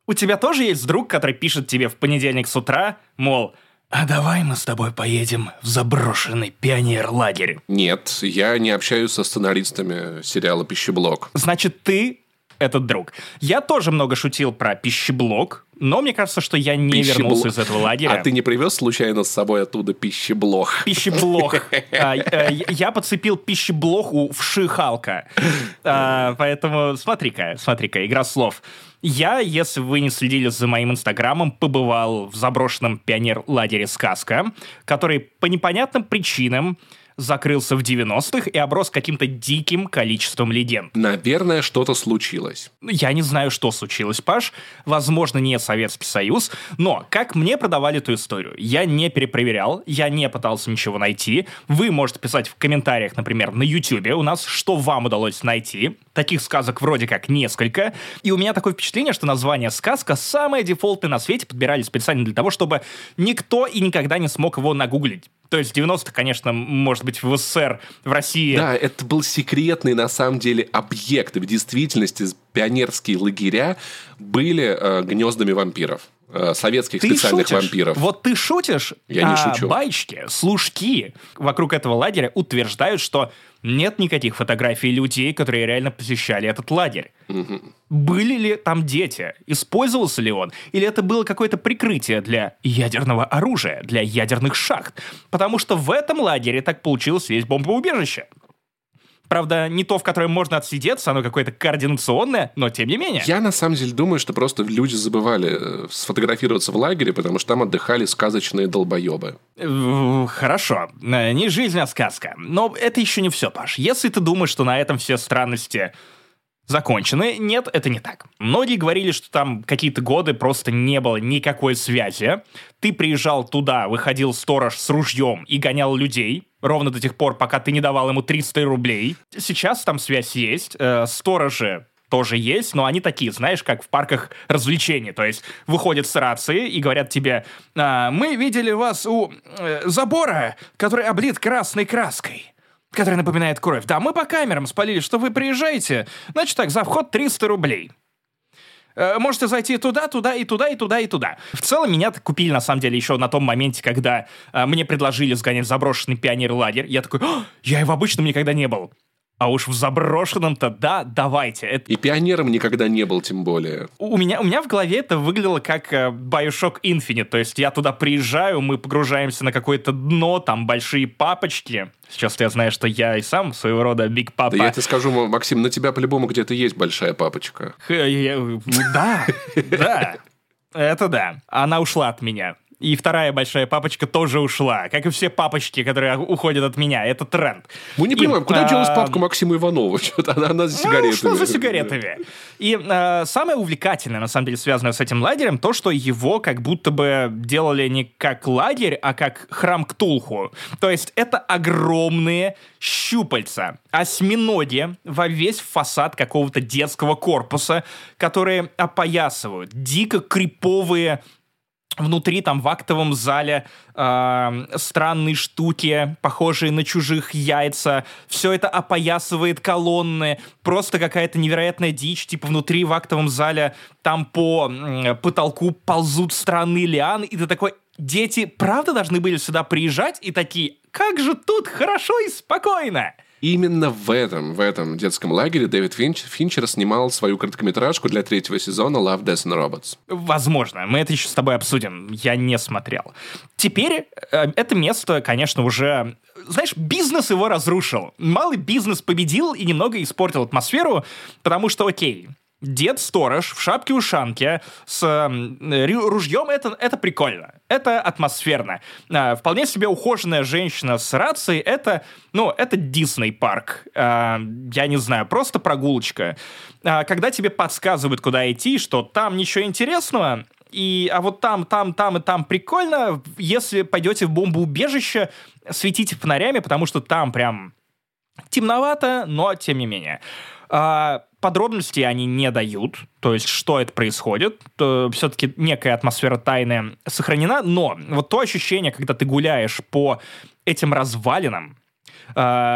У тебя тоже есть друг, который пишет тебе в понедельник с утра, мол, а давай мы с тобой поедем в заброшенный пионер-лагерь? Нет, я не общаюсь со сценаристами сериала «Пищеблок». Значит, ты этот друг. Я тоже много шутил про пищеблок, но мне кажется, что я не вернулся из этого лагеря. А ты не привез случайно с собой оттуда пищеблок? Пищеблок. Я подцепил пищеблоху в Ши-Халка. Поэтому смотри-ка, игра слов. Я, если вы не следили за моим инстаграмом, побывал в заброшенном пионер-лагере «Сказка», который по непонятным причинам закрылся в 90-х и оброс каким-то диким количеством легенд. Наверное, что-то случилось. Я не знаю, что случилось, Паш. Возможно, не Советский Союз. Но как мне продавали эту историю? Я не перепроверял, я не пытался ничего найти. Вы можете писать в комментариях, например, на Ютубе у нас, что вам удалось найти. Таких сказок вроде как несколько. И у меня такое впечатление, что название «Сказка» самое дефолтное на свете подбирали специально для того, чтобы никто и никогда не смог его нагуглить. То есть в 90-х, конечно, может быть, в СССР, в России... Да, это был секретный, на самом деле, объект. В действительности пионерские лагеря были гнездами вампиров. Советских ты специальных шутишь? Вампиров. Вот ты шутишь, Я не шучу. Байчки, служки вокруг этого лагеря утверждают, что нет никаких фотографий людей, которые реально посещали этот лагерь. Угу. Были ли там дети? Использовался ли он? Или это было какое-то прикрытие для ядерного оружия, для ядерных шахт? Потому что в этом лагере так получилось есть бомбоубежище. Правда, не то, в котором можно отсидеться, оно какое-то координационное, но тем не менее. Я на самом деле думаю, что просто люди забывали сфотографироваться в лагере, потому что там отдыхали сказочные долбоебы. Хорошо. Не жизнь, а сказка. Но это еще не все, Паш. Если ты думаешь, что на этом все странности закончены, нет, это не так. Многие говорили, что там какие-то годы просто не было никакой связи. Ты приезжал туда, выходил сторож с ружьем и гонял людей, ровно до тех пор, пока ты не давал ему 300 рублей. Сейчас там связь есть, сторожи тоже есть, но они такие, знаешь, как в парках развлечений. То есть выходят с рации и говорят тебе: мы видели вас у забора, который облит красной краской, который напоминает кровь. Да, мы по камерам спалили, что вы приезжаете. Значит так, за вход 300 рублей. Можете зайти туда, туда, и туда, и туда, и туда. В целом, меня купили, на самом деле, еще на том моменте, когда мне предложили сгонять в заброшенный пионер-лагерь. Я такой: я и в обычном никогда не был. А уж в заброшенном-то, да, давайте. И пионером никогда не был, тем более. У меня в голове это выглядело как Bioshock Infinite. То есть я туда приезжаю, мы погружаемся на какое-то дно, там большие папочки. Сейчас я знаю, что я и сам своего рода Биг Папа. Да я тебе скажу, Максим, на тебя по-любому где-то есть большая папочка. Да, это да. Она ушла от меня. И вторая большая папочка тоже ушла. Как и все папочки, которые уходят от меня. Это тренд. Мы не понимаем, куда делась папка Максима Иванова? Что-то она за сигаретами. Что за сигаретами? И самое увлекательное, на самом деле, связанное с этим лагерем, то, что его как будто бы делали не как лагерь, а как храм Ктулху. То есть это огромные щупальца, осьминоги во весь фасад какого-то детского корпуса, которые опоясывают дико криповые внутри, там, в актовом зале странные штуки, похожие на чужих яйца. Все это опоясывает колонны. Просто какая-то невероятная дичь. Типа внутри, в актовом зале, там по потолку ползут странные лианы. И ты такой: дети правда должны были сюда приезжать? И такие: как же тут хорошо и спокойно! Именно в этом детском лагере Дэвид Финчер снимал свою короткометражку для 3-го сезона Love, Death and Robots. Возможно. Мы это еще с тобой обсудим. Я не смотрел. Теперь это место, конечно, уже... Знаешь, бизнес его разрушил. Малый бизнес победил и немного испортил атмосферу, потому что, окей, дед-сторож в шапке-ушанке с ружьем — это прикольно. Это атмосферно. Вполне себе ухоженная женщина с рацией — это Дисней-парк. Я не знаю, просто прогулочка. Когда тебе подсказывают, куда идти, что там ничего интересного, а вот там и там прикольно, если пойдете в бомбоубежище, светите фонарями, потому что там прям темновато, но тем не менее. Подробностей они не дают, то есть что это происходит, все-таки некая атмосфера тайны сохранена, но вот то ощущение, когда ты гуляешь по этим развалинам,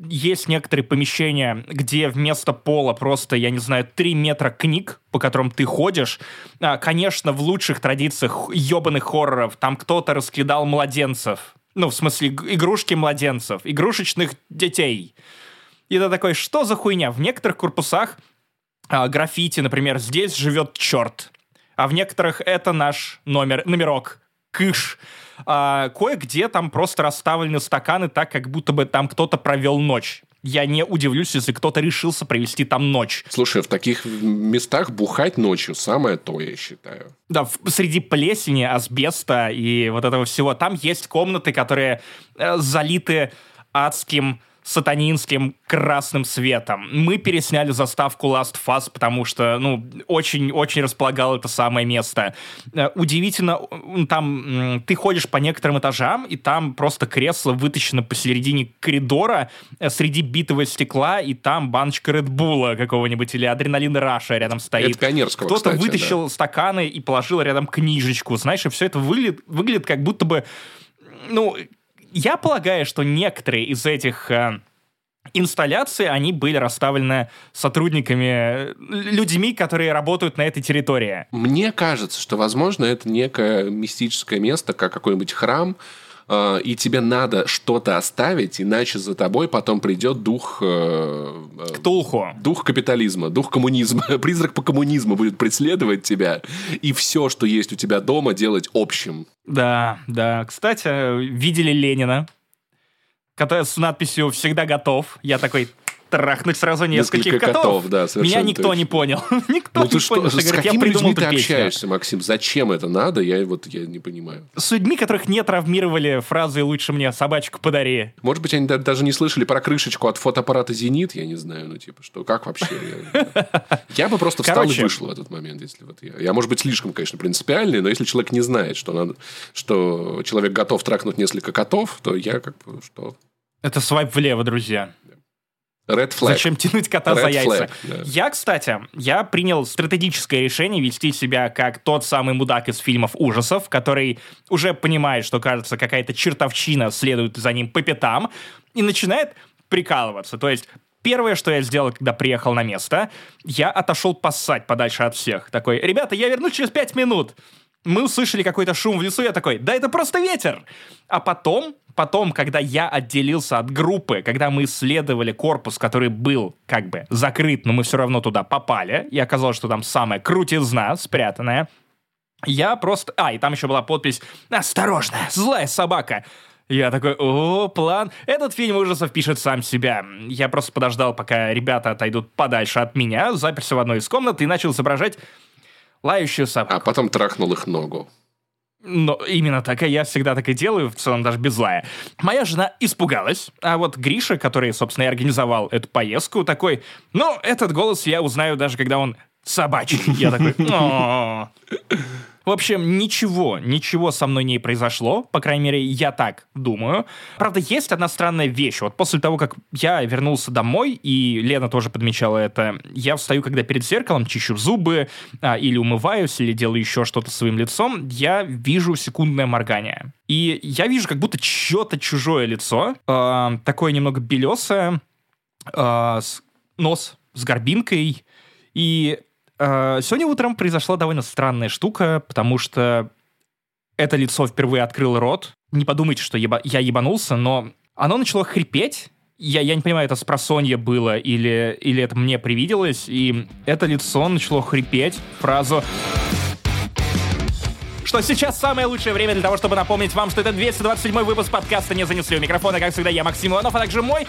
есть некоторые помещения, где вместо пола просто, я не знаю, 3 метра книг, по которым ты ходишь. Конечно, в лучших традициях ебаных хорроров там кто-то раскидал младенцев. Ну, в смысле, игрушки младенцев, игрушечных детей. И ты такой, что за хуйня? В некоторых корпусах граффити, например, здесь живет черт. А в некоторых это наш номерок. Кыш. Кое-где там просто расставлены стаканы так, как будто бы там кто-то провел ночь. Я не удивлюсь, если кто-то решился провести там ночь. Слушай, в таких местах бухать ночью самое то, я считаю. Да, среди плесени, асбеста и вот этого всего. Там есть комнаты, которые залиты адским сатанинским красным светом. Мы пересняли заставку Last of Us, потому что, очень располагало это самое место. Удивительно, там ты ходишь по некоторым этажам, и там просто кресло вытащено посередине коридора среди битого стекла, и там баночка Red Bull какого-нибудь или Адреналина Раша рядом стоит. Это пионерского, кто-то кстати, вытащил стаканы и положил рядом книжечку. Знаешь, и все это выглядит как будто бы... Я полагаю, что некоторые из этих инсталляций, они были расставлены сотрудниками, людьми, которые работают на этой территории. Мне кажется, что, возможно, это некое мистическое место, как какой-нибудь храм, и тебе надо что-то оставить, иначе за тобой потом придет дух... Ктулху. Дух капитализма, дух коммунизма. Призрак по коммунизму будет преследовать тебя, и все, что есть у тебя дома, делать общим. Да. Кстати, видели Ленина, который с надписью «Всегда готов». Я такой... трахнуть сразу нескольких котов. Да, меня никто точно не понял. Никто не понял, что говорит, я придумал эту песню. С какими людьми ты общаешься, Максим? Зачем это надо? Я не понимаю. С людьми, которых не травмировали фразой «лучше мне собачку подари». Может быть, они даже не слышали про крышечку от фотоаппарата «Зенит», я не знаю, что, как вообще? Я бы просто встал и вышел в этот момент, если вот я. Я, может быть, слишком, конечно, принципиальный, но если человек не знает, что человек готов трахнуть несколько котов, то я что... Это свайп влево, друзья. Red flag. Зачем тянуть кота за яйца? Да. Я принял стратегическое решение вести себя как тот самый мудак из фильмов ужасов, который уже понимает, что, кажется, какая-то чертовщина следует за ним по пятам, и начинает прикалываться. То есть, первое, что я сделал, когда приехал на место, я отошел поссать подальше от всех. Такой, ребята, я вернусь через 5 минут. Мы услышали какой-то шум в лесу, я такой, да это просто ветер. А потом, когда я отделился от группы, когда мы исследовали корпус, который был как бы закрыт, но мы все равно туда попали, и оказалось, что там самая крутизна спрятанная, я просто... и там еще была подпись «Осторожно, злая собака». Я такой, план. Этот фильм ужасов пишет сам себя. Я просто подождал, пока ребята отойдут подальше от меня, заперся в одной из комнат и начал изображать лающую собаку. А потом трахнул их ногу. Но именно так, я всегда так и делаю, в целом даже без злая. Моя жена испугалась, а вот Гриша, который, собственно, и организовал эту поездку, такой, этот голос я узнаю даже, когда он собачий. Я такой, В общем, ничего со мной не произошло, по крайней мере, я так думаю. Правда, есть одна странная вещь. Вот после того, как я вернулся домой, и Лена тоже подмечала это, я встаю, когда перед зеркалом, чищу зубы, или умываюсь, или делаю еще что-то своим лицом, я вижу секундное моргание. И я вижу как будто чье-то чужое лицо, такое немного белесое, нос с горбинкой, и... Сегодня утром произошла довольно странная штука, потому что это лицо впервые открыло рот. Не подумайте, что я ебанулся, но оно начало хрипеть. Я не понимаю, это спросонье было или это мне привиделось. И это лицо начало хрипеть фразу... Что сейчас самое лучшее время для того, чтобы напомнить вам, что это 227-й выпуск подкаста «Не занесли». У микрофона, как всегда, я, Максим Иванов, а также мой...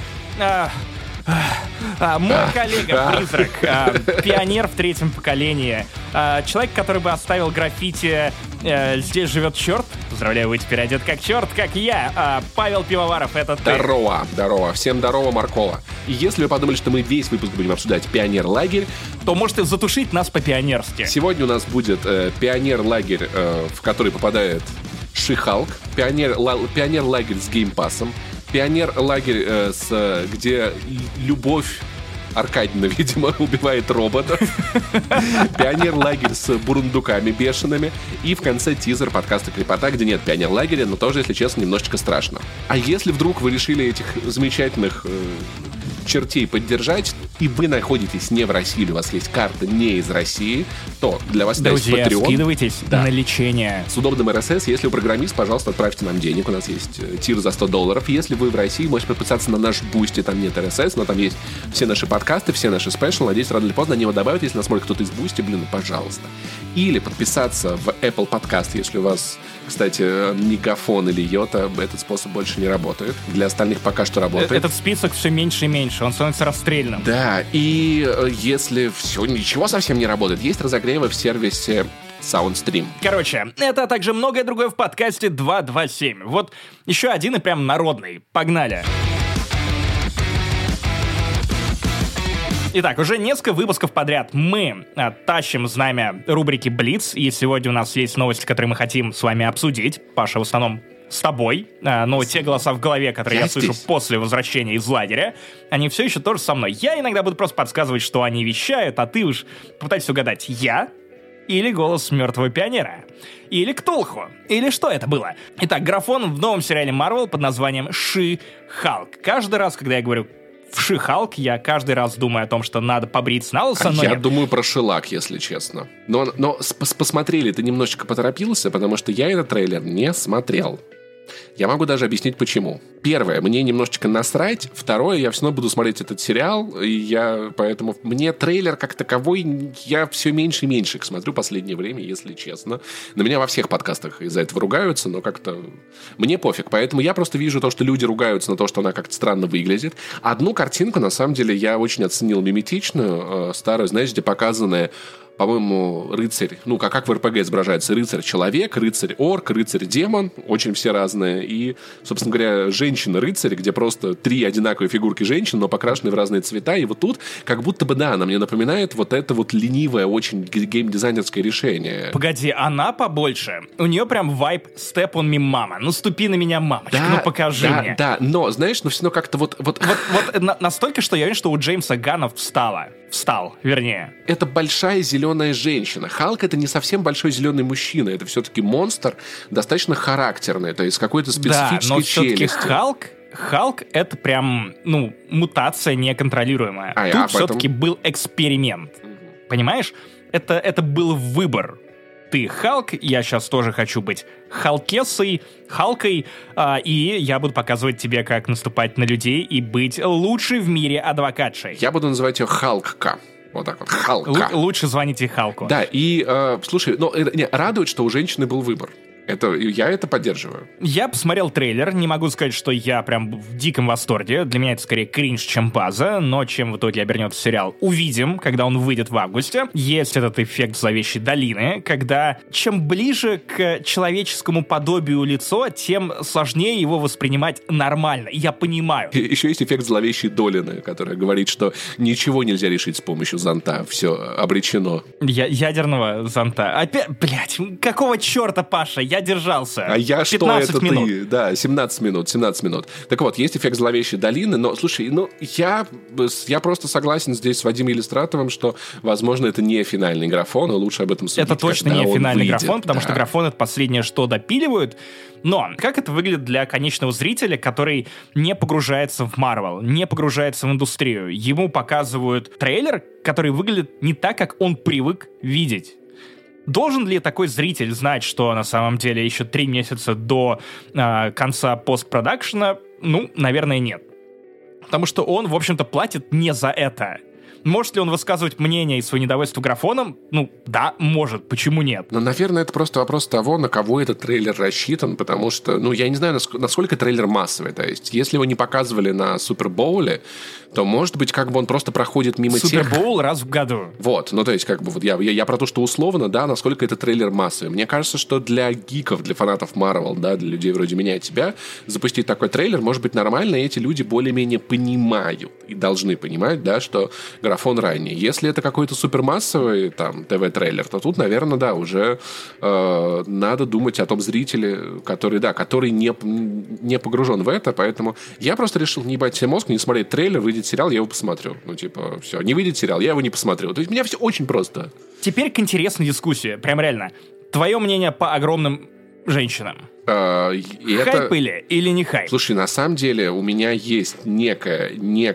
мой коллега-призрак, пионер в 3-м поколении, человек, который бы оставил граффити «Здесь живет черт». Поздравляю, вы теперь одет как черт, как я. Павел Пивоваров, это ты. Здорово. Всем здорово, Маркова. И если вы подумали, что мы весь выпуск будем обсуждать пионер-лагерь, то можете затушить нас по-пионерски. Сегодня у нас будет пионер-лагерь, в который попадает Ши-Халк, пионер-лагерь с геймпассом, пионер-лагерь, где любовь Аркадьевна, видимо, убивает робота. Пионер-лагерь с бурундуками бешеными. И в конце тизер подкаста «Крепота», где нет пионер-лагеря, но тоже, если честно, немножечко страшно. А если вдруг вы решили этих замечательных чертей поддержать, и вы находитесь не в России, или у вас есть карта не из России, то для вас есть Patreon. Друзья, скидывайтесь на лечение. С удобным RSS. Если вы программист, пожалуйста, отправьте нам денег. У нас есть тир за $100. Если вы в России, можете подписаться на наш Boosty. Там нет RSS, но там есть все наши подкасты, все наши спешл. Надеюсь, рано или поздно они его добавят. Если нас смотрит кто-то из Boosty, пожалуйста. Или подписаться в Apple Podcast, если у вас, кстати, мегафон или йота. Этот способ больше не работает. Для остальных пока что работает. Этот список все меньше и меньше. Он становится расстрельным. Да, и если все, ничего совсем не работает, есть разогревы в сервисе SoundStream. Короче, это, а также многое другое в подкасте 227. Вот еще один и прям народный. Погнали. Итак, уже несколько выпусков подряд мы тащим знамя рубрики «Блиц», и сегодня у нас есть новости, которые мы хотим с вами обсудить. Паша, в основном с тобой, но те голоса в голове, которые я слышу после возвращения из лагеря, они все еще тоже со мной. Я иногда буду просто подсказывать, что они вещают, а ты уж попытайся угадать, я или голос мертвого пионера, или Ктулху, или что это было. Итак, графон в новом сериале Marvel под названием «Ши-Халк». Каждый раз, когда я говорю в Ши-Халк, я каждый раз думаю о том, что надо побриться на лысо, но я нет. думаю про Шилак, если честно. Но посмотрели, ты немножечко поторопился, потому что я этот трейлер не смотрел. Я могу даже объяснить, почему. Первое, мне немножечко насрать. Второе, я все равно буду смотреть этот сериал. И поэтому мне трейлер как таковой, я все меньше и меньше их смотрю в последнее время, если честно. На меня во всех подкастах из-за этого ругаются, но как-то мне пофиг. Поэтому я просто вижу то, что люди ругаются на то, что она как-то странно выглядит. Одну картинку, на самом деле, я очень оценил миметичную, старую, знаешь, где показанная, по-моему, рыцарь, как в РПГ изображается, рыцарь-человек, рыцарь-орк, рыцарь-демон, очень все разные, и, собственно говоря, женщина-рыцарь, где просто 3 одинаковые фигурки женщин, но покрашенные в разные цвета, и вот тут, как будто бы, да, она мне напоминает вот это вот ленивое, очень геймдизайнерское решение. Погоди, она побольше? У нее прям вайб «Step on me, мама». Ну, ступи на меня, мамочка, да, покажи мне. Да, но, знаешь, все равно как-то вот настолько, что я уверен, что у Джеймса Ганна встал, вернее. Это большая зеленая женщина. Халк — это не совсем большой зеленый мужчина. Это все-таки монстр, достаточно характерный, то есть какой-то специфической но все-таки челюстью. Халк — это прям, мутация неконтролируемая. Тут все-таки был эксперимент. Понимаешь? Это был выбор. Ты Халк, я сейчас тоже хочу быть Халкой, и я буду показывать тебе, как наступать на людей и быть лучшей в мире адвокатшей. Я буду называть ее Халкка. Вот так вот, Халка. Лучше звоните Халку. Да, и, слушай, радует, что у женщины был выбор. Я это поддерживаю. Я посмотрел трейлер, не могу сказать, что я прям в диком восторге. Для меня это скорее кринж, чем база, но чем в итоге обернется сериал, увидим, когда он выйдет в августе. Есть этот эффект зловещей долины, когда чем ближе к человеческому подобию лицо, тем сложнее его воспринимать нормально. Я понимаю. Еще есть эффект зловещей долины, которая говорит, что ничего нельзя решить с помощью зонта. Все обречено. Ядерного зонта. Опять, блядь, какого черта, Паша? Я держался. А я 15 что это минут. Ты? Да, 17 минут. Так вот, есть эффект зловещей долины, но, слушай, я просто согласен здесь с Вадимом Елистратовым, что, возможно, это не финальный графон, и лучше об этом судить. Это точно не финальный графон, потому что графон — это последнее, что допиливают. Но как это выглядит для конечного зрителя, который не погружается в Marvel, не погружается в индустрию? Ему показывают трейлер, который выглядит не так, как он привык видеть. Должен ли такой зритель знать, что на самом деле еще 3 месяца до конца постпродакшена? Наверное, нет. Потому что он, в общем-то, платит не за это. Может ли он высказывать мнение и свое недовольство графоном? Да, может. Почему нет? Наверное, это просто вопрос того, на кого этот трейлер рассчитан, потому что, я не знаю, насколько трейлер массовый. То есть, если его не показывали на Супербоуле, то, может быть, он просто проходит мимо тех... Супербоул раз в году. Вот, то есть, я про то, что условно, да, насколько этот трейлер массовый. Мне кажется, что для гиков, для фанатов Marvel, да, для людей вроде меня и тебя, запустить такой трейлер может быть нормально, и эти люди более-менее понимают и должны понимать, да, что графон ранее. Если это какой-то супермассовый, ТВ-трейлер, то тут, наверное, да, уже надо думать о том зрителе, который не погружен в это, поэтому я просто решил не ебать себе мозг, не смотреть трейлер, выйдет выйдет сериал, я его посмотрю. Ну, типа, все. Не выйдет сериал, я его не посмотрю. То есть у меня все очень просто. Теперь к интересной дискуссии. Прям реально. Твое мнение по огромным женщинам. Хайп или не хайп? Слушай, на самом деле у меня есть некая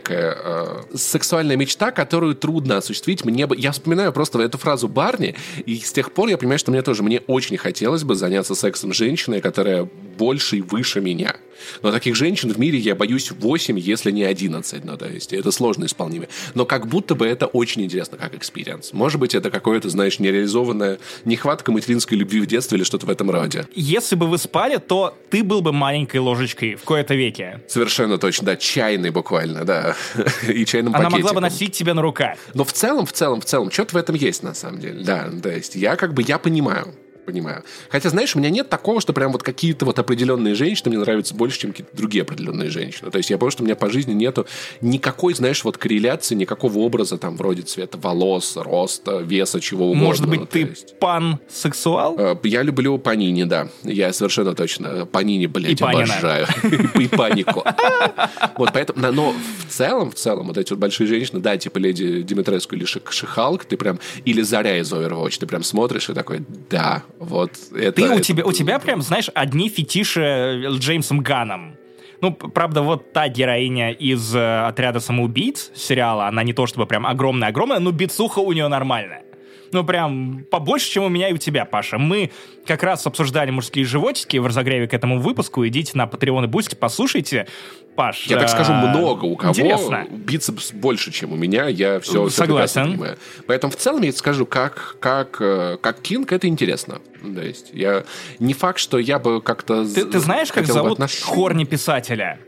сексуальная мечта, которую трудно осуществить. Я вспоминаю просто эту фразу Барни, и с тех пор я понимаю, что мне очень хотелось бы заняться сексом с женщиной, которая больше и выше меня. Но таких женщин в мире я боюсь 8, если не 11. Ну, то есть это сложно исполнимо. Но как будто бы это очень интересно, как экспириенс. Может быть, это какое-то, знаешь, нереализованная нехватка материнской любви в детстве или что-то в этом роде. Если бы вы спали, то ты был бы маленькой ложечкой в кои-то веке. Совершенно точно, да. Чайной буквально, да. И чайным пакетиком. Она могла бы носить тебя на руках. Но в целом, что-то в этом есть, на самом деле. Да, то есть я понимаю. Хотя, знаешь, у меня нет такого, что прям вот какие-то вот определенные женщины мне нравятся больше, чем какие-то другие определенные женщины. То есть я понял, что у меня по жизни нету никакой, знаешь, вот корреляции, никакого образа там вроде цвета волос, роста, веса, чего угодно. Может быть, ты пансексуал? Я люблю Панини, да. Я совершенно точно. Панини, блядь, обожаю. И панику. Вот поэтому, но в целом, вот эти вот большие женщины, да, типа леди Димитреску или Ши-Халк, ты прям, или Заря из Overwatch, ты прям смотришь и такой, да, вот это... У тебя прям, знаешь, одни фетиши Джеймсом Ганном. Ну, правда, вот та героиня из «Отряда самоубийц» сериала, она не то чтобы прям огромная-огромная, но бицуха у нее нормальная. Ну, прям побольше, чем у меня и у тебя, Паша. Мы как раз обсуждали мужские животики в разогреве к этому выпуску. Идите на Patreon и Boosty, послушайте. Паш, я так скажу, много у кого интересно. Бицепс больше, чем у меня. Я все согласен. Понимаю. Поэтому в целом я скажу, как Кинг, это интересно. То есть не факт, что я бы как-то... Ты знаешь, как зовут хорни писателя?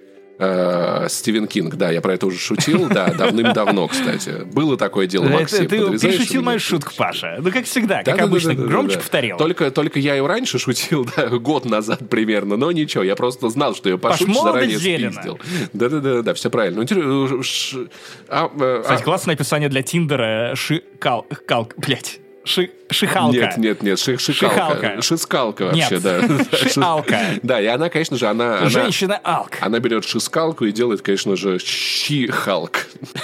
Стивен Кинг, да, я про это уже шутил, да, давным-давно, кстати. Было такое дело, Максим. Ты перешутил мою шутку, Pаша. Ну, как всегда, как обычно, громче повторил. Только я ее раньше шутил, да, год назад примерно, но ничего, я просто знал, что я пошучу, заранее спиздил. Да, все правильно. Кстати, классное описание для Тиндера. Блять. Шихалка. Нет, Шихалка. Шискалка вообще, нет. Да. Шиалка. Да, и она, конечно же, Женщина-алк. Она берет шискалку и делает, конечно же, щи-халк.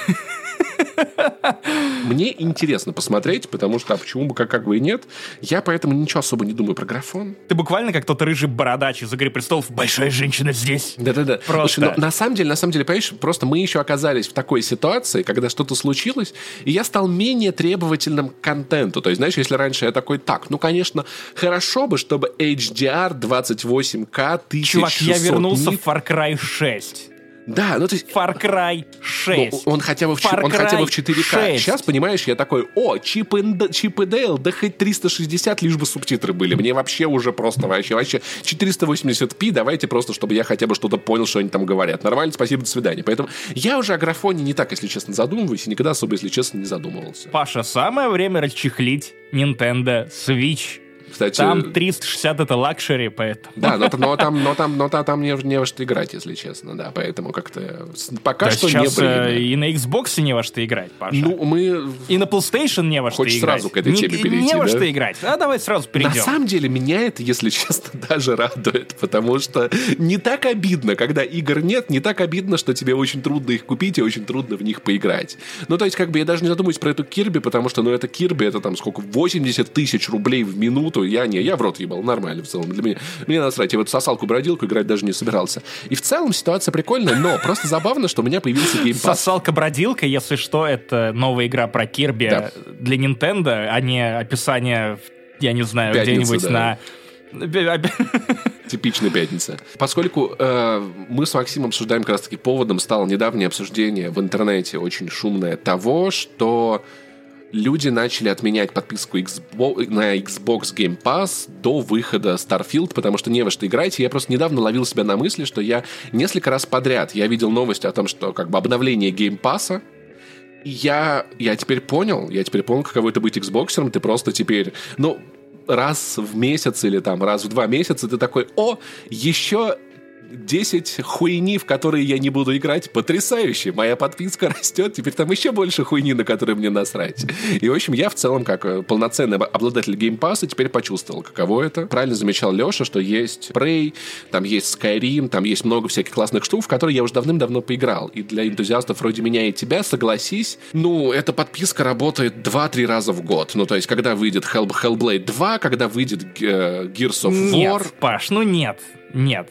Мне интересно посмотреть, потому что, почему бы как бы и нет. Я поэтому ничего особо не думаю про графон. Ты буквально как тот рыжий бородач из «Игры престолов». Большая женщина здесь. Да. Просто. Слушай, на самом деле, понимаешь, просто мы еще оказались в такой ситуации, когда что-то случилось, и я стал менее требовательным к контенту. То есть, знаешь, если раньше я такой, конечно, хорошо бы, чтобы HDR 28К 1600 Чувак, я вернулся в Far Cry 6. Да, ну то есть... Far Cry 6. Он хотя бы в 4К. 6. Сейчас, понимаешь, я такой, Чип и Дейл, да хоть 360, лишь бы субтитры были. Мне вообще уже просто, вообще 480p, давайте просто, чтобы я хотя бы что-то понял, что они там говорят. Нормально, спасибо, до свидания. Поэтому я уже о графоне не так, если честно, задумываюсь, и никогда особо, если честно, не задумывался. Паша, самое время расчехлить Nintendo Switch. Кстати, там 360 это лакшери, поэтому... Да, но там не во что играть, если честно, да, поэтому как-то пока что не было. И на Xbox не во что играть, Паша. Ну, мы... И на PlayStation не во что играть. Хочешь сразу к этой теме перейти, не во что играть. Давай сразу перейдем. На самом деле, меня это, если честно, даже радует, потому что не так обидно, когда игр нет, не так обидно, что тебе очень трудно их купить и очень трудно в них поиграть. Ну, то есть, как бы я даже не задумываюсь про эту Кирби, потому что, это Кирби, это там сколько, 80 тысяч рублей в минуту. Я в рот ебал, нормально в целом. Для меня, мне насрать, я вот сосалку-бродилку играть даже не собирался. И в целом ситуация прикольная, но просто забавно, что у меня появился Game Pass. Сосалка-бродилка, если что, это новая игра про Кирби для Nintendo, а не описание, я не знаю, Пятница, где-нибудь на... Типичная пятница. Поскольку мы с Максимом обсуждаем, как раз-таки поводом стало недавнее обсуждение в интернете, очень шумное, того, что люди начали отменять подписку на Xbox Game Pass до выхода Starfield, потому что не во что играть. Я просто недавно ловил себя на мысли, что я несколько раз подряд я видел новости о том, что как бы обновление Game Pass'а. И я теперь понял, каково это быть Xboxером. Ты просто теперь, раз в месяц или там раз в 2 месяца ты такой, еще 10 хуйни, в которые я не буду играть, потрясающе. Моя подписка растет, теперь там еще больше хуйни, на которые мне насрать. И, в общем, я в целом, как полноценный обладатель Game Pass, теперь почувствовал, каково это. Правильно замечал Леша, что есть Prey, там есть Skyrim, там есть много всяких классных штук, в которые я уже давным-давно поиграл. И для энтузиастов вроде меня и тебя, согласись, эта подписка работает 2-3 раза в год. То есть, когда выйдет Hellblade 2, когда выйдет Gears of War... Нет, Паш, нет. Нет,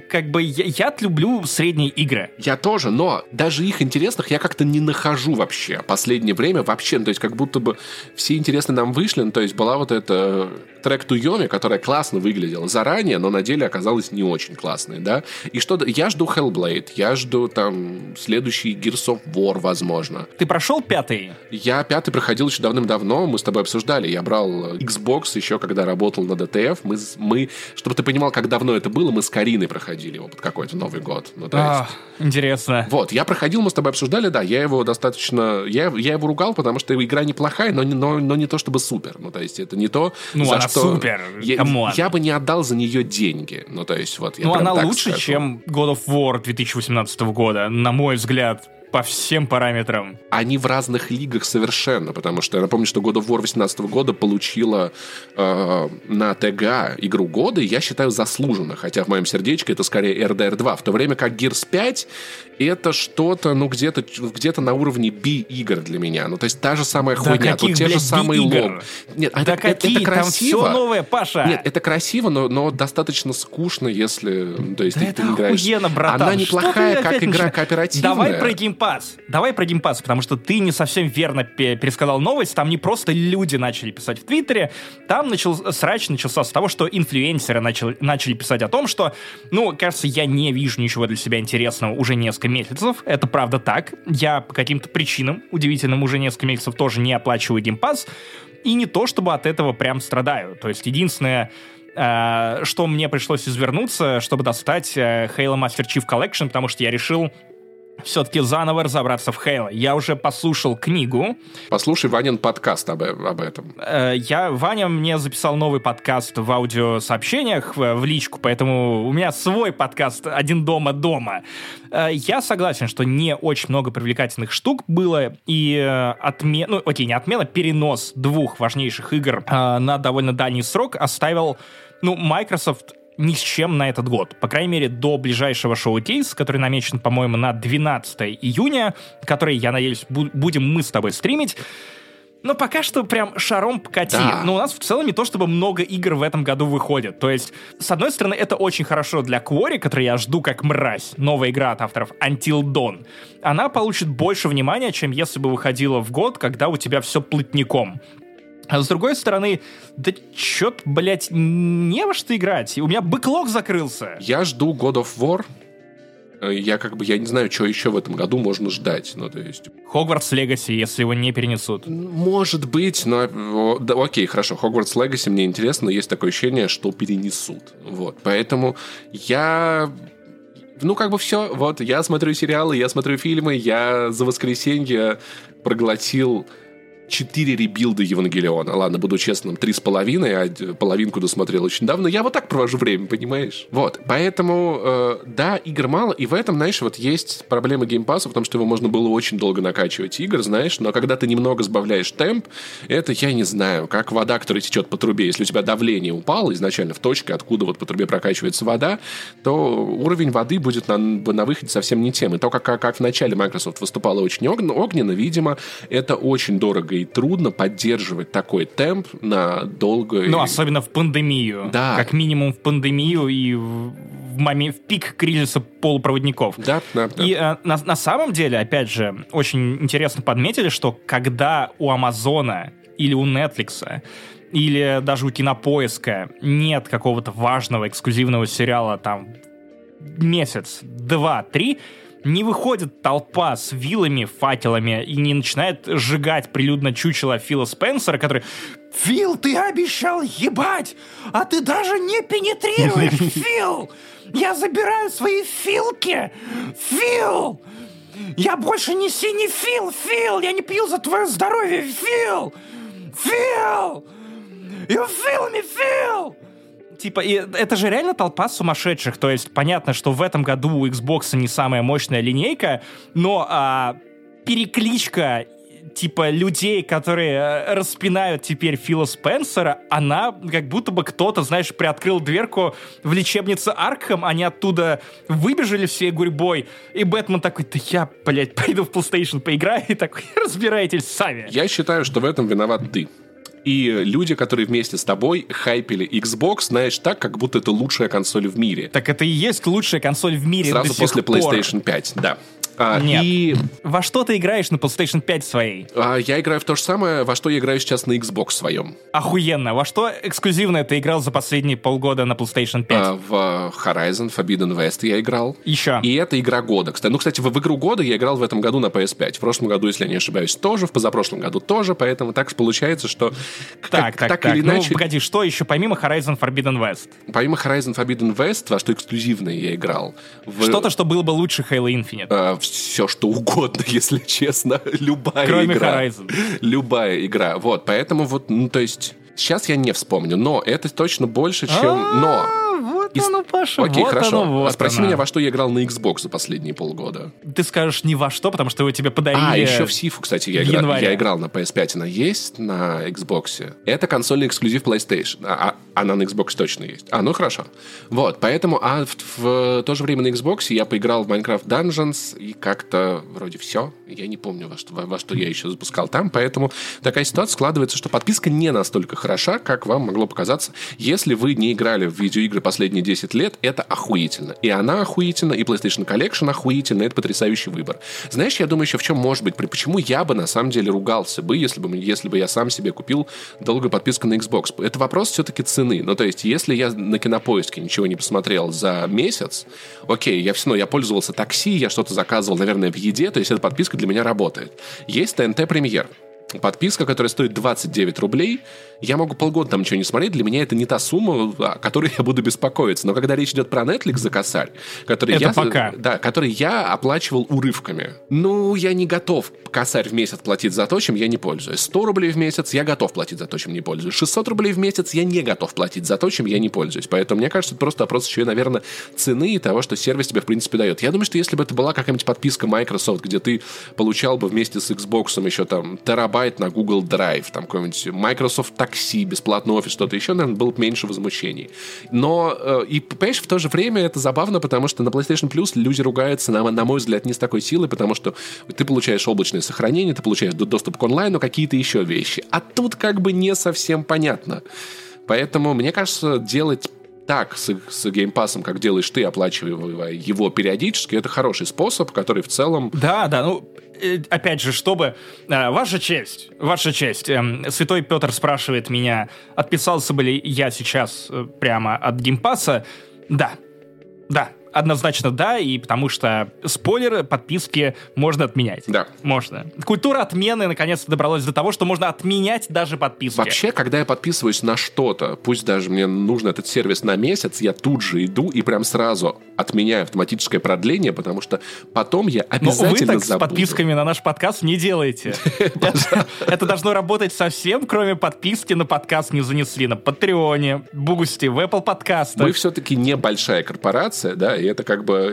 я люблю средние игры. Я тоже, но даже их интересных я как-то не нахожу вообще. Последнее время вообще, то есть как будто бы все интересные нам вышли, то есть была вот эта трек To Yomi, которая классно выглядела заранее, но на деле оказалась не очень классной, да. И что, я жду Hellblade, я жду там следующий Gears of War, возможно. Ты прошел 5-й? Я 5-й проходил еще давным-давно, мы с тобой обсуждали. Я брал Xbox еще, когда работал на DTF. Мы, чтобы ты понимал, как давно это было, мы с Кариной проходили его под какой-то Новый год. Интересно. Вот, я проходил, мы с тобой обсуждали, да, я его достаточно... Я его ругал, потому что игра неплохая, но не то чтобы супер. То есть это не то, за она что... супер, я бы не отдал за нее деньги. То есть вот... она лучше, чем God of War 2018 года, на мой взгляд. По всем параметрам. Они в разных лигах совершенно, потому что я напомню, что God of War 2018 года получила на ТГА игру года, и я считаю заслуженно, хотя в моем сердечке это скорее RDR 2, в то время как Gears 5 это что-то, где-то на уровне B-игр для меня. То есть та же самая хуйня, тут те же самые лом. Нет, это красиво. Там все новое, Паша. Нет, это красиво, но достаточно скучно, если... То есть да ты не играешь... охуенно, братан. Она неплохая, как игра кооперативная. Давай про Game Pass, потому что ты не совсем верно пересказал новость. Там не просто люди начали писать в Твиттере, там срач начался с того, что инфлюенсеры начали писать о том, что, кажется, я не вижу ничего для себя интересного уже несколько месяцев. Это правда так. Я по каким-то причинам удивительным уже несколько месяцев тоже не оплачиваю Game Pass. И не то, чтобы от этого прям страдаю. То есть единственное, что мне пришлось извернуться, чтобы достать Halo Master Chief Collection, потому что я решил все-таки заново разобраться в Halo. Я уже послушал книгу. Послушай Ванин подкаст об этом. Ваня мне записал новый подкаст в аудиосообщениях в личку, поэтому у меня свой подкаст «Один дома». Я согласен, что не очень много привлекательных штук было, и перенос двух важнейших игр на довольно дальний срок оставил, Microsoft ни с чем на этот год. По крайней мере, до ближайшего шоу-кейс, который намечен, по-моему, на 12 июня, который, я надеюсь, будем мы с тобой стримить. Но пока что прям шаром покати. Да. Но у нас в целом не то, чтобы много игр в этом году выходит. То есть, с одной стороны, это очень хорошо для Quarry, который я жду как мразь. Новая игра от авторов Until Dawn. Она получит больше внимания, чем если бы выходила в год, когда у тебя все плотником. А с другой стороны, да чё-то, блядь, не во что играть. У меня бэклог закрылся. Я жду God of War. Я не знаю, что еще в этом году можно ждать. То есть... Hogwarts Legacy, если его не перенесут. Может быть, но... Да, окей, хорошо, Hogwarts Legacy мне интересно, но есть такое ощущение, что перенесут. Вот, поэтому я... все. Вот, я смотрю сериалы, я смотрю фильмы, я за воскресенье проглотил 4 ребилда Евангелиона. Ладно, буду честным, 3,5, а половинку досмотрел очень давно. Я вот так провожу время, понимаешь? Вот, поэтому, да, игр мало, и в этом, знаешь, вот есть проблема геймпасса, потому что его можно было очень долго накачивать игр, знаешь, но когда ты немного сбавляешь темп, это, я не знаю, как вода, которая течет по трубе. Если у тебя давление упало изначально в точке, откуда вот по трубе прокачивается вода, то уровень воды будет на выходе совсем не тем. И то, как в начале Microsoft выступала очень огненно, видимо, это очень дорого и трудно поддерживать такой темп на долгую... особенно в пандемию. Да. Как минимум в пандемию и в пик кризиса полупроводников. Да. И на самом деле, опять же, очень интересно подметили, что когда у Амазона или у Netflix или даже у Кинопоиска нет какого-то важного эксклюзивного сериала там месяц, 2, 3, не выходит толпа с вилами, факелами и не начинает сжигать прилюдно чучело Фила Спенсера, который: «Фил, ты обещал ебать, а ты даже не пенетрируешь, Фил! Я забираю свои филки! Фил! Я больше не синий Фил! Я не пью за твое здоровье, Фил! Фил! You feel me, Фил!» Типа, и это же реально толпа сумасшедших. То есть, понятно, что в этом году у Xbox не самая мощная линейка, но перекличка типа людей, которые распинают теперь Фила Спенсера, она как будто бы кто-то, знаешь, приоткрыл дверку в лечебнице Аркхэм, они оттуда выбежали всей гурьбой, и Бэтмен такой: да я, блядь, пойду в PlayStation поиграю, и такой: разбирайтесь сами. Я считаю, что в этом виноват ты. И люди, которые вместе с тобой хайпили Xbox, знаешь, так, как будто это лучшая консоль в мире. Так это и есть лучшая консоль в мире сразу до сих после пор. PlayStation 5, да. Нет. И во что ты играешь на PlayStation 5 своей? я играю в то же самое, во что я играю сейчас на Xbox своем. Охуенно. Во что эксклюзивно ты играл за последние полгода на PlayStation 5? В Horizon Forbidden West я играл. Еще. И это игра года. Кстати, в игру года я играл в этом году на PS5. В прошлом году, если я не ошибаюсь, тоже. В позапрошлом году тоже. Поэтому так получается, что так или иначе... Ну, погоди, что еще помимо Horizon Forbidden West? Помимо Horizon Forbidden West, во что эксклюзивное я играл. Что-то, что было бы лучше Halo Infinite. Все, что угодно, если честно. Любая Кроме игра. Horizon. Любая игра. Вот, поэтому вот, ну, то есть... Сейчас я не вспомню, но это точно больше, чем... Но... Вот оно, Паша, Окей, вот хорошо. оно, вот Спроси оно. меня, во что я играл на Xbox за последние полгода. Ты скажешь ни во что, потому что его тебе подарили. Еще в Сифу, кстати, я играл на PS5. Она есть на Xbox. Это консольный эксклюзив PlayStation. Она на Xbox точно есть. Ну хорошо. Вот, поэтому в то же время на Xbox я поиграл в Minecraft Dungeons, и как-то вроде все. Я не помню, во что я еще запускал там. Поэтому такая ситуация складывается, что подписка не настолько хороша, как вам могло показаться. Если вы не играли в видеоигры последние 10 лет, это охуительно. И она охуительна, и PlayStation Collection охуительна, это потрясающий выбор. Знаешь, я думаю еще в чем может быть, почему я бы на самом деле ругался бы, если бы я сам себе купил долгую подписку на Xbox. Это вопрос все-таки цены. Ну, то есть, если я на Кинопоиске ничего не посмотрел за месяц, окей, я пользовался такси, я что-то заказывал, наверное, в еде, то есть эта подписка для меня работает. Есть ТНТ Премьер. Подписка, которая стоит 29 рублей, я могу полгода там ничего не смотреть, для меня это не та сумма, о которой я буду беспокоиться. Но когда речь идет про Netflix за косарь, который я оплачивал урывками, я не готов косарь в месяц платить за то, чем я не пользуюсь. 100 рублей в месяц я готов платить за то, чем не пользуюсь. 600 рублей в месяц я не готов платить за то, чем я не пользуюсь. Поэтому, мне кажется, это просто вопрос еще, наверное, цены и того, что сервис тебе, в принципе, дает. Я думаю, что если бы это была какая-нибудь подписка Microsoft, где ты получал бы вместе с Xbox еще там терабайт на Google Drive, там какой-нибудь Microsoft Taxi, бесплатный офис, что-то еще, наверное, было бы меньше возмущений. Но, и, понимаешь, в то же время это забавно, потому что на PlayStation Plus люди ругаются, на мой взгляд, не с такой силой, потому что ты получаешь облачное сохранение, ты получаешь доступ к онлайну, какие-то еще вещи. А тут как бы не совсем понятно. Поэтому, мне кажется, делать так с Game Pass'ом, как делаешь ты, оплачивая его периодически, это хороший способ, который в целом... Да, опять же, чтобы... Ваша честь, Святой Петр спрашивает меня, отписался бы ли я сейчас прямо от Game Pass'а. Да, однозначно да, и потому что спойлеры, подписки можно отменять. Да. Можно. Культура отмены наконец-то добралась до того, что можно отменять даже подписки. Вообще, когда я подписываюсь на что-то, пусть даже мне нужен этот сервис на месяц, я тут же иду и прям сразу отменяю автоматическое продление, потому что потом я обязательно забуду. Но вы так с подписками на наш подкаст не делаете. Это должно работать совсем, кроме подписки на подкаст не занесли на Патреоне, Бусти, в Apple подкастах. Мы все-таки небольшая корпорация, да, и это как бы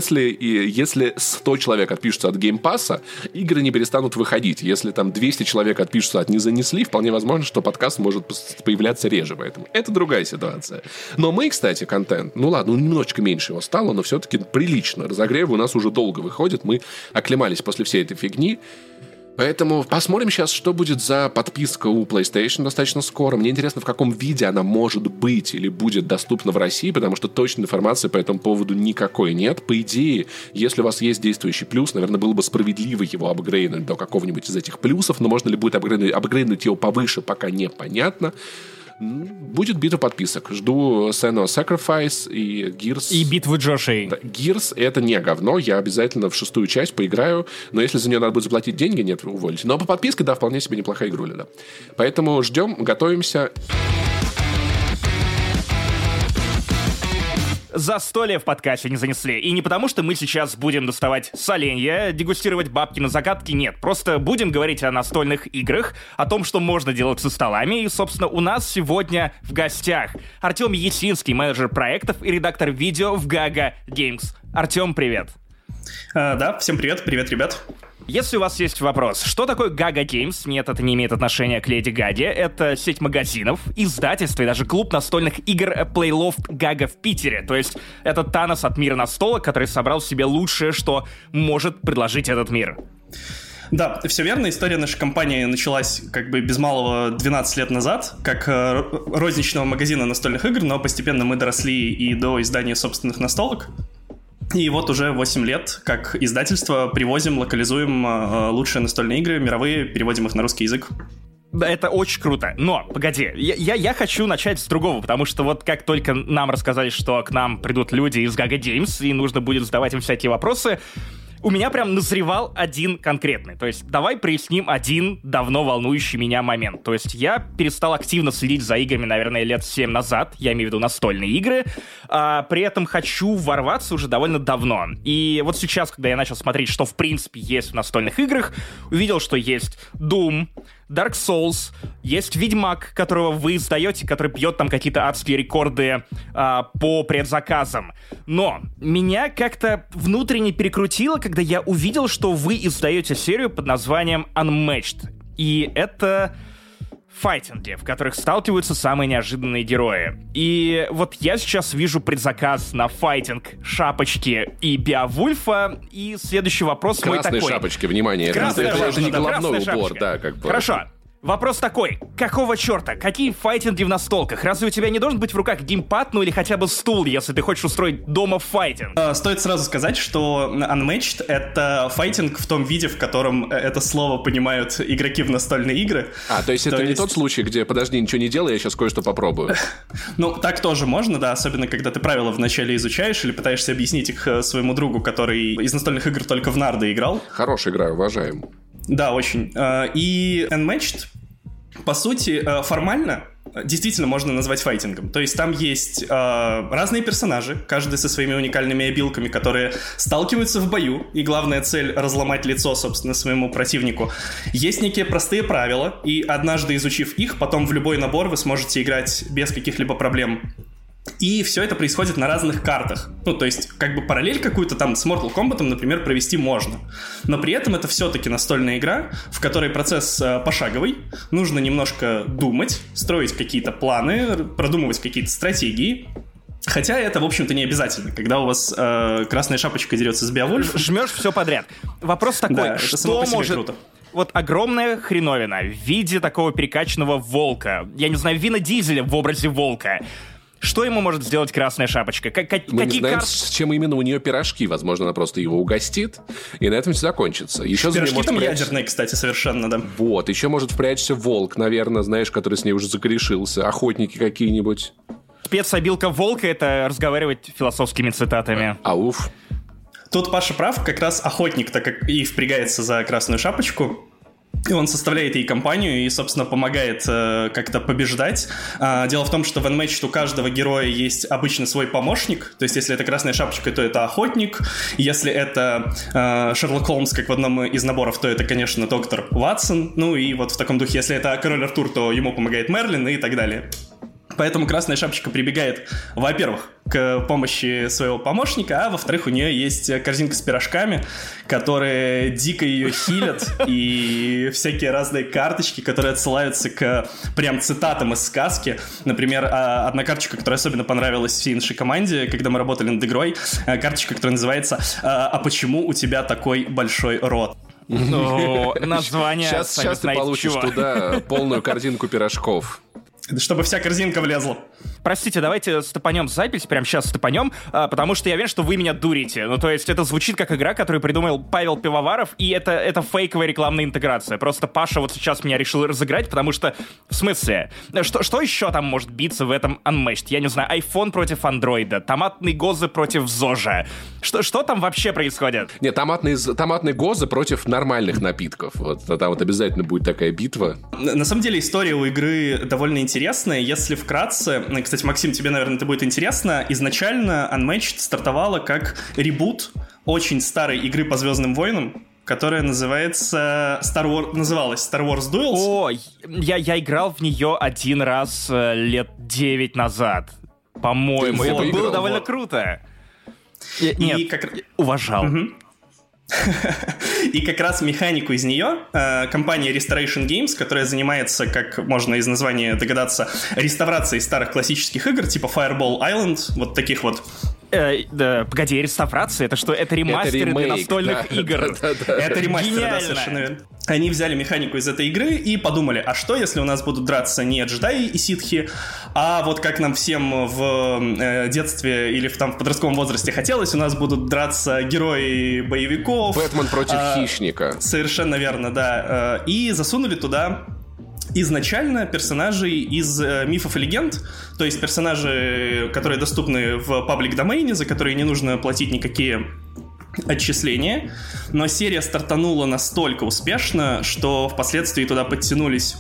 если 100 человек отпишутся от Game Pass'а, игры не перестанут выходить. Если там 200 человек отпишутся от «не занесли», вполне возможно, что подкаст может появляться реже. Поэтому это другая ситуация. Но мы, кстати, контент, немножечко меньше его стало, но все-таки прилично. Разогревы у нас уже долго выходят. Мы оклемались после всей этой фигни. Поэтому посмотрим сейчас, что будет за подписка у PlayStation достаточно скоро. Мне интересно, в каком виде она может быть или будет доступна в России, потому что точной информации по этому поводу никакой нет. По идее, если у вас есть действующий плюс, наверное, было бы справедливо его апгрейднуть до какого-нибудь из этих плюсов, но можно ли будет апгрейднуть его повыше, пока непонятно. Будет битва подписок. Жду Senua Sacrifice и Gears. И битвы Джошей. Да, Gears — это не говно. Я обязательно в 6-ю часть поиграю. Но если за нее надо будет заплатить деньги, нет, вы уволите. Но по подписке, да, вполне себе неплохая игруля, да. Поэтому ждем, готовимся. застолье в подкасте не занесли. И не потому, что мы сейчас будем доставать соленья, дегустировать бабки на загадки, нет. Просто будем говорить о настольных играх, о том, что можно делать со столами. И, собственно, у нас сегодня в гостях Артем Есинский, менеджер проектов и редактор видео в Gaga Games. Артем, привет. Да, всем привет. Привет, ребят. Если у вас есть вопрос, что такое Gaga Games, нет, это не имеет отношения к Леди Гаге, это сеть магазинов, издательство и даже клуб настольных игр Playloft Gaga в Питере. То есть это Танос от мира настолок, который собрал в себе лучшее, что может предложить этот мир. Да, все верно. История нашей компании началась как бы без малого 12 лет назад, как розничного магазина настольных игр, но постепенно мы доросли и до издания собственных настолок. И вот уже 8 лет, как издательство, привозим, локализуем лучшие настольные игры, мировые, переводим их на русский язык. Да, это очень круто. Но, погоди, я хочу начать с другого, потому что вот как только нам рассказали, что к нам придут люди из Gaga Games, и нужно будет задавать им всякие вопросы, у меня прям назревал один конкретный. То есть давай проясним один давно волнующий меня момент. То есть я перестал активно следить за играми, наверное, лет 7 назад. Я имею в виду настольные игры. При этом хочу ворваться уже довольно давно. И вот сейчас, когда я начал смотреть, что в принципе есть в настольных играх, увидел, что есть Doom, Dark Souls, есть Ведьмак, которого вы издаете, который бьет там какие-то адские рекорды по предзаказам. Но меня как-то внутренне перекрутило, когда я увидел, что вы издаете серию под названием Unmatched. И это файтинги, в которых сталкиваются самые неожиданные герои. И вот я сейчас вижу предзаказ на файтинг Шапочки и Беовульфа, и следующий вопрос мой такой. Красные шапочки, внимание, это не головной убор, да, как бы. Хорошо. Вопрос такой, какого черта? Какие файтинги в настолках? Разве у тебя не должен быть в руках геймпад, ну или хотя бы стул, если ты хочешь устроить дома файтинг? Стоит сразу сказать, что Unmatched — это файтинг в том виде, в котором это слово понимают игроки в настольные игры. То есть это не тот случай, где подожди, ничего не делай, я сейчас кое-что попробую. Ну, так тоже можно, да, особенно когда ты правила вначале изучаешь или пытаешься объяснить их своему другу, который из настольных игр только в нарды играл. Хорошая игра, уважаем. Да, очень. И Unmatched, по сути, формально действительно можно назвать файтингом. То есть там есть разные персонажи, каждый со своими уникальными обилками, которые сталкиваются в бою, и главная цель — разломать лицо, собственно, своему противнику. Есть некие простые правила, и однажды изучив их, потом в любой набор вы сможете играть без каких-либо проблем. И все это происходит на разных картах. Ну, то есть, как бы параллель какую-то там с Mortal Kombat, например, провести можно. Но при этом это все-таки настольная игра, в которой процесс пошаговый. Нужно немножко думать, строить какие-то планы, продумывать какие-то стратегии. Хотя это, в общем-то, не обязательно. Когда у вас красная шапочка дерется с Беовульфом... Жмешь все подряд. Вопрос такой, да, что может... Круто. Вот огромная хреновина в виде такого перекачанного волка. Я не знаю, Вина Дизеля в образе волка. Что ему может сделать красная шапочка? Мы не знаем, с чем именно у нее пирожки. Возможно, она просто его угостит, и на этом все закончится. Еще пирожки там ядерные, кстати, совершенно, да. Вот, еще может впрячься волк, наверное, знаешь, который с ней уже закорешился. Охотники какие-нибудь. Спецобилка волка — это разговаривать философскими цитатами. Ауф. Тут Паша прав, как раз охотник так как и впрягается за красную шапочку. И он составляет ей компанию и, собственно, помогает как-то побеждать. Дело в том, что в Unmatched у каждого героя есть обычно свой помощник. То есть, если это красная шапочка, то это охотник. Если это Шерлок Холмс, как в одном из наборов, то это, конечно, доктор Ватсон. Ну и вот в таком духе, если это король Артур, то ему помогает Мерлин и так далее. Поэтому красная шапочка прибегает, во-первых, к помощи своего помощника, а во-вторых, у нее есть корзинка с пирожками, которые дико ее хилят, и всякие разные карточки, которые отсылаются к прям цитатам из сказки. Например, одна карточка, которая особенно понравилась всей нашей команде, когда мы работали над игрой, карточка, которая называется «А почему у тебя такой большой рот?» Ну, название... Сейчас ты получишь туда полную корзинку пирожков. Чтобы вся корзинка влезла. Простите, давайте стопанем запись, прямо сейчас стопанем, потому что я уверен, что вы меня дурите. Ну, то есть это звучит как игра, которую придумал Павел Пивоваров, и это фейковая рекламная интеграция. Просто Паша вот сейчас меня решил разыграть, потому что, в смысле, что еще там может биться в этом Unmatched? Я не знаю, iPhone против андроида, томатные гозы против ЗОЖа. Что там вообще происходит? Нет, томатные гозы против нормальных напитков. Вот там вот обязательно будет такая битва. На самом деле история у игры довольно интересная. Если вкратце, к кстати, Максим, тебе, наверное, это будет интересно. Изначально Unmatched стартовала как ребут очень старой игры по Звездным войнам, которая называлась Star Wars Duels. О, я играл в нее один раз лет 9 назад, по-моему. Это было довольно круто. Уважал. И как раз механику из нее компания Restoration Games, которая занимается, как можно из названия догадаться, реставрацией старых классических игр, типа Fireball Island, вот таких вот. Да, погоди, реставрация? Это что? Это ремастеры для настольных игр? Это ремастеры, да, совершенно верно. Они взяли механику из этой игры и подумали, а что, если у нас будут драться не джедаи и ситхи, а вот как нам всем в детстве или в подростковом возрасте хотелось, у нас будут драться герои боевиков. Бэтмен против хищника. Совершенно верно, да. И засунули туда изначально персонажей из мифов и легенд, то есть персонажи, которые доступны в паблик-домейне, за которые не нужно платить никакие отчисления, но серия стартанула настолько успешно, что впоследствии туда подтянулись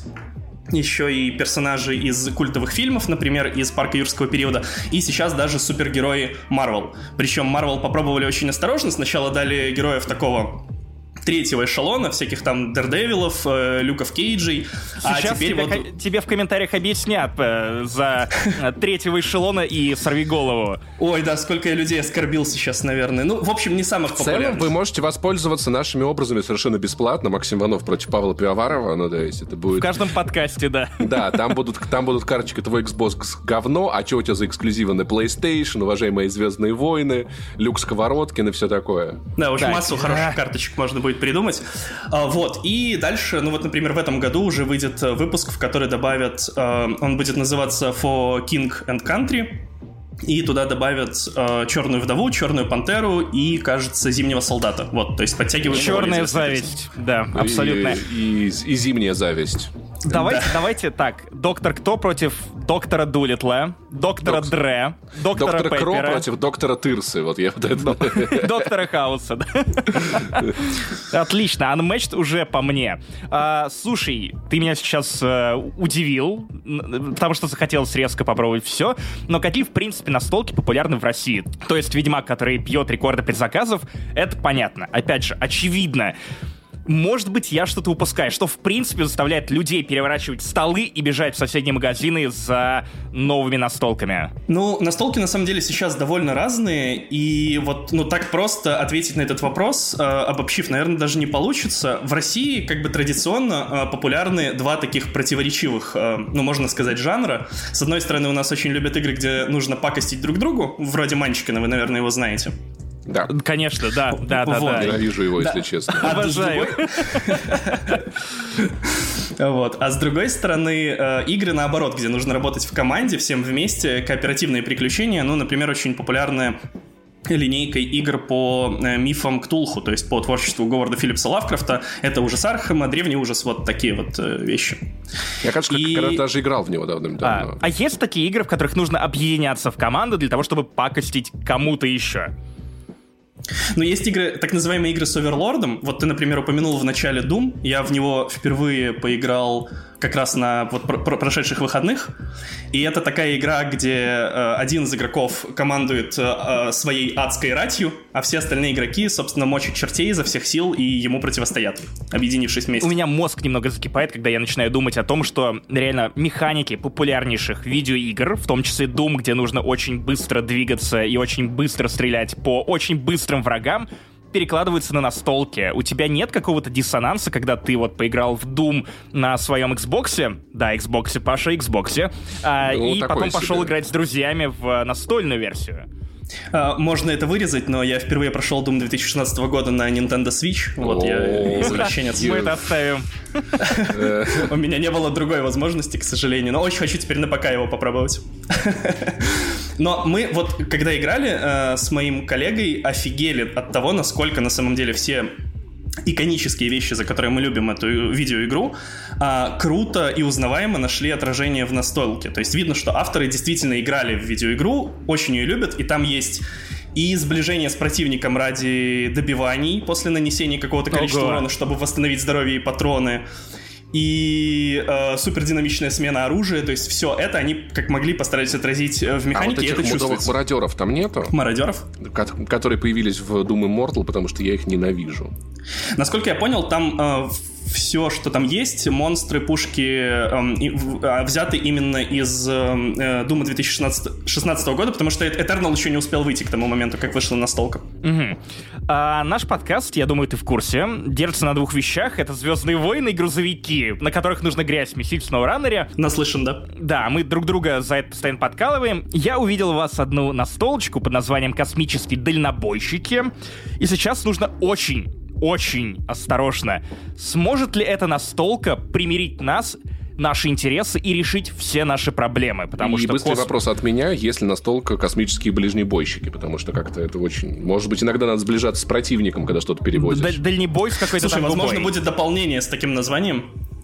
еще и персонажи из культовых фильмов, например, из «Парка юрского периода», и сейчас даже супергерои Marvel. Причем Marvel попробовали очень осторожно, сначала дали героев такого третьего эшелона, всяких там Дэрдэвилов, Люков Кейджей. Сейчас тебе в комментариях объяснят за третьего эшелона и сорвиголову. Ой, да, сколько я людей оскорбил сейчас, наверное. Ну, в общем, не самых популярных. В целом, вы можете воспользоваться нашими образами совершенно бесплатно. Максим Иванов против Павла Пивоварова. Ну, да, если это будет... В каждом подкасте, да. Да, там будут карточки «Твой Xbox говно», а что у тебя за эксклюзивы на PlayStation, уважаемые «Звездные войны», Люк Сковородкин и все такое. Да, уже массу хороших карточек можно будет придумать. Вот, и дальше, ну вот, например, в этом году уже выйдет выпуск, в который добавят, он будет называться For King and Country, и туда добавят Черную Вдову, Черную Пантеру и, кажется, Зимнего Солдата. Вот, то есть подтягивают... Черная зависть, да, абсолютно. И зимняя зависть. Давайте так. Доктор Кто против доктора Дулитла, доктора Дре, доктора Пеппера. Кро против доктора Тырсы. Вот я вот это... Доктора Хауса, да. Отлично, Unmatched уже по мне. Слушай, ты меня сейчас удивил, потому что захотелось резко попробовать все, но какие, в принципе, настолки популярны в России? То есть Ведьмак, который бьет рекорды предзаказов, это понятно. Опять же, очевидно. Может быть, я что-то упускаю, что в принципе заставляет людей переворачивать столы и бежать в соседние магазины за новыми настолками. Ну, настолки на самом деле сейчас довольно разные, и вот, ну, так просто ответить на этот вопрос, обобщив, наверное, даже не получится. В России, как бы традиционно, популярны два таких противоречивых, ну, можно сказать, жанра. С одной стороны, у нас очень любят игры, где нужно пакостить друг другу, вроде Манчкина, вы, наверное, его знаете. Да. Конечно, да. Ненавижу его, если честно. Обожаю. Вот. А с другой стороны, игры наоборот, где нужно работать в команде, всем вместе, кооперативные приключения. Ну, например, очень популярная линейка игр по мифам Ктулху, то есть по творчеству Говарда Филлипса Лавкрафта. Это ужас Архама, древний ужас, вот такие вот вещи. Я, кажется, когда-то даже играл в него давным-давно. А есть такие игры, в которых нужно объединяться в команду для того, чтобы пакостить кому-то еще? Но есть игры, так называемые игры с оверлордом. Вот ты, например, упомянул в начале Doom. Я в него впервые поиграл как раз на вот прошедших выходных. И это такая игра, где один из игроков командует своей адской ратью, а все остальные игроки, собственно, мочат чертей изо всех сил и ему противостоят, объединившись вместе. У меня мозг немного закипает, когда я начинаю думать о том, что реально механики популярнейших видеоигр, в том числе Doom, где нужно очень быстро двигаться и очень быстро стрелять по очень быстрым врагам, перекладываются на настолке. У тебя нет какого-то диссонанса, когда ты вот поиграл в Doom на своем Xbox'е, да, Xbox'е, Паша, Xbox'е, и потом пошел играть с друзьями в настольную версию? Можно это вырезать, но я впервые прошел Doom 2016 года на Nintendo Switch. Вот я извращенец. Мы это оставим. У меня не было другой возможности, к сожалению. Но очень хочу теперь на ПК его попробовать. Но мы вот, когда играли с моим коллегой, офигели от того, насколько на самом деле все иконические вещи, за которые мы любим эту видеоигру, круто и узнаваемо нашли отражение в настолке. То есть видно, что авторы действительно играли в видеоигру, очень ее любят, и там есть и сближение с противником ради добиваний после нанесения какого-то количества урона, чтобы восстановить здоровье и патроны, и супердинамичная смена оружия, то есть все это они как могли постарались отразить в механике, а вот этих мудовых мародеров там нету? Мародеров? Которые появились в Doom Immortal, потому что я их ненавижу. Насколько я понял, там все, что там есть, монстры, пушки взяты именно из Doom 2016 года, потому что Eternal еще не успел выйти к тому моменту, как вышла настолка. Наш подкаст, я думаю, ты в курсе, держится на двух вещах. Это «Звездные войны» и грузовики, на которых нужно грязь месить в SnowRunner. Наслышан, да? Да, мы друг друга за это постоянно подкалываем. Я увидел у вас одну настолочку под названием «Космические дальнобойщики», и сейчас нужно очень осторожно. Сможет ли эта настолка примирить нас, наши интересы и решить все наши проблемы? Потому и что быстрый вопрос от меня, есть ли настолка космические ближнебойщики? Потому что как-то это очень... Может быть, иногда надо сближаться с противником, когда что-то переводишь. Дальнебой какой-то. Слушай, возможно, будет дополнение с таким названием.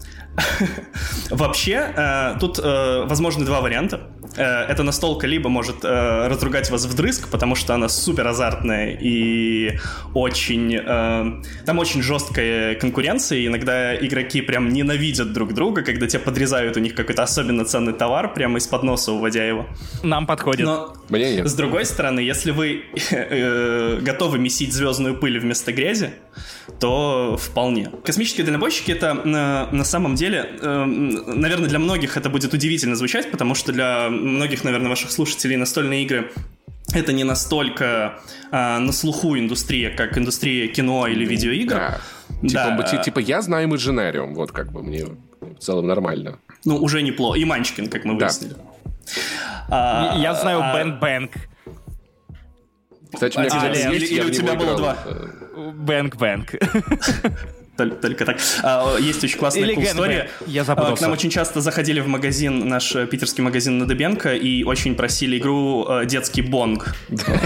Вообще, тут возможны два варианта. Эта настолка либо может разругать вас вдрызг, потому что она супер азартная и очень... Там очень жесткая конкуренция, и иногда игроки прям ненавидят друг друга, когда те подрезают у них какой-то особенно ценный товар прямо из-под носа, уводя его. Нам подходит. Но, с другой стороны, если вы готовы месить звездную пыль вместо грязи, то вполне. Космические дальнобойщики — это на самом деле, наверное, для многих это будет удивительно звучать, потому что для многих, наверное, ваших слушателей настольные игры — это не настолько на слуху индустрия, как индустрия кино или видеоигр. Да. Типа я знаю Imaginarium, вот как бы мне в целом нормально. Ну, уже неплохо. И Манчкин, как мы выяснили. Я знаю Bang Bang. Кстати, у меня когда есть, или у тебя было два? Bang Bang. Только так. Есть очень классная история. Я запутался. К нам очень часто заходили в магазин, наш питерский магазин на Дыбенко, и очень просили игру «Детский бонг».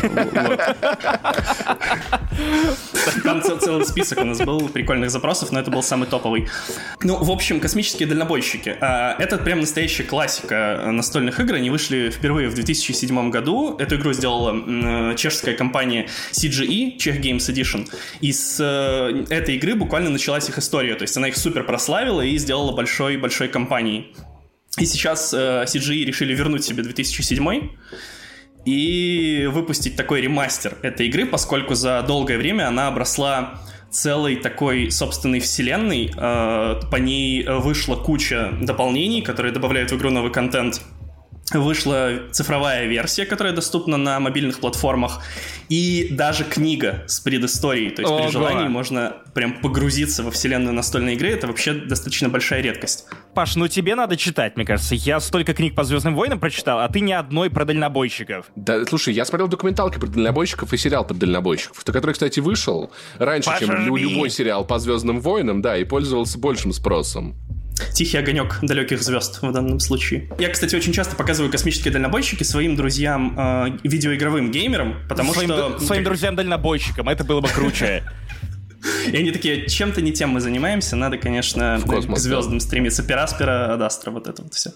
Там целый список у нас был прикольных запросов, но это был самый топовый. Ну, в общем, «Космические дальнобойщики». Это прям настоящая классика настольных игр. Они вышли впервые в 2007 году. Эту игру сделала чешская компания CGE, Czech Games Edition. И с этой игры буквально началась их история, то есть она их супер прославила и сделала большой компанией. И сейчас CGE решили вернуть себе 2007 и выпустить такой ремастер этой игры, поскольку за долгое время она обросла целой такой собственной вселенной. По ней вышла куча дополнений, которые добавляют в игру новый контент. Вышла цифровая версия, которая доступна на мобильных платформах, и даже книга с предысторией. То есть при желании можно прям погрузиться во вселенную настольной игры. Это вообще достаточно большая редкость. Паш, ну тебе надо читать, мне кажется. Я столько книг по «Звездным войнам» прочитал, а ты ни одной про дальнобойщиков. Да, слушай, я смотрел документалки про дальнобойщиков и сериал про дальнобойщиков, который, кстати, вышел раньше, чем любой сериал по «Звездным войнам», да, и пользовался большим спросом. Тихий огонек далеких звезд в данном случае. Я, кстати, очень часто показываю «Космические дальнобойщики» своим друзьям, видеоигровым геймерам, потому что... Своим друзьям-дальнобойщикам, это было бы круче. И они такие, чем-то не тем мы занимаемся, надо, конечно, к звездам стремиться. Пера-спера, Адастра, вот это вот все.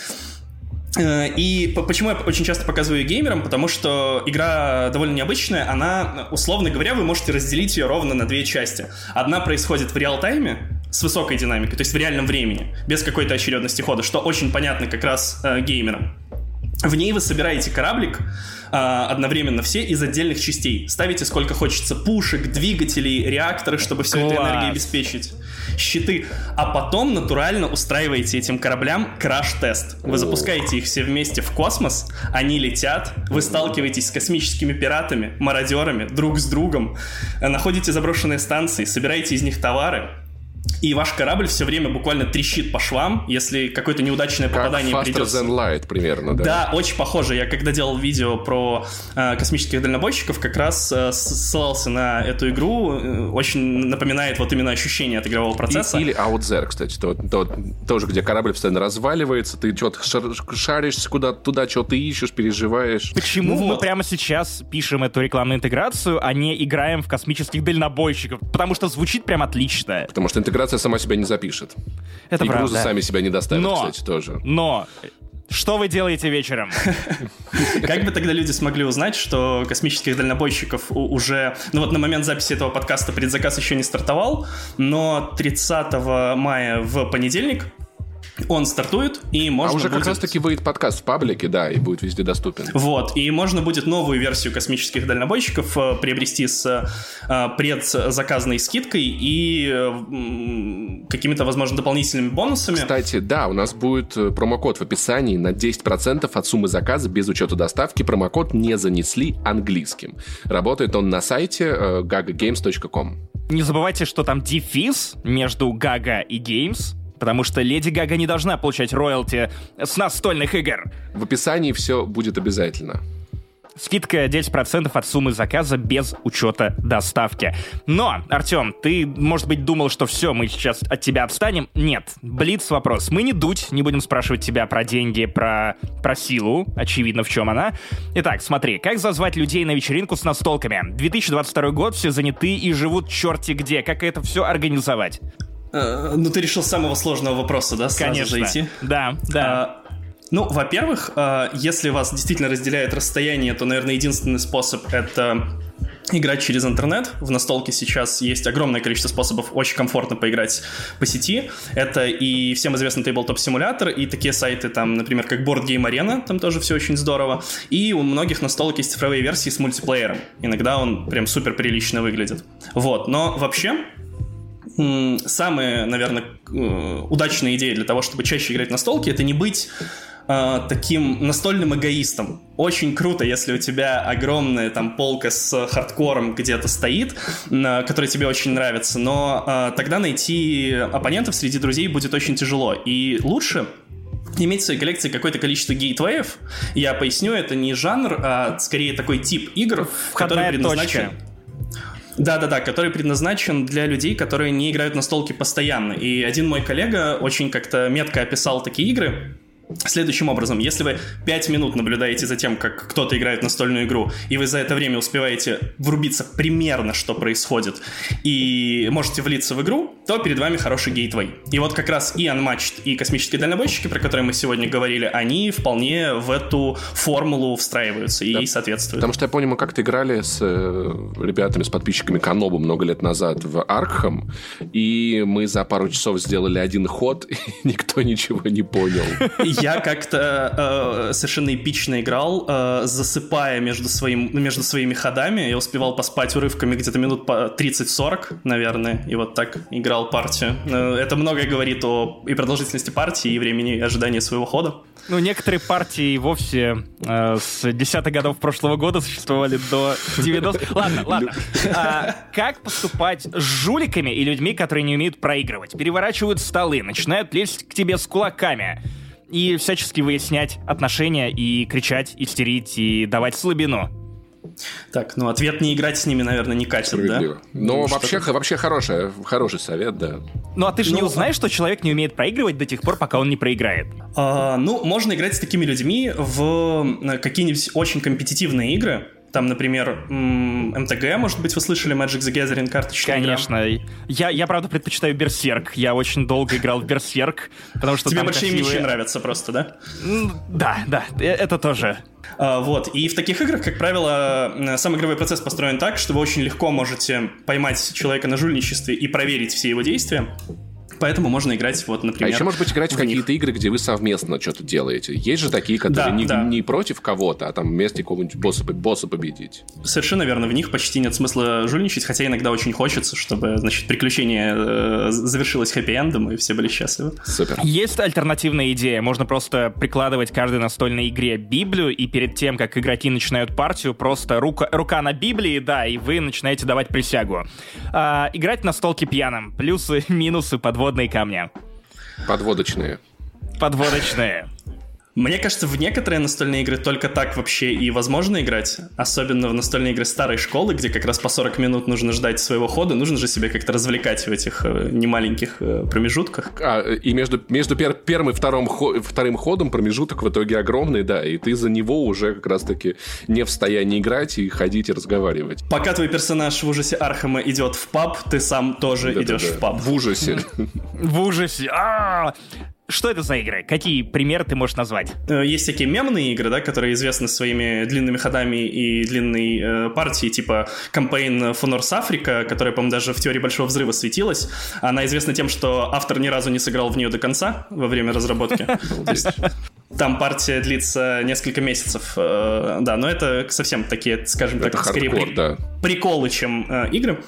И почему я очень часто показываю геймерам? Потому что игра довольно необычная. Она, условно говоря, вы можете разделить ее ровно на две части. Одна происходит в реал-тайме, с высокой динамикой, то есть в реальном времени, без какой-то очередности хода, что очень понятно как раз геймерам. В ней вы собираете кораблик одновременно все из отдельных частей. Ставите сколько хочется пушек, двигателей, реакторы, чтобы всю эту энергию обеспечить. Щиты. А потом натурально устраиваете этим кораблям краш-тест. Вы запускаете их все вместе в космос, они летят, вы сталкиваетесь с космическими пиратами, мародерами, друг с другом, находите заброшенные станции, собираете из них товары, и ваш корабль все время буквально трещит по швам, если какое-то неудачное попадание придется. Faster than light примерно, да? Да, очень похоже. Я когда делал видео про космических дальнобойщиков, как раз ссылался на эту игру. Очень напоминает вот именно ощущение от игрового процесса. Или Outzer, кстати. Тоже, где корабль постоянно разваливается, ты что-то шаришься куда-то туда, что-то ищешь, переживаешь. Почему мы прямо сейчас пишем эту рекламную интеграцию, а не играем в космических дальнобойщиков? Потому что звучит прям отлично. Потому что интеграция сама себя не запишит. Это и правда. Грузы сами себя не доставят, кстати, тоже. Но Что вы делаете вечером? Как бы тогда люди смогли узнать, что космических дальнобойщиков уже... Ну вот на момент записи этого подкаста предзаказ еще не стартовал, но 30 мая в понедельник он стартует, и можно уже будет... как раз-таки выйдет подкаст в паблике, да, и будет везде доступен. Вот, и можно будет новую версию космических дальнобойщиков приобрести с предзаказанной скидкой и какими-то, возможно, дополнительными бонусами. Кстати, да, у нас будет промокод в описании на 10% от суммы заказа без учета доставки. Промокод не занесли английским. Работает он на сайте gagagames.com. Не забывайте, что там дефис между Gaga и Games, потому что Леди Гага не должна получать роялти с настольных игр. В описании все будет обязательно. Скидка 10% от суммы заказа без учета доставки. Но, Артем, ты, может быть, думал, что все, мы сейчас от тебя отстанем? Нет. Блиц-вопрос. Мы не дуть, не будем спрашивать тебя про деньги, про силу. Очевидно, в чем она. Итак, смотри, как зазвать людей на вечеринку с настолками? 2022 год, все заняты и живут черти где. Как это все организовать? Ну, ты решил с самого сложного вопроса, да? Сразу Конечно. же идти? Да. Ну, во-первых, если вас действительно разделяет расстояние, то, наверное, единственный способ — это играть через интернет. В настолке сейчас есть огромное количество способов очень комфортно поиграть по сети. Это и всем известный Tabletop-симулятор, и такие сайты, там, например, как Board Game Arena, там тоже все очень здорово. И у многих настолок есть цифровые версии с мультиплеером. Иногда он прям супер прилично выглядит. Вот, но вообще... Самая, наверное, удачная идея для того, чтобы чаще играть в настолки, это не быть таким настольным эгоистом. Очень круто, если у тебя огромная там полка с хардкором где-то стоит, которая тебе очень нравится, но тогда найти оппонентов среди друзей будет очень тяжело. И лучше иметь в своей коллекции какое-то количество гейтвеев. Я поясню, это не жанр, а скорее такой тип игр, который предназначен... Да-да-да, который предназначен для людей, которые не играют в настолки постоянно. И один мой коллега очень как-то метко описал такие игры следующим образом. Если вы 5 минут наблюдаете за тем, как кто-то играет в настольную игру, и вы за это время успеваете врубиться примерно, что происходит, и можете влиться в игру, то перед вами хороший гейтвей. И вот как раз и Unmatched, и космические дальнобойщики, про которые мы сегодня говорили, они вполне в эту формулу встраиваются и ей соответствуют. Потому что я помню, мы как-то играли с ребятами, с подписчиками Канобу много лет назад в Аркхам, и мы за пару часов сделали один ход, и никто ничего не понял. Я как-то совершенно эпично играл, засыпая между своими ходами. Я успевал поспать урывками где-то минут по 30-40, наверное, и вот так играл партию. Это многое говорит о и продолжительности партии, и времени ожидания своего хода. Ну, некоторые партии вовсе с 10-х годов прошлого года существовали до 90-х. Ладно. Как поступать с жуликами и людьми, которые не умеют проигрывать? Переворачивают столы, начинают лезть к тебе с кулаками и всячески выяснять отношения и кричать, истерить и давать слабину. Так, ну ответ не играть с ними, наверное, не катит, справедливо. Да? Но вообще хороший совет, да. Ну а ты же не узнаешь, что человек не умеет проигрывать до тех пор, пока он не проиграет. Ну, можно играть с такими людьми в какие-нибудь очень компетитивные игры. Там, например, МТГ, может быть, вы слышали, Magic the Gathering, карточная Конечно. игра. Я, правда, предпочитаю Берсерк. Я очень долго играл в Берсерк, потому что тебе там большие красивые... мечи нравятся просто, да? Да, это тоже. Вот, и в таких играх, как правило, сам игровой процесс построен так, что вы очень легко можете поймать человека на жульничестве и проверить все его действия. Поэтому можно играть, вот, например... А еще, может быть, играть в какие-то игры, где вы совместно что-то делаете. Есть же такие, которые не против кого-то, а там вместе какого-нибудь босса победить. Совершенно верно. В них почти нет смысла жульничать, хотя иногда очень хочется, чтобы, значит, приключение завершилось хэппи-эндом, и все были счастливы. Супер. Есть альтернативная идея. Можно просто прикладывать к каждой настольной игре Библию, и перед тем, как игроки начинают партию, просто рука на Библии, да, и вы начинаете давать присягу. Играть на столке пьяным. Плюсы, минусы, подводные камни. Подводочные. Мне кажется, в некоторые настольные игры только так вообще и возможно играть. Особенно в настольные игры старой школы, где как раз по 40 минут нужно ждать своего хода. Нужно же себя как-то развлекать в этих немаленьких промежутках. И между первым и вторым ходом промежуток в итоге огромный, да, и ты за него уже как раз-таки не в состоянии играть и ходить и разговаривать. Пока твой персонаж в ужасе Архама идет в паб, ты сам тоже идешь в паб. В ужасе. В ужасе. Что это за игры? Какие примеры ты можешь назвать? Есть всякие мемные игры, да, которые известны своими длинными ходами и длинной партией, типа Campaign for North Africa, которая, по-моему, даже в теории Большого Взрыва светилась. Она известна тем, что автор ни разу не сыграл в нее до конца во время разработки. Там партия длится несколько месяцев, да, но это совсем такие, скажем так, скорее приколы, чем игры.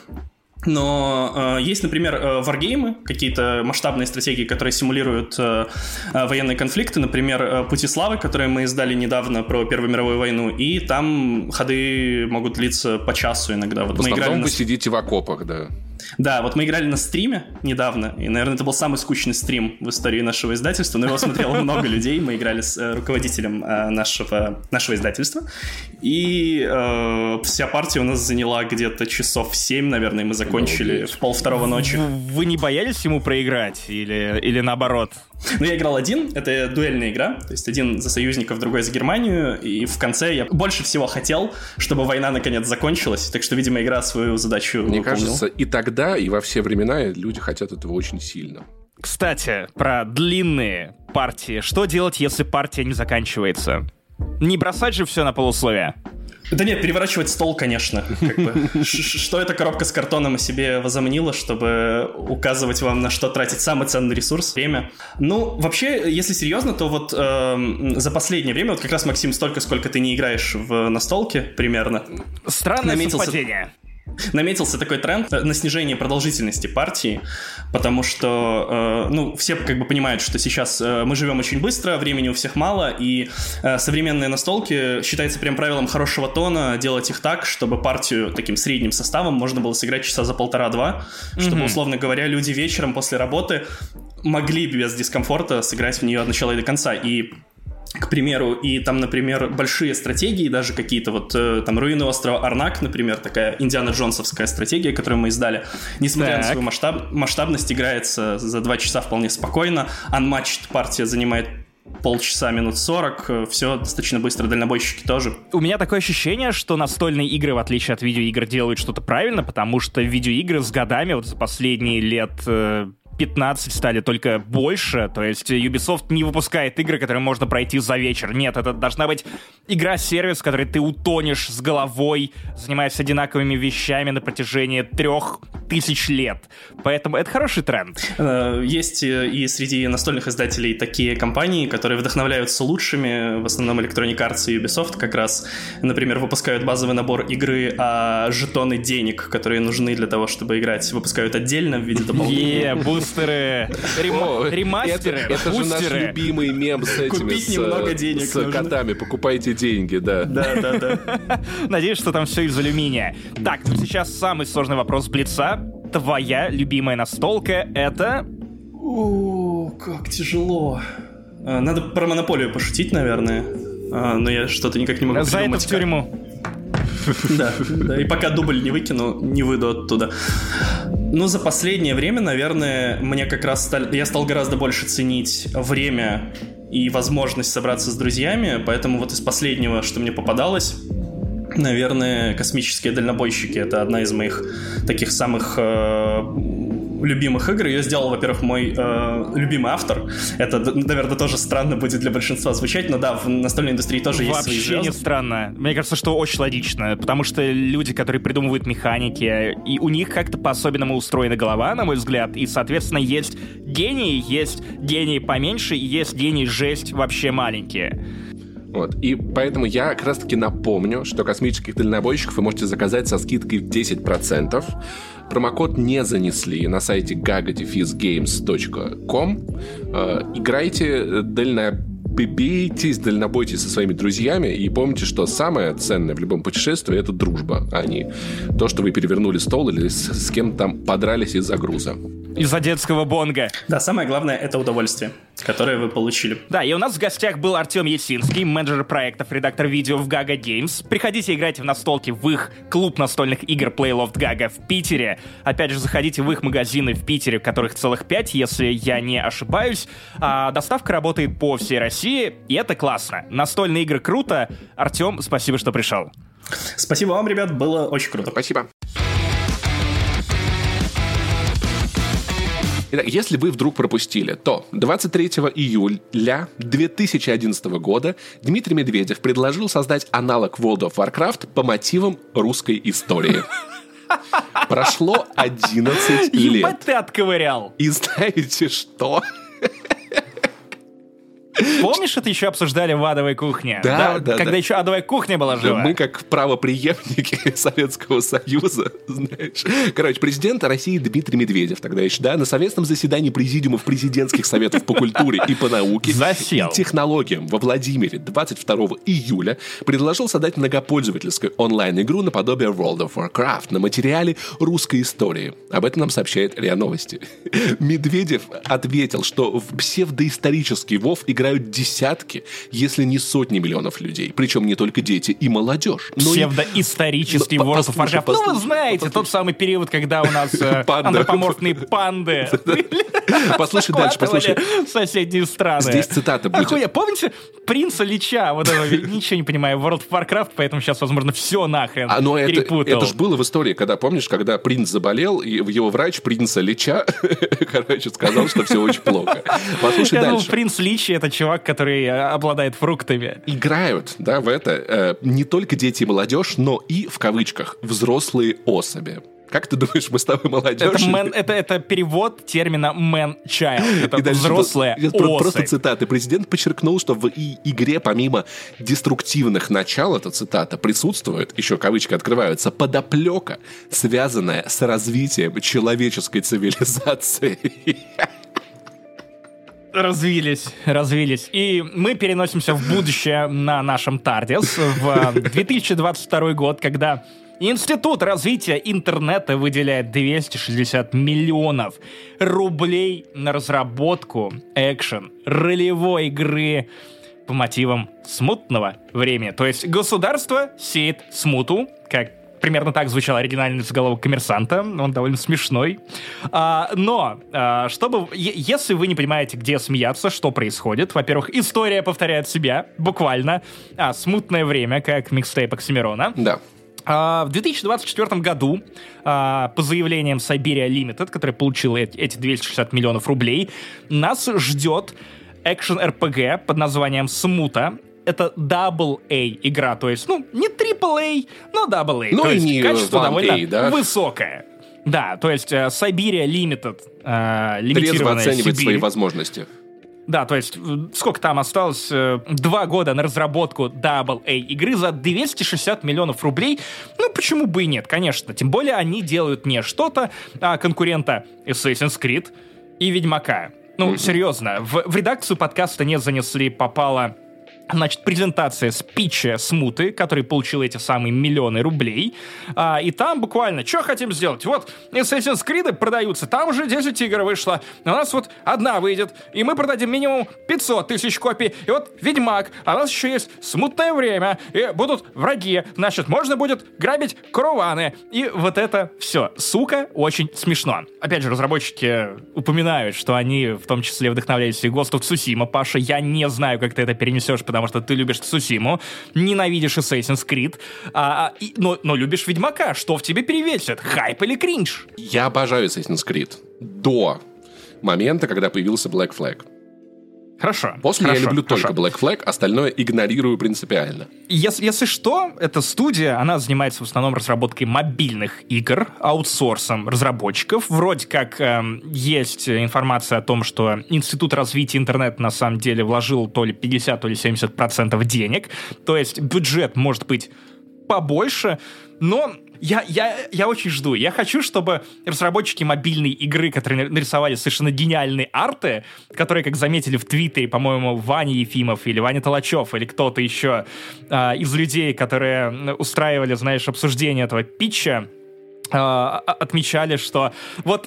Но есть, например, варгеймы, какие-то масштабные стратегии, которые симулируют военные конфликты. Например, «Пути славы», которые мы издали недавно про Первую мировую войну. И там ходы могут длиться по часу иногда. Вот в основном вы сидите в окопах, да. Да, вот мы играли на стриме недавно, и, наверное, это был самый скучный стрим в истории нашего издательства, но его смотрело много людей, мы играли с руководителем нашего издательства, и вся партия у нас заняла где-то часов 7, наверное, и мы закончили в 1:30 ночи. Вы не боялись ему проиграть или наоборот? Ну, я играл один, это дуэльная игра, то есть один за союзников, другой за Германию, и в конце я больше всего хотел, чтобы война наконец закончилась, так что, видимо, игра свою задачу выполнила. Мне кажется, и тогда, и во все времена люди хотят этого очень сильно. Кстати, про длинные партии. Что делать, если партия не заканчивается? Не бросать же все на полусловие. Да нет, переворачивать стол, конечно. Что эта коробка с картоном о себе возомнила, чтобы указывать вам, на что тратить самый ценный ресурс — время. Ну, вообще, если серьезно, то вот за последнее время, вот как раз, Максим, столько, сколько ты не играешь в настолке, примерно. Странное совпадение. Наметился такой тренд на снижение продолжительности партии, потому что, все как бы понимают, что сейчас мы живем очень быстро, времени у всех мало, и современные настолки считается прям правилом хорошего тона делать их так, чтобы партию таким средним составом можно было сыграть часа за 1,5-2, чтобы, условно говоря, люди вечером после работы могли без дискомфорта сыграть в нее от начала и до конца. И к примеру, и там, например, большие стратегии, даже какие-то вот там «Руины острова Арнак», например, такая Индиана Джонсовская стратегия, которую мы издали, несмотря на свою масштабность, играется за 2 часа вполне спокойно. Unmatched партия занимает полчаса, минут 40, все достаточно быстро, дальнобойщики тоже. У меня такое ощущение, что настольные игры, в отличие от видеоигр, делают что-то правильно, потому что видеоигры с годами, вот за последние лет 15 стали только больше, то есть Ubisoft не выпускает игры, которые можно пройти за вечер. Нет, это должна быть игра-сервис, в которой ты утонешь с головой, занимаясь одинаковыми вещами на протяжении 3000 лет. Поэтому это хороший тренд. Есть и среди настольных издателей такие компании, которые вдохновляются лучшими, в основном Electronic Arts и Ubisoft как раз, например, выпускают базовый набор игры, а жетоны денег, которые нужны для того, чтобы играть, выпускают отдельно в виде дополнения. Бустеры, ремастеры, это же наш любимый мем с этими, купить немного денег с котами, покупайте деньги, да. Да. Надеюсь, что там все из алюминия. Так, ну сейчас самый сложный вопрос Блица. Твоя любимая настолка — это... О, как тяжело. Надо про Монополию пошутить, наверное. Но я что-то никак не могу придумать. За это в тюрьму. Да, и пока дубль не выкину, не выйду оттуда. Ну, за последнее время, наверное, мне как раз я стал гораздо больше ценить время и возможность собраться с друзьями, поэтому вот из последнего, что мне попадалось, наверное, «Космические дальнобойщики» — это одна из моих таких самых любимых игр. Ее сделал, во-первых, мой любимый автор. Это, наверное, тоже странно будет для большинства звучать, но да, в настольной индустрии тоже есть свои звезды. Вообще не странно. Мне кажется, что очень логично, потому что люди, которые придумывают механики, и у них как-то по-особенному устроена голова, на мой взгляд, и, соответственно, есть гении поменьше, и есть гении жесть вообще маленькие. Вот. И поэтому я как раз-таки напомню, что «Космических дальнобойщиков» вы можете заказать со скидкой в 10%. Промокод не занесли на сайте gaga-games.com. Играйте, дальнобойтесь со своими друзьями и помните, что самое ценное в любом путешествии — это дружба, а не то, что вы перевернули стол или с кем-то там подрались из-за груза. Из-за детского бонга. Да, самое главное — это удовольствие, которое вы получили. Да, и у нас в гостях был Артем Есинский, менеджер проектов, редактор видео в Gaga Games. Приходите, играйте в настолки в их клуб настольных игр Playloft Gaga в Питере. Опять же, заходите в их магазины в Питере, которых целых 5, если я не ошибаюсь. Доставка работает по всей России, и это классно. Настольные игры круто. Артем, спасибо, что пришел. Спасибо вам, ребят, было очень круто. Спасибо. Итак, если вы вдруг пропустили, то 23 июля 2011 года Дмитрий Медведев предложил создать аналог World of Warcraft по мотивам русской истории. Прошло 11 лет. Ебать ты отковырял. И знаете что? Помнишь, это еще обсуждали в «Адовой кухне»? Да. Когда еще «Адовая кухня» была жива. Мы как правопреемники Советского Союза, знаешь. Короче, президент России Дмитрий Медведев тогда еще, да, на совместном заседании президиумов президентских советов по культуре и по науке Засел. и технологиям во Владимире 22 июля предложил создать многопользовательскую онлайн-игру наподобие World of Warcraft на материале русской истории. Об этом нам сообщает РИА Новости. Медведев ответил, что в псевдоисторический WoW играют десятки, если не сотни миллионов людей. Причем не только дети и молодежь. Псевдоисторический World of Warcraft. Ну, вы знаете, тот самый период, когда у нас антропоморфные панды Послушай дальше, послушай. Соседние страны. Здесь цитата будет. Охуя, помните принца Лича? Вот этого, ничего не понимаю, World of Warcraft, поэтому сейчас, возможно, все нахрен перепутал. Это же было в истории, когда, помнишь, когда принц заболел, и его врач принца Лича, короче, сказал, что все очень плохо. Послушай дальше. Я думал, принц Лич — это чувак, который обладает фруктами. Играют, да, в это не только дети и молодежь, но и, в кавычках, взрослые особи. Как ты думаешь, мы с тобой молодежь? Это перевод термина man-child. Это взрослая особь. Просто цитаты. Президент подчеркнул, что в игре помимо деструктивных начал, эта цитата, присутствует, еще кавычки открываются, подоплека, связанная с развитием человеческой цивилизации. Развились. И мы переносимся в будущее на нашем TARDIS в 2022 год, когда Институт развития интернета выделяет 260 миллионов рублей на разработку экшен-ролевой игры по мотивам смутного времени. То есть государство сеет смуту, как примерно так звучал оригинальный заголовок «Коммерсанта», он довольно смешной. Но, если вы не понимаете, где смеяться, что происходит, во-первых, история повторяет себя, буквально, смутное время, как микстейп Оксимирона. Да. В 2024 году, по заявлениям Siberia Limited, который получил эти 260 миллионов рублей, нас ждет экшен-РПГ под названием «Смута». Это AA игра, то есть, не AAA, но AA. Ну, то и есть не качество довольно да? высокое. Да, то есть Siberia Limited, лимитированная трезво оценивать Сибирь. свои возможности. Да, то есть, сколько там осталось? 2 года на разработку AA игры за 260 миллионов рублей. Почему бы и нет, конечно. Тем более они делают не что-то, а конкурента Assassin's Creed и Ведьмака. Серьезно, в редакцию подкаста не занесли, попала... презентация спича Смуты, который получил эти самые миллионы рублей. И там буквально, что хотим сделать? Вот Assassin's Creed продаются, там уже 10 игр вышло. У нас вот одна выйдет, и мы продадим минимум 500 тысяч копий. И вот Ведьмак, а у нас еще есть смутное время, и будут враги. Значит, можно будет грабить караваны. И вот это все. Сука, очень смешно. Опять же, разработчики упоминают, что они в том числе вдохновлялись и Ghost of Tsushima. Паша, я не знаю, как ты это перенесешь, потому что ты любишь Цусиму, ненавидишь Assassin's Creed, но любишь Ведьмака. Что в тебе перевесит? Хайп или кринж? Я обожаю Assassin's Creed до момента, когда появился Black Flag. Хорошо. После я люблю только Black Flag, остальное игнорирую принципиально. Если что, эта студия, она занимается в основном разработкой мобильных игр, аутсорсом разработчиков. Вроде как есть информация о том, что Институт развития интернета на самом деле вложил то ли 50, то ли 70% денег. То есть бюджет может быть побольше, но... Я очень жду. Я хочу, чтобы разработчики мобильной игры, которые нарисовали совершенно гениальные арты, которые, как заметили в Твиттере, по-моему, Ваня Ефимов или Ваня Толачев, или кто-то еще из людей, которые устраивали, знаешь, обсуждение этого питча, отмечали, что вот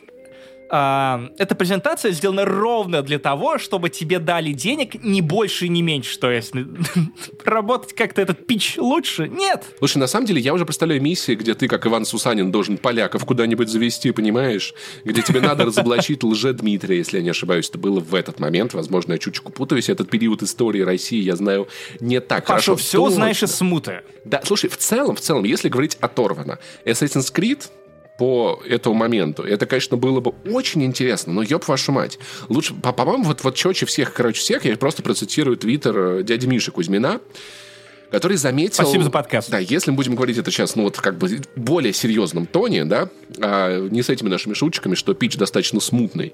эта презентация сделана ровно для того, чтобы тебе дали денег не больше и не меньше. То есть работать как-то этот питч лучше? Нет. Слушай, на самом деле я уже представляю миссии, где ты, как Иван Сусанин, должен поляков куда-нибудь завести, понимаешь? Где тебе надо разоблачить лже-Дмитрия, если я не ошибаюсь. Это было в этот момент. Возможно, я чуть-чуть путаюсь. Этот период истории России я знаю не так хорошо. Паша, все узнаешь из смуты. Да, слушай, в целом, если говорить оторвано, Assassin's Creed по этому моменту. Это, конечно, было бы очень интересно, но ёб вашу мать. Лучше, по-моему, вот чётче всех, я просто процитирую твиттер дяди Миши Кузьмина, который заметил... Спасибо за подкаст. Да, если мы будем говорить это сейчас, в более серьезном тоне, да, не с этими нашими шуточками, что питч достаточно смутный,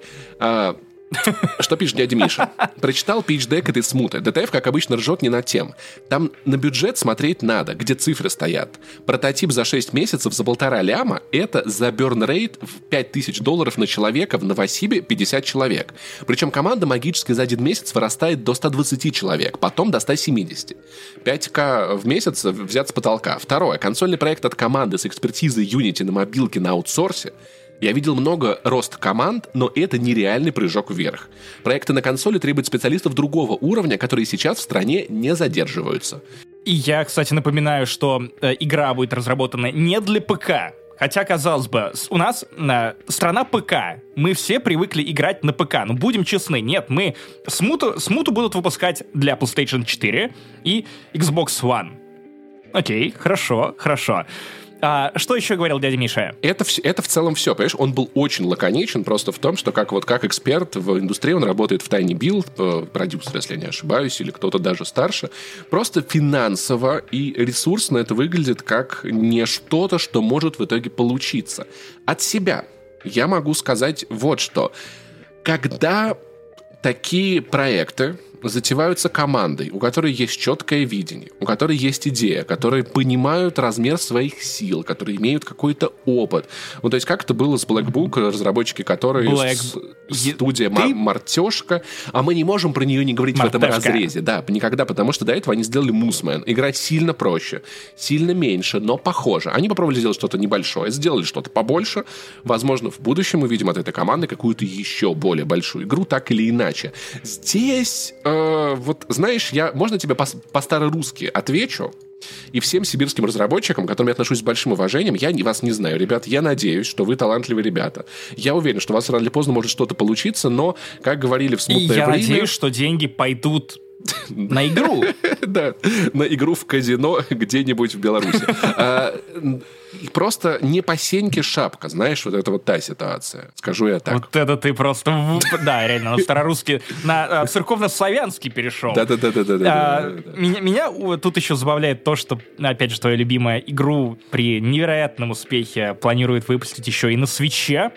что пишет дядя Миша? Прочитал питч-дек этой смуты. ДТФ, как обычно, ржет не над тем. Там на бюджет смотреть надо, где цифры стоят. Прототип за 6 месяцев за 1,5 ляма — это за burn-rate в $5000 на человека, в Новосибе 50 человек. Причем команда магически за 1 месяц вырастает до 120 человек, потом до 170. 5К в месяц взят с потолка. Второе. Консольный проект от команды с экспертизой Unity на мобилке на аутсорсе. Я видел много роста команд, но это нереальный прыжок вверх. Проекты на консоли требуют специалистов другого уровня, которые сейчас в стране не задерживаются. И я, кстати, напоминаю, что игра будет разработана не для ПК. Хотя, казалось бы, у нас страна ПК. Мы все привыкли играть на ПК. Но будем честны, нет, мы смуту будут выпускать для PlayStation 4 и Xbox One. Окей, хорошо. Что еще говорил дядя Миша? Это в целом все, понимаешь? Он был очень лаконичен просто в том, что как эксперт в индустрии он работает в Tiny Build, продюсер, если я не ошибаюсь, или кто-то даже старше. Просто финансово и ресурсно это выглядит как не что-то, что может в итоге получиться. От себя я могу сказать вот что. Когда такие проекты затеваются командой, у которой есть четкое видение, у которой есть идея, которые понимают размер своих сил, которые имеют какой-то опыт. Ну, то есть, как это было с Black Book, разработчики которой студия Мартешка, а мы не можем про нее не говорить в этом разрезе. Да, никогда, потому что до этого они сделали Moosman. Играть сильно проще, сильно меньше, но похоже. Они попробовали сделать что-то небольшое, сделали что-то побольше. Возможно, в будущем мы увидим от этой команды какую-то еще более большую игру, так или иначе. Здесь... вот, знаешь, можно тебе по-старорусски отвечу, и всем сибирским разработчикам, к которым я отношусь с большим уважением, я вас не знаю, ребят, я надеюсь, что вы талантливые ребята. Я уверен, что у вас рано или поздно может что-то получиться, но, как говорили в смутное время... Я надеюсь, что деньги пойдут на игру. Да, на игру в казино где-нибудь в Беларуси. Просто не по сеньке шапка, знаешь, вот это вот та ситуация. Скажу я так. Вот это ты просто... Да, реально, на старорусский, на церковно-славянский перешел. Да. Меня тут еще забавляет то, что, опять же, твоя любимая игру при невероятном успехе планирует выпустить еще и на Свитче.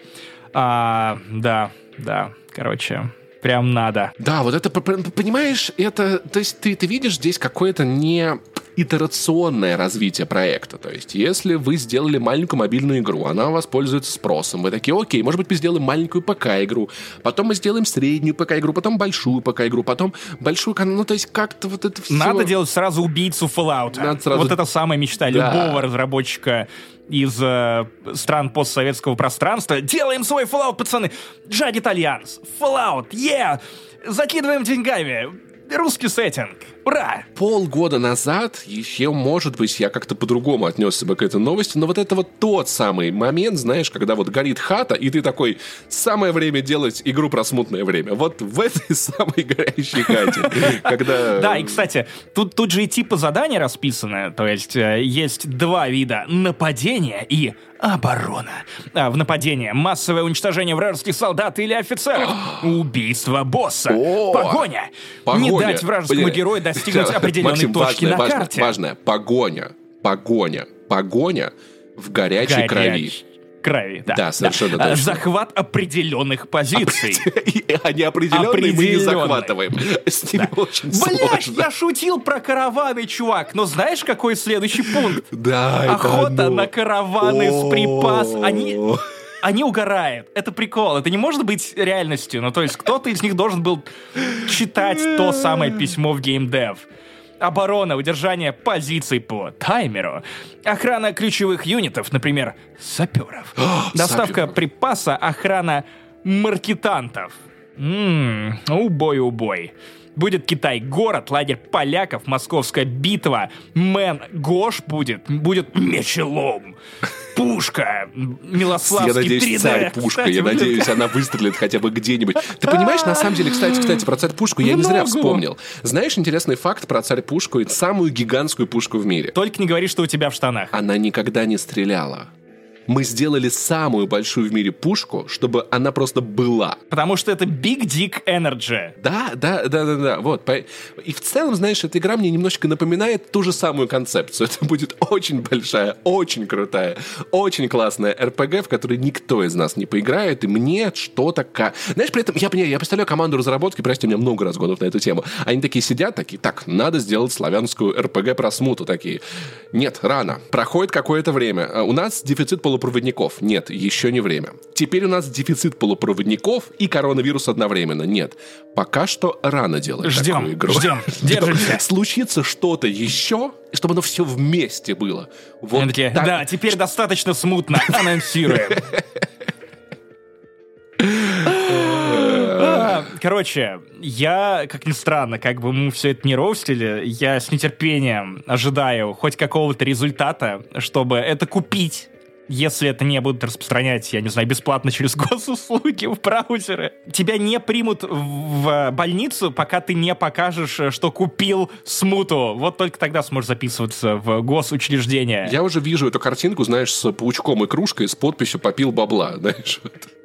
Да, короче... Прям надо. Да, вот это, понимаешь, это, то есть ты видишь здесь какое-то не итерационное развитие проекта. То есть, если вы сделали маленькую мобильную игру, она у вас пользуется спросом, вы такие, окей, может быть, мы сделаем маленькую ПК-игру, потом мы сделаем среднюю ПК-игру, потом большую ПК-игру, потом большую... Ну, то есть, как-то вот это все... Надо делать сразу убийцу Fallout. Вот это самая мечта любого разработчика из стран постсоветского пространства. Делаем свой Fallout, пацаны! Джадит Альянс! Fallout! Закидываем деньгами! Русский сеттинг! Ура! Полгода назад еще, может быть, я как-то по-другому отнесся бы к этой новости, но вот это вот тот самый момент, знаешь, когда вот горит хата, и ты такой, самое время делать игру про смутное время. Вот в этой самой горящей хате. Когда... Да, и, кстати, тут же и типы задания расписаны, то есть есть 2 вида: нападение и оборона. В нападении массовое уничтожение вражеских солдат или офицеров, убийство босса, погоня. Не дать вражескому герою достигнуть определенной точки на карте. Важное. Погоня в горячей крови. Да, совершенно точно. Захват определенных позиций. А неопределенные мы не захватываем. С ними очень сложно. Блять, я шутил про караваны, чувак. Но знаешь, какой следующий пункт? Да, охота на караваны с припасами. Они угорают. Это прикол. Это не может быть реальностью. Ну, то есть, кто-то из них должен был читать то самое письмо в геймдев. Оборона, удержание позиций по таймеру. Охрана ключевых юнитов, например, саперов. Доставка припаса, охрана маркетантов. Убой. Будет Китай город, лагерь поляков, московская битва, Гош будет мечелом. Пушка, Милославский 3D. Я надеюсь, царь-пушка, я надеюсь, она выстрелит хотя бы где-нибудь. Ты понимаешь, на самом деле, кстати, про царь-пушку я не зря вспомнил. Знаешь интересный факт про царь-пушку и самую гигантскую пушку в мире? Только не говори, что у тебя в штанах. Она никогда не стреляла. Мы сделали самую большую в мире пушку, чтобы она просто была. Потому что это Big Dick Energy. Да. Вот. И в целом, знаешь, эта игра мне немножечко напоминает ту же самую концепцию. Это будет очень большая, очень крутая, очень классная РПГ, в которой никто из нас не поиграет, и мне что-то... Знаешь, при этом я представляю команду разработки, простите, у меня много разгонов на эту тему. Они такие сидят, такие, так, надо сделать славянскую РПГ про смуту. Такие, нет, рано. Проходит какое-то время. У нас дефицит полупроводников. Нет, еще не время. Теперь у нас дефицит полупроводников и коронавирус одновременно. Нет, пока что рано делать такую игру. Ждем, держимся. Случится что-то еще, чтобы оно все вместе было. Вот такие, так. Да, теперь достаточно смутно. Анонсируем. Короче, я, как ни странно, как бы мы все это не роустили, я с нетерпением ожидаю хоть какого-то результата, чтобы это купить. Если это не будут распространять, я не знаю, бесплатно через госуслуги в браузеры. Тебя не примут в больницу, пока ты не покажешь, что купил смуту. Вот только тогда сможешь записываться в госучреждение. Я уже вижу эту картинку, знаешь, с паучком и кружкой с подписью «Попил бабла», знаешь.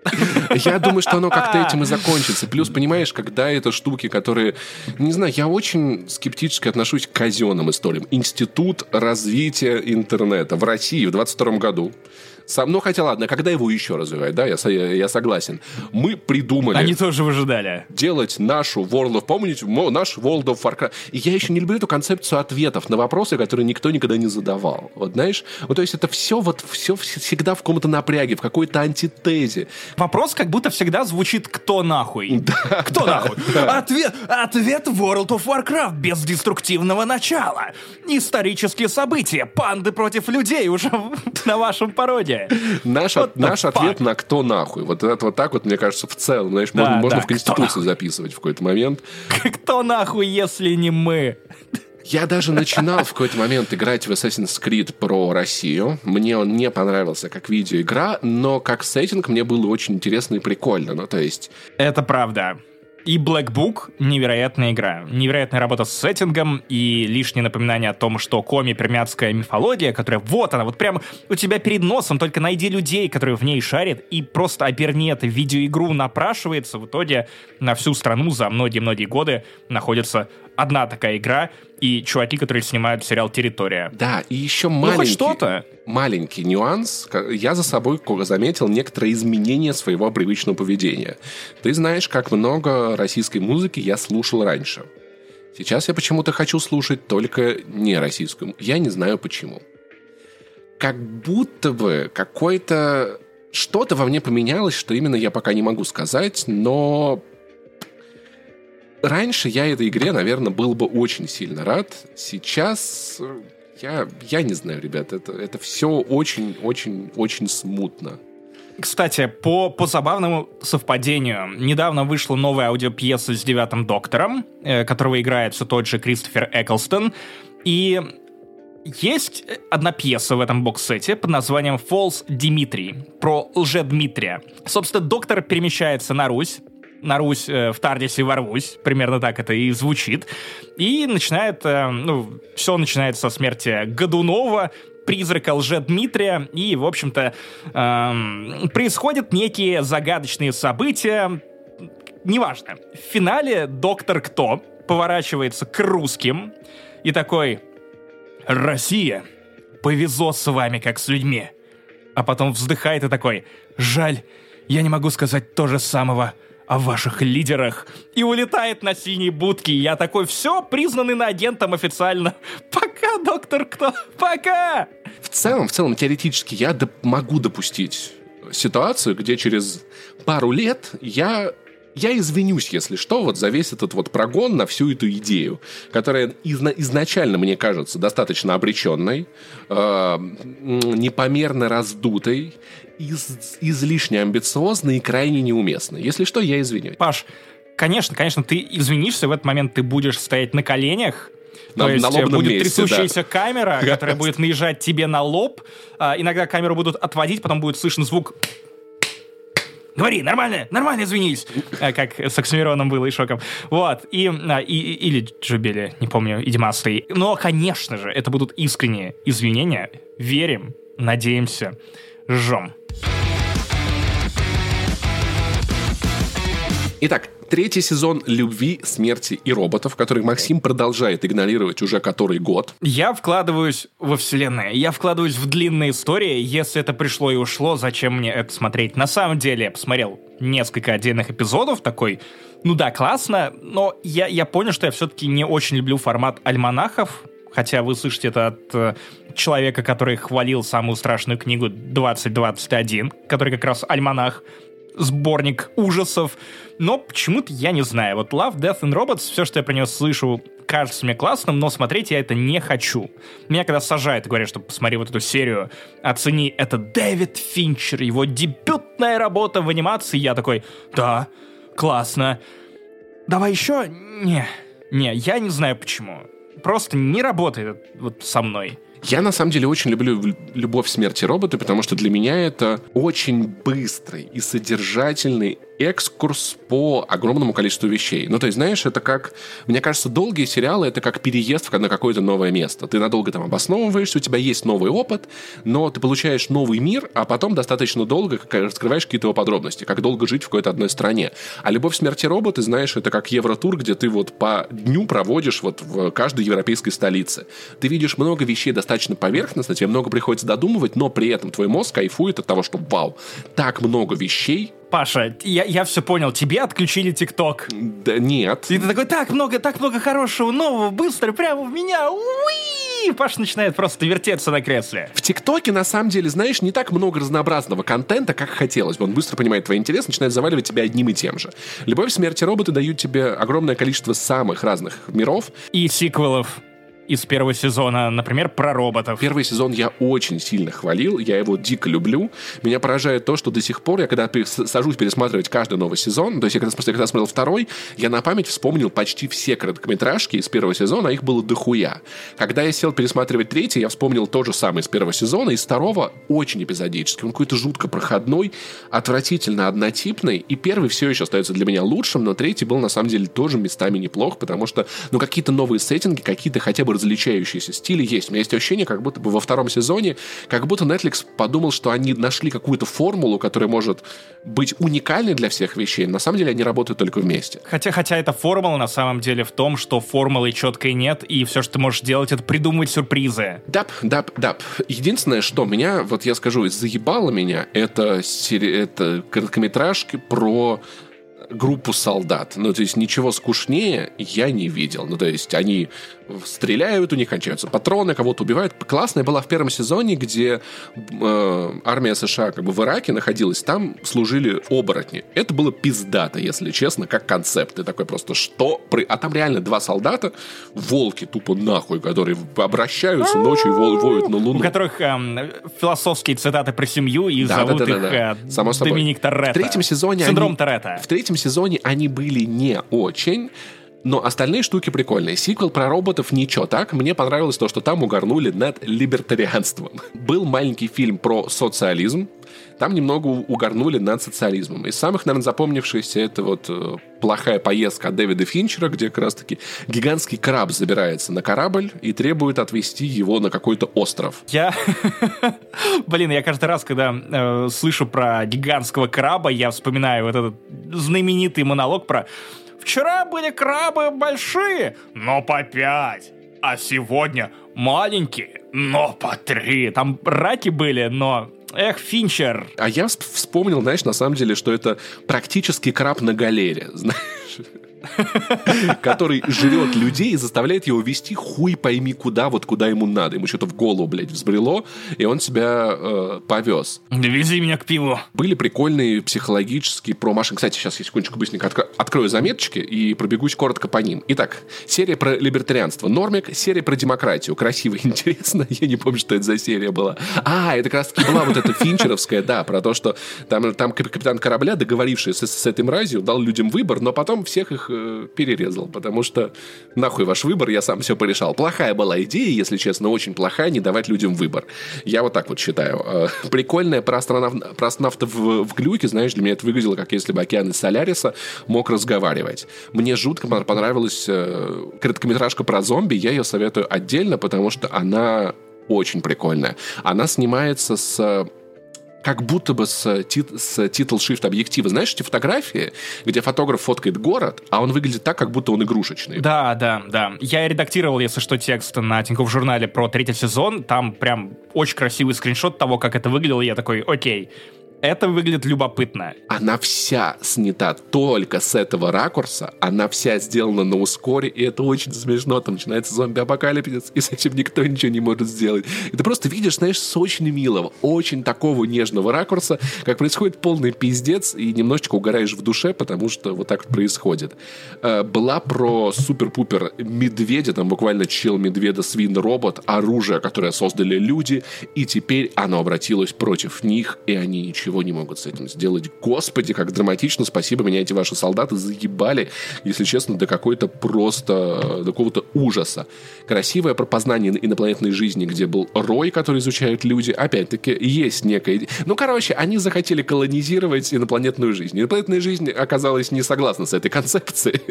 Я думаю, что оно как-то этим и закончится. Плюс, понимаешь, когда это штуки, которые... Не знаю, я очень скептически отношусь к казенным историям. Институт развития интернета в России в 2022 году. Ну, хотя ладно, когда его еще развивать, да, я согласен. Мы придумали... Они тоже выжидали. Делать нашу помните, наш World of Warcraft. И я еще не люблю эту концепцию ответов на вопросы, которые никто никогда не задавал. Вот знаешь, вот то есть это все всегда в каком-то напряге, в какой-то антитезе. Вопрос как будто всегда звучит «Кто нахуй?». Да, кто нахуй? Да. Ответ World of Warcraft без деструктивного начала. Исторические события. Панды против людей уже на вашем породе. Наш ответ на «кто нахуй». Вот это вот так вот, мне кажется, в целом. Знаешь, можно в Конституцию записывать в какой-то момент. Кто нахуй, если не мы? Я даже начинал в какой-то момент играть в Assassin's Creed про Россию. Мне он не понравился как видеоигра, но как сеттинг мне было очень интересно и прикольно. Ну, то есть... Это правда. И Black Book — невероятная игра. Невероятная работа с сеттингом и лишнее напоминание о том, что коми-пермяцкая мифология, которая вот она, вот прямо у тебя перед носом, только найди людей, которые в ней шарят, и просто оберни это в видеоигру, напрашивается. В итоге на всю страну за многие-многие годы находится одна такая игра, и чуваки, которые снимают сериал «Территория». Да, и еще хоть что-то. Маленький нюанс. Я за собой заметил некоторые изменения своего привычного поведения. Ты знаешь, как много российской музыки я слушал раньше. Сейчас я почему-то хочу слушать только не российскую. Я не знаю почему. Как будто бы какое-то... Что-то во мне поменялось, что именно я пока не могу сказать, но... Раньше я этой игре, наверное, был бы очень сильно рад. Сейчас я не знаю, ребят, это все очень-очень-очень смутно. Кстати, по забавному совпадению, недавно вышла новая аудиопьеса с 9-м Доктором, которого играет все тот же Кристофер Эклстон, и есть одна пьеса в этом бокс-сете под названием «False Дмитрий», про лже-Дмитрия. Собственно, Доктор перемещается на Русь, в Тардисе ворвусь, примерно так это и звучит, и начинает, все начинается со смерти Годунова, призрака лже-Дмитрия, и, в общем-то, происходят некие загадочные события, неважно. В финале Доктор Кто поворачивается к русским и такой: «Россия, повезло с вами, как с людьми», а потом вздыхает и такой: «Жаль, я не могу сказать то же самого о ваших лидерах», и улетает на синей будке. Я такой: все, признан иноагентом официально. Пока, Доктор Кто, пока! В целом, теоретически я могу допустить ситуацию, где через пару лет я извинюсь, если что, вот за весь этот вот прогон на всю эту идею, которая изначально, мне кажется, достаточно обреченной, непомерно раздутой, излишне амбициозной и крайне неуместной. Если что, я извинюсь. Паш, конечно, ты извинишься, в этот момент ты будешь стоять на коленях, то есть будет трясущаяся камера, которая будет наезжать тебе на лоб, иногда камеру будут отводить, потом будет слышен звук: «Говори, нормально, извинись», как с Оксимироном было и Шоком. Вот, или Джубили, не помню, и Димастой. Но, конечно же, это будут искренние извинения. Верим, надеемся, жжем. Итак, 3-й сезон «Любви, смерти и роботов», который Максим продолжает игнорировать уже который год. Я вкладываюсь во вселенную, я вкладываюсь в длинные истории. Если это пришло и ушло, зачем мне это смотреть? На самом деле, я посмотрел несколько отдельных эпизодов, такой, ну да, классно, но я понял, что я все-таки не очень люблю формат альманахов, хотя вы слышите это от человека, который хвалил самую страшную книгу 2021, который как раз альманах, сборник ужасов. Но почему-то я не знаю. Вот Love, Death and Robots, все, что я про него слышу, кажется мне классным, но смотреть я это не хочу. Меня когда сажают и говорят, что посмотри вот эту серию, оцени, это Дэвид Финчер, его дебютная работа в анимации, я такой, да, классно. Давай еще? Не, я не знаю почему. Просто не работает вот со мной. Я, на самом деле, очень люблю «Любовь, смерти и роботы», потому что для меня это очень быстрый и содержательный экскурс по огромному количеству вещей. Ну, то есть, знаешь, это как... Мне кажется, долгие сериалы — это как переезд на какое-то новое место. Ты надолго там обосновываешься, у тебя есть новый опыт, но ты получаешь новый мир, а потом достаточно долго раскрываешь какие-то его подробности, как долго жить в какой-то одной стране. А «Любовь, смерти и роботы», знаешь, это как Евротур, где ты вот по дню проводишь вот в каждой европейской столице. Ты видишь много вещей достаточно поверхностно, тебе много приходится додумывать, но при этом твой мозг кайфует от того, что вау, так много вещей. Паша, я все понял, тебе отключили ТикТок. Да нет. И ты такой, так много хорошего, нового, быстро, прямо в меня. Уи! Паша начинает просто вертеться на кресле. В ТикТоке, на самом деле, знаешь, не так много разнообразного контента, как хотелось бы. Он быстро понимает твои интересы, начинает заваливать тебя одним и тем же. «Любовь, смерть и роботы» дают тебе огромное количество самых разных миров. И сиквелов из первого сезона, например, про роботов. Первый сезон я очень сильно хвалил, я его дико люблю. Меня поражает то, что до сих пор я, когда сажусь пересматривать каждый новый сезон, то есть я когда смотрел второй, я на память вспомнил почти все короткометражки из первого сезона, а их было дохуя. Когда я сел пересматривать третий, я вспомнил то же самое из первого сезона, из второго очень эпизодический. Он какой-то жутко проходной, отвратительно однотипный, и первый все еще остается для меня лучшим, но третий был на самом деле тоже местами неплох, потому что, какие-то новые сеттинги, какие-то хотя бы различающиеся стили есть. У меня есть ощущение, как будто бы во втором сезоне, как будто Netflix подумал, что они нашли какую-то формулу, которая может быть уникальной для всех вещей. На самом деле они работают только вместе. Хотя эта формула на самом деле в том, что формулы четкой нет, и все, что ты можешь делать, это придумывать сюрпризы. Дап. Единственное, что меня, вот я скажу, заебало меня, это короткометражки про группу солдат. То есть ничего скучнее я не видел. То есть они стреляют, у них кончаются патроны, кого-то убивают. Классная была в первом сезоне, где армия США в Ираке находилась, там служили оборотни. Это было пиздато, если честно, как концепт. Ты такой просто, что? А там реально 2 солдата, волки тупо нахуй, которые обращаются ночью и воют на луну. У которых философские цитаты про семью, и зовут их Доминик Торетто. В третьем сезоне Синдром Торетто. В третьем сезоне они были не очень, но остальные штуки прикольные. Сиквел про роботов ничего так. Мне понравилось то, что там угорнули над либертарианством. Был маленький фильм про социализм. Там немного угорнули над социализмом. Из самых, наверное, запомнившихся это вот плохая поездка от Дэвида Финчера, где как раз-таки гигантский краб забирается на корабль и требует отвезти его на какой-то остров. Я каждый раз, когда слышу про гигантского краба, я вспоминаю вот этот знаменитый монолог про «Вчера были крабы большие, но по 5, а сегодня маленькие, но по 3». Там раки были, но... Эх, Финчер. А я вспомнил, знаешь, на самом деле, что это практически краб на галере, знаешь, который жрет людей и заставляет его вести хуй пойми куда, вот куда ему надо. Ему что-то в голову, блядь, взбрело, и он себя повез. Довези меня к пиву. Были прикольные психологические про машин. Кстати, сейчас я секундочку быстренько открою заметочки и пробегусь коротко по ним. Итак, серия про либертарианство. Нормик, серия про демократию. Красиво и интересно. Я не помню, что это за серия была. Это как раз-таки была вот эта финчеровская, да, про то, что там капитан корабля, договорившись с этой мразью, дал людям выбор, но потом всех их перерезал, потому что нахуй ваш выбор, я сам все порешал. Плохая была идея, если честно, очень плохая, не давать людям выбор. Я вот так вот считаю. Прикольная про астронавтов в глюке, знаешь, для меня это выглядело, как если бы океан из Соляриса мог разговаривать. Мне жутко понравилась короткометражка про зомби, я ее советую отдельно, потому что она очень прикольная. Она снимается с как будто бы с титл-шифт объектива. Знаешь, эти фотографии, где фотограф фоткает город, а он выглядит так, как будто он игрушечный. Да. Я редактировал, если что, текст на Тинькофф журнале про 3-й сезон. Там прям очень красивый скриншот того, как это выглядело. Я такой, окей, это выглядит любопытно. Она вся снята только с этого ракурса, она вся сделана на ускоре, и это очень смешно. Там начинается зомби-апокалипсис, и с этим никто ничего не может сделать. И ты просто видишь, знаешь, с очень милого, очень такого нежного ракурса, как происходит полный пиздец, и немножечко угораешь в душе, потому что вот так вот происходит. Была про супер-пупер медведя, там буквально чел-медведа, свин-робот, оружие, которое создали люди, и теперь оно обратилось против них, и они ничего не могут с этим сделать. Господи, как драматично. Спасибо, меня эти ваши солдаты заебали, если честно, до какой-то просто, до какого-то ужаса. Красивое пропознание инопланетной жизни, где был Рой, который изучают люди. Опять-таки, есть некая... Ну, короче, они захотели колонизировать инопланетную жизнь. Инопланетная жизнь оказалась не согласна с этой концепцией.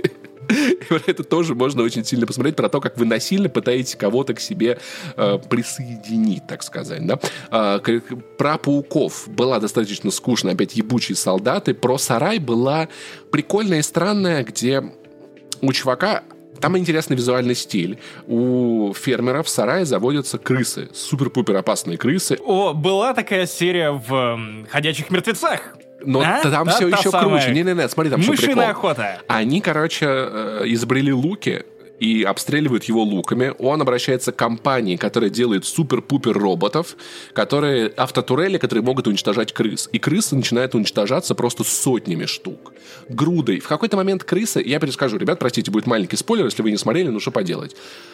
Это тоже можно очень сильно посмотреть про то, как вы насильно пытаетесь кого-то к себе присоединить, так сказать. Да? Про пауков была достаточно скучная, опять ебучие солдаты. Про сарай была прикольная и странная, где у чувака... Там интересный визуальный стиль. У фермеров в сарае заводятся крысы. Супер-пупер опасные крысы. О, была такая серия в «Ходячих мертвецах». Но там все еще круче. Не-не-не, смотри, там что прикол. Мышиная охота. Они, короче, изобрели луки и обстреливают его луками. Он обращается к компании, которая делает супер-пупер роботов, которые автотурели, которые могут уничтожать крыс. И крысы начинают уничтожаться просто сотнями штук. Грудой. В какой-то момент крысы... Я перескажу. Ребят, простите, будет маленький спойлер, если вы не смотрели, ну что поделать.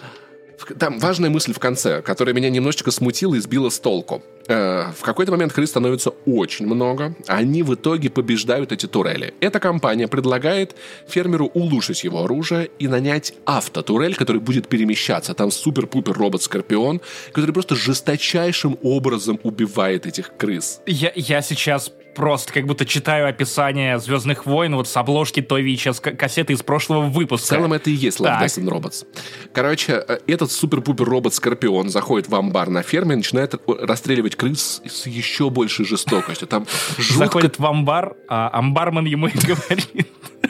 Там важная мысль в конце, которая меня немножечко смутила и сбила с толку. В какой-то момент крыс становится очень много. Они в итоге побеждают эти турели. Эта компания предлагает фермеру улучшить его оружие и нанять автотурель, который будет перемещаться. Там супер-пупер робот-скорпион, который просто жесточайшим образом убивает этих крыс. Я сейчас просто как будто читаю описание «Звездных войн» вот с обложки той VHS-кассеты из прошлого выпуска. В целом это и есть Love, Death and Robots. Короче, этот супер-пупер робот-скорпион заходит в амбар на ферме и начинает расстреливать крыс с еще большей жестокостью. Там жутко... Заходит в амбар, а амбармен ему и говорит...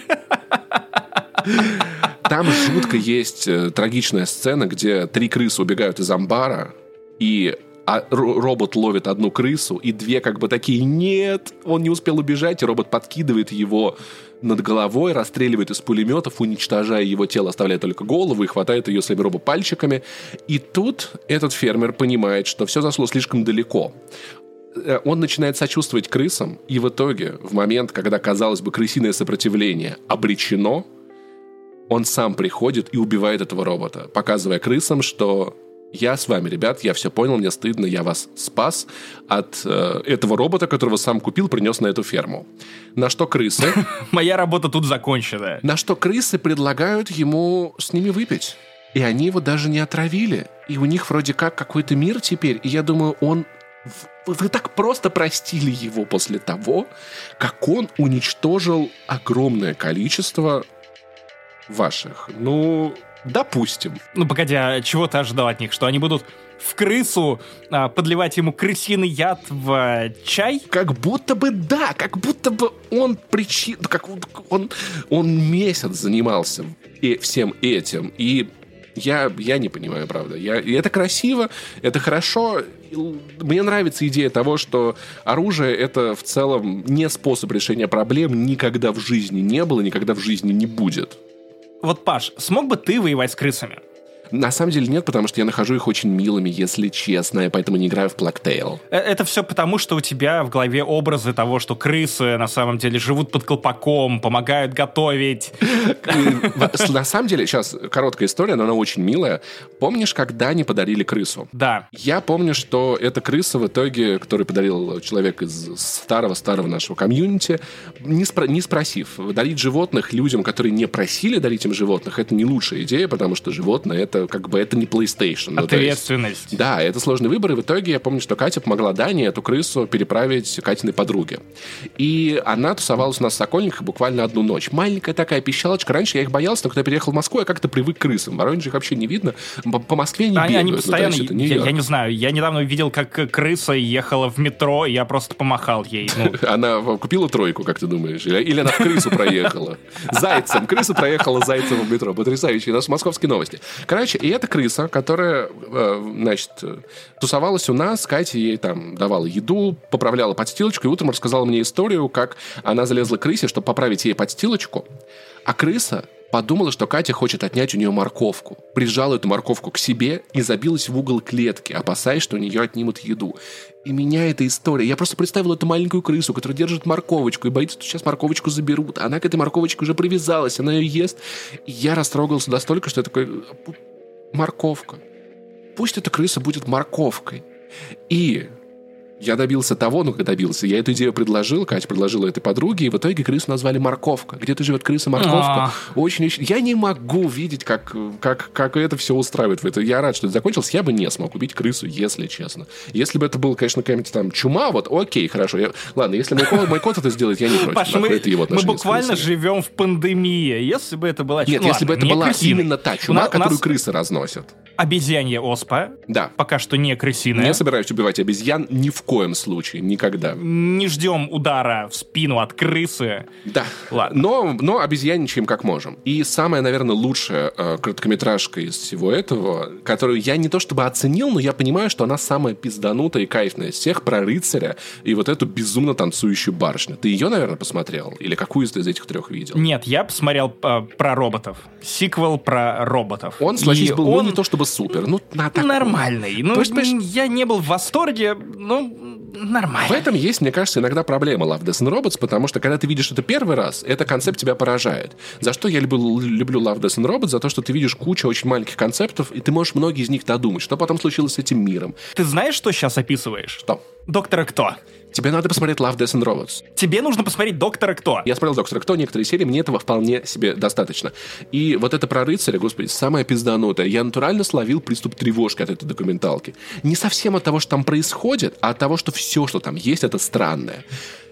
Там жутко есть трагичная сцена, где 3 крысы убегают из амбара, и робот ловит одну крысу, и 2 как бы такие: нет, он не успел убежать, и робот подкидывает его над головой, расстреливает из пулеметов, уничтожая его тело, оставляя только голову, и хватает ее своими робопальчиками. И тут этот фермер понимает, что все зашло слишком далеко. Он начинает сочувствовать крысам, и в итоге, в момент, когда, казалось бы, крысиное сопротивление обречено, он сам приходит и убивает этого робота, показывая крысам, что я с вами, ребят, я все понял, мне стыдно, я вас спас от этого робота, которого сам купил, принес на эту ферму. На что крысы... Моя работа тут закончена. На что крысы предлагают ему с ними выпить. И они его даже не отравили. И у них вроде как какой-то мир теперь. И я думаю, вы так просто простили его после того, как он уничтожил огромное количество ваших. Ну, допустим. Ну, погоди, а чего ты ожидал от них? Что они будут в крысу подливать ему крысиный яд в чай? Как будто бы да, как будто бы он он месяц занимался всем этим. И я не понимаю, правда. И это красиво, это хорошо. Мне нравится идея того, что оружие — это в целом не способ решения проблем, никогда в жизни не было, никогда в жизни не будет. Вот, Паш, смог бы ты воевать с крысами? На самом деле нет, потому что я нахожу их очень милыми, если честно, и поэтому не играю в Plague Tale. Это все потому, что у тебя в голове образы того, что крысы на самом деле живут под колпаком, помогают готовить. На самом деле, сейчас короткая история, но она очень милая. Помнишь, когда они подарили крысу? Да. Я помню, что эта крыса в итоге, которую подарил человек из старого-старого нашего комьюнити, не спросив, дарить животных людям, которые не просили дарить им животных, это не лучшая идея, потому что животное — это это как бы это не PlayStation. Ответственность. Ну, да, это сложный выбор, и в итоге я помню, что Катя помогла Дане эту крысу переправить Катиной подруге. И она тусовалась у нас в Сокольниках буквально одну ночь. Маленькая такая пищалочка. Раньше я их боялся, но когда я переехал в Москву, я как-то привык к крысам. В Воронеже их вообще не видно. По Москве не бегают. Они постоянно, я не знаю, я недавно видел, как крыса ехала в метро, и я просто помахал ей. Она купила тройку, как ты думаешь? Или она в крысу проехала? Зайцем. Крыса проехала зайцем в метро. Потрясающе. У нас московские новости. Короче, и эта крыса, которая, значит, тусовалась у нас, Катя ей там давала еду, поправляла подстилочку, и утром рассказала мне историю, как она залезла к крысе, чтобы поправить ей подстилочку, а крыса подумала, что Катя хочет отнять у нее морковку. Прижала эту морковку к себе и забилась в угол клетки, опасаясь, что у нее отнимут еду. И меня эта история... Я просто представил эту маленькую крысу, которая держит морковочку и боится, что сейчас морковочку заберут. Она к этой морковочке уже привязалась, она ее ест. И я растрогался настолько, что я такой... Морковка. Пусть эта крыса будет морковкой. И... Я добился того, я эту идею предложил, Катя предложила этой подруге, и в итоге крысу назвали Морковка. Где-то живет крыса-морковка. Очень-очень... Я не могу видеть, как это все устраивает. Я рад, что это закончилось. Я бы не смог убить крысу, если честно. Если бы это был, конечно, какая-нибудь там чума, вот окей, хорошо. Ладно, если мой кот это сделает, я не против. Паш, мы буквально живем в пандемии. Если бы это была чума... Нет, если бы это была именно та чума, которую крысы разносят. Обезьянья оспа. Да. Пока что не крысиная. Не собираюсь убивать обезьян ни в коем случае, никогда. Не ждем удара в спину от крысы. Да. Ладно. Но обезьянничаем как можем. И самая, наверное, лучшая короткометражка из всего этого, которую я не то чтобы оценил, но я понимаю, что она самая пизданутая и кайфная из всех, про рыцаря и вот эту безумно танцующую барышню. Ты ее, наверное, посмотрел? Или какую из этих трех видел? Нет, я посмотрел про роботов. Сиквел про роботов. Он, согласись, был не то чтобы супер. Нормальный. Я не был в восторге, нормально. В этом есть, мне кажется, иногда проблема Love, Death and Robots, потому что, когда ты видишь это первый раз, этот концепт тебя поражает. За что я люблю Love, Death and Robots? За то, что ты видишь кучу очень маленьких концептов, и ты можешь многие из них додумать. Что потом случилось с этим миром? Ты знаешь, что сейчас описываешь? Что? Доктора Кто. Тебе надо посмотреть Love, Death and Robots. Тебе нужно посмотреть Доктора Кто. Я смотрел Доктора Кто, некоторые серии, мне этого вполне себе достаточно. И вот это про рыцаря, господи, самое пизданутое. Я натурально словил приступ тревожки от этой документалки. Не совсем от того, что там происходит, а от того, что все, что там есть, это странное.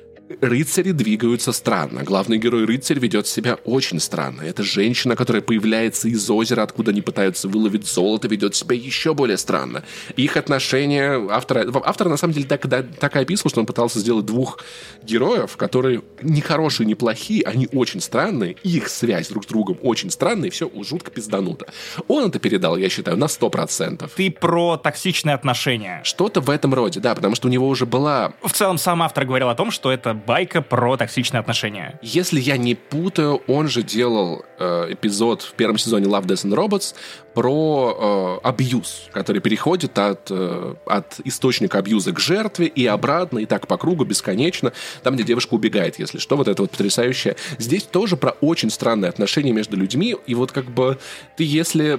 Рыцари двигаются странно. Главный герой рыцарь ведет себя очень странно. Это женщина, которая появляется из озера, откуда они пытаются выловить золото, ведет себя еще более странно. Их отношения... Автор на самом деле так и описывал, что он пытался сделать двух героев, которые не хорошие, не плохие, они очень странные. Их связь друг с другом очень странная, и все жутко пиздануто. Он это передал, я считаю, на 100%. Ты про токсичные отношения. Что-то в этом роде, да, потому что у него уже была... В целом, сам автор говорил о том, что это байка про токсичные отношения. Если я не путаю, он же делал эпизод в первом сезоне Love, Death and Robots про абьюз, который переходит от источника абьюза к жертве и обратно, и так по кругу бесконечно, там, где девушка убегает, если что, вот это вот потрясающее. Здесь тоже про очень странные отношения между людьми, и вот как бы ты если...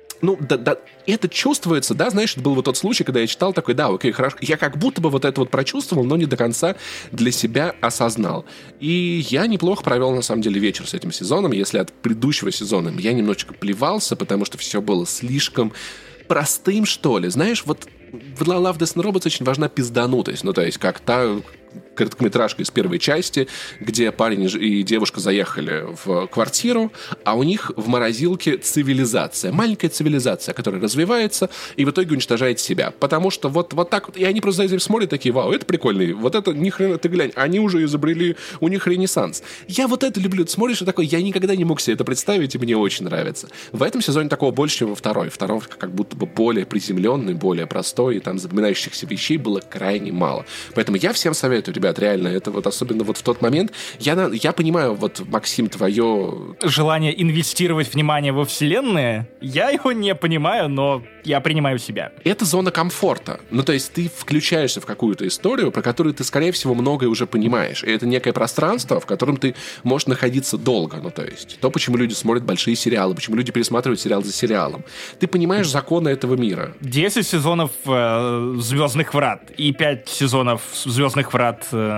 это чувствуется, да, знаешь, это был вот тот случай, когда я читал такой, да, окей, хорошо, я как будто бы вот это вот прочувствовал, но не до конца для себя осознал. И я неплохо провел, на самом деле, вечер с этим сезоном, если от предыдущего сезона я немножечко плевался, потому что все было слишком простым, что ли. Знаешь, вот в Love, Death and Robots очень важна пизданутость, то есть как та короткометражка из первой части, где парень и девушка заехали в квартиру, а у них в морозилке цивилизация. Маленькая цивилизация, которая развивается и в итоге уничтожает себя. Потому что вот так вот. И они просто за этим смотрят такие, вау, это прикольно. Вот это, ни хрена, ты глянь, они уже изобрели, у них ренессанс. Я вот это люблю. Ты смотришь и такой, я никогда не мог себе это представить, и мне очень нравится. В этом сезоне такого больше, чем во второй. Второй как будто бы более приземленный, более простой, и там запоминающихся вещей было крайне мало. Поэтому я всем советую, ребят, реально, это вот особенно вот в тот момент, я понимаю, вот, Максим, твое... Желание инвестировать внимание во вселенную, я его не понимаю, но я принимаю себя. Это зона комфорта. То есть ты включаешься в какую-то историю, про которую ты, скорее всего, многое уже понимаешь. И это некое пространство, в котором ты можешь находиться долго. То есть то, почему люди смотрят большие сериалы, почему люди пересматривают сериал за сериалом. Ты понимаешь законы этого мира. 10 сезонов «Звездных врат» и 5 сезонов «Звездных врат»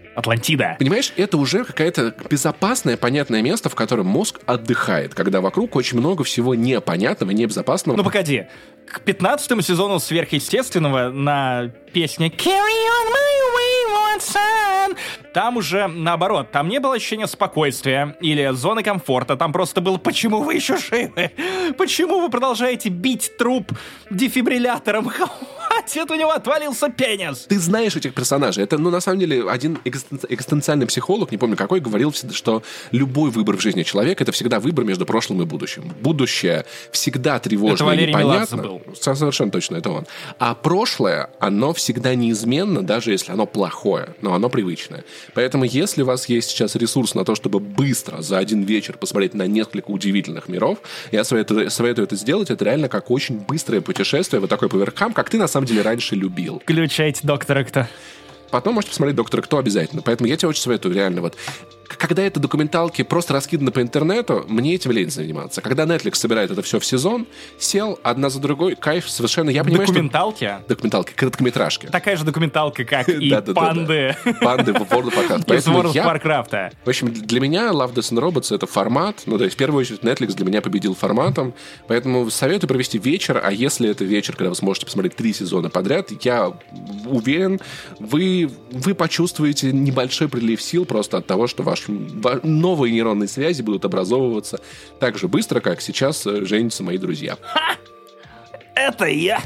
Атлантида. Понимаешь, это уже какое-то безопасное, понятное место, в котором мозг отдыхает, когда вокруг очень много всего непонятного, небезопасного. Ну, погоди. К 15-му сезону «Сверхъестественного» на песне «Carry on my wayward son» там уже наоборот, там не было ощущения спокойствия или зоны комфорта, там просто было «Почему вы еще живы? Почему вы продолжаете бить труп дефибриллятором? Хватит, у него отвалился пенис!» Ты знаешь этих персонажей. Это, на самом деле, один экзистенциальный психолог, не помню какой, говорил всегда, что любой выбор в жизни человека — это всегда выбор между прошлым и будущим. Будущее всегда тревожно и непонятно. Был. Совершенно точно, это он. А прошлое, оно всегда неизменно, даже если оно плохое, но оно привычное. Поэтому, если у вас есть сейчас ресурс на то, чтобы быстро за один вечер посмотреть на несколько удивительных миров, я советую это сделать. Это реально как очень быстрое путешествие вот такое по верхам, как ты на самом деле раньше любил. Включайте «Доктора Кто». Потом можете посмотреть «Доктора Кто» обязательно. Поэтому я тебе очень советую, реально, вот. Когда это документалки просто раскиданы по интернету, мне этим лень заниматься. Когда Netflix собирает это все в сезон, сел одна за другой, кайф совершенно... Я понимаю, документалки? Что... Документалки, короткометражки. Такая же документалка, как и панды. Панды в World of Warcraft. Из World of Warcraft. В общем, для меня Love, Death and Robots — это формат. Ну, то есть, в первую очередь, Netflix для меня победил форматом. Поэтому советую провести вечер. А если это вечер, когда вы сможете посмотреть 3 сезона подряд, я уверен, вы почувствуете небольшой прилив сил просто от того, что ваши новые нейронные связи будут образовываться так же быстро, как сейчас женятся мои друзья. Ха! Это я!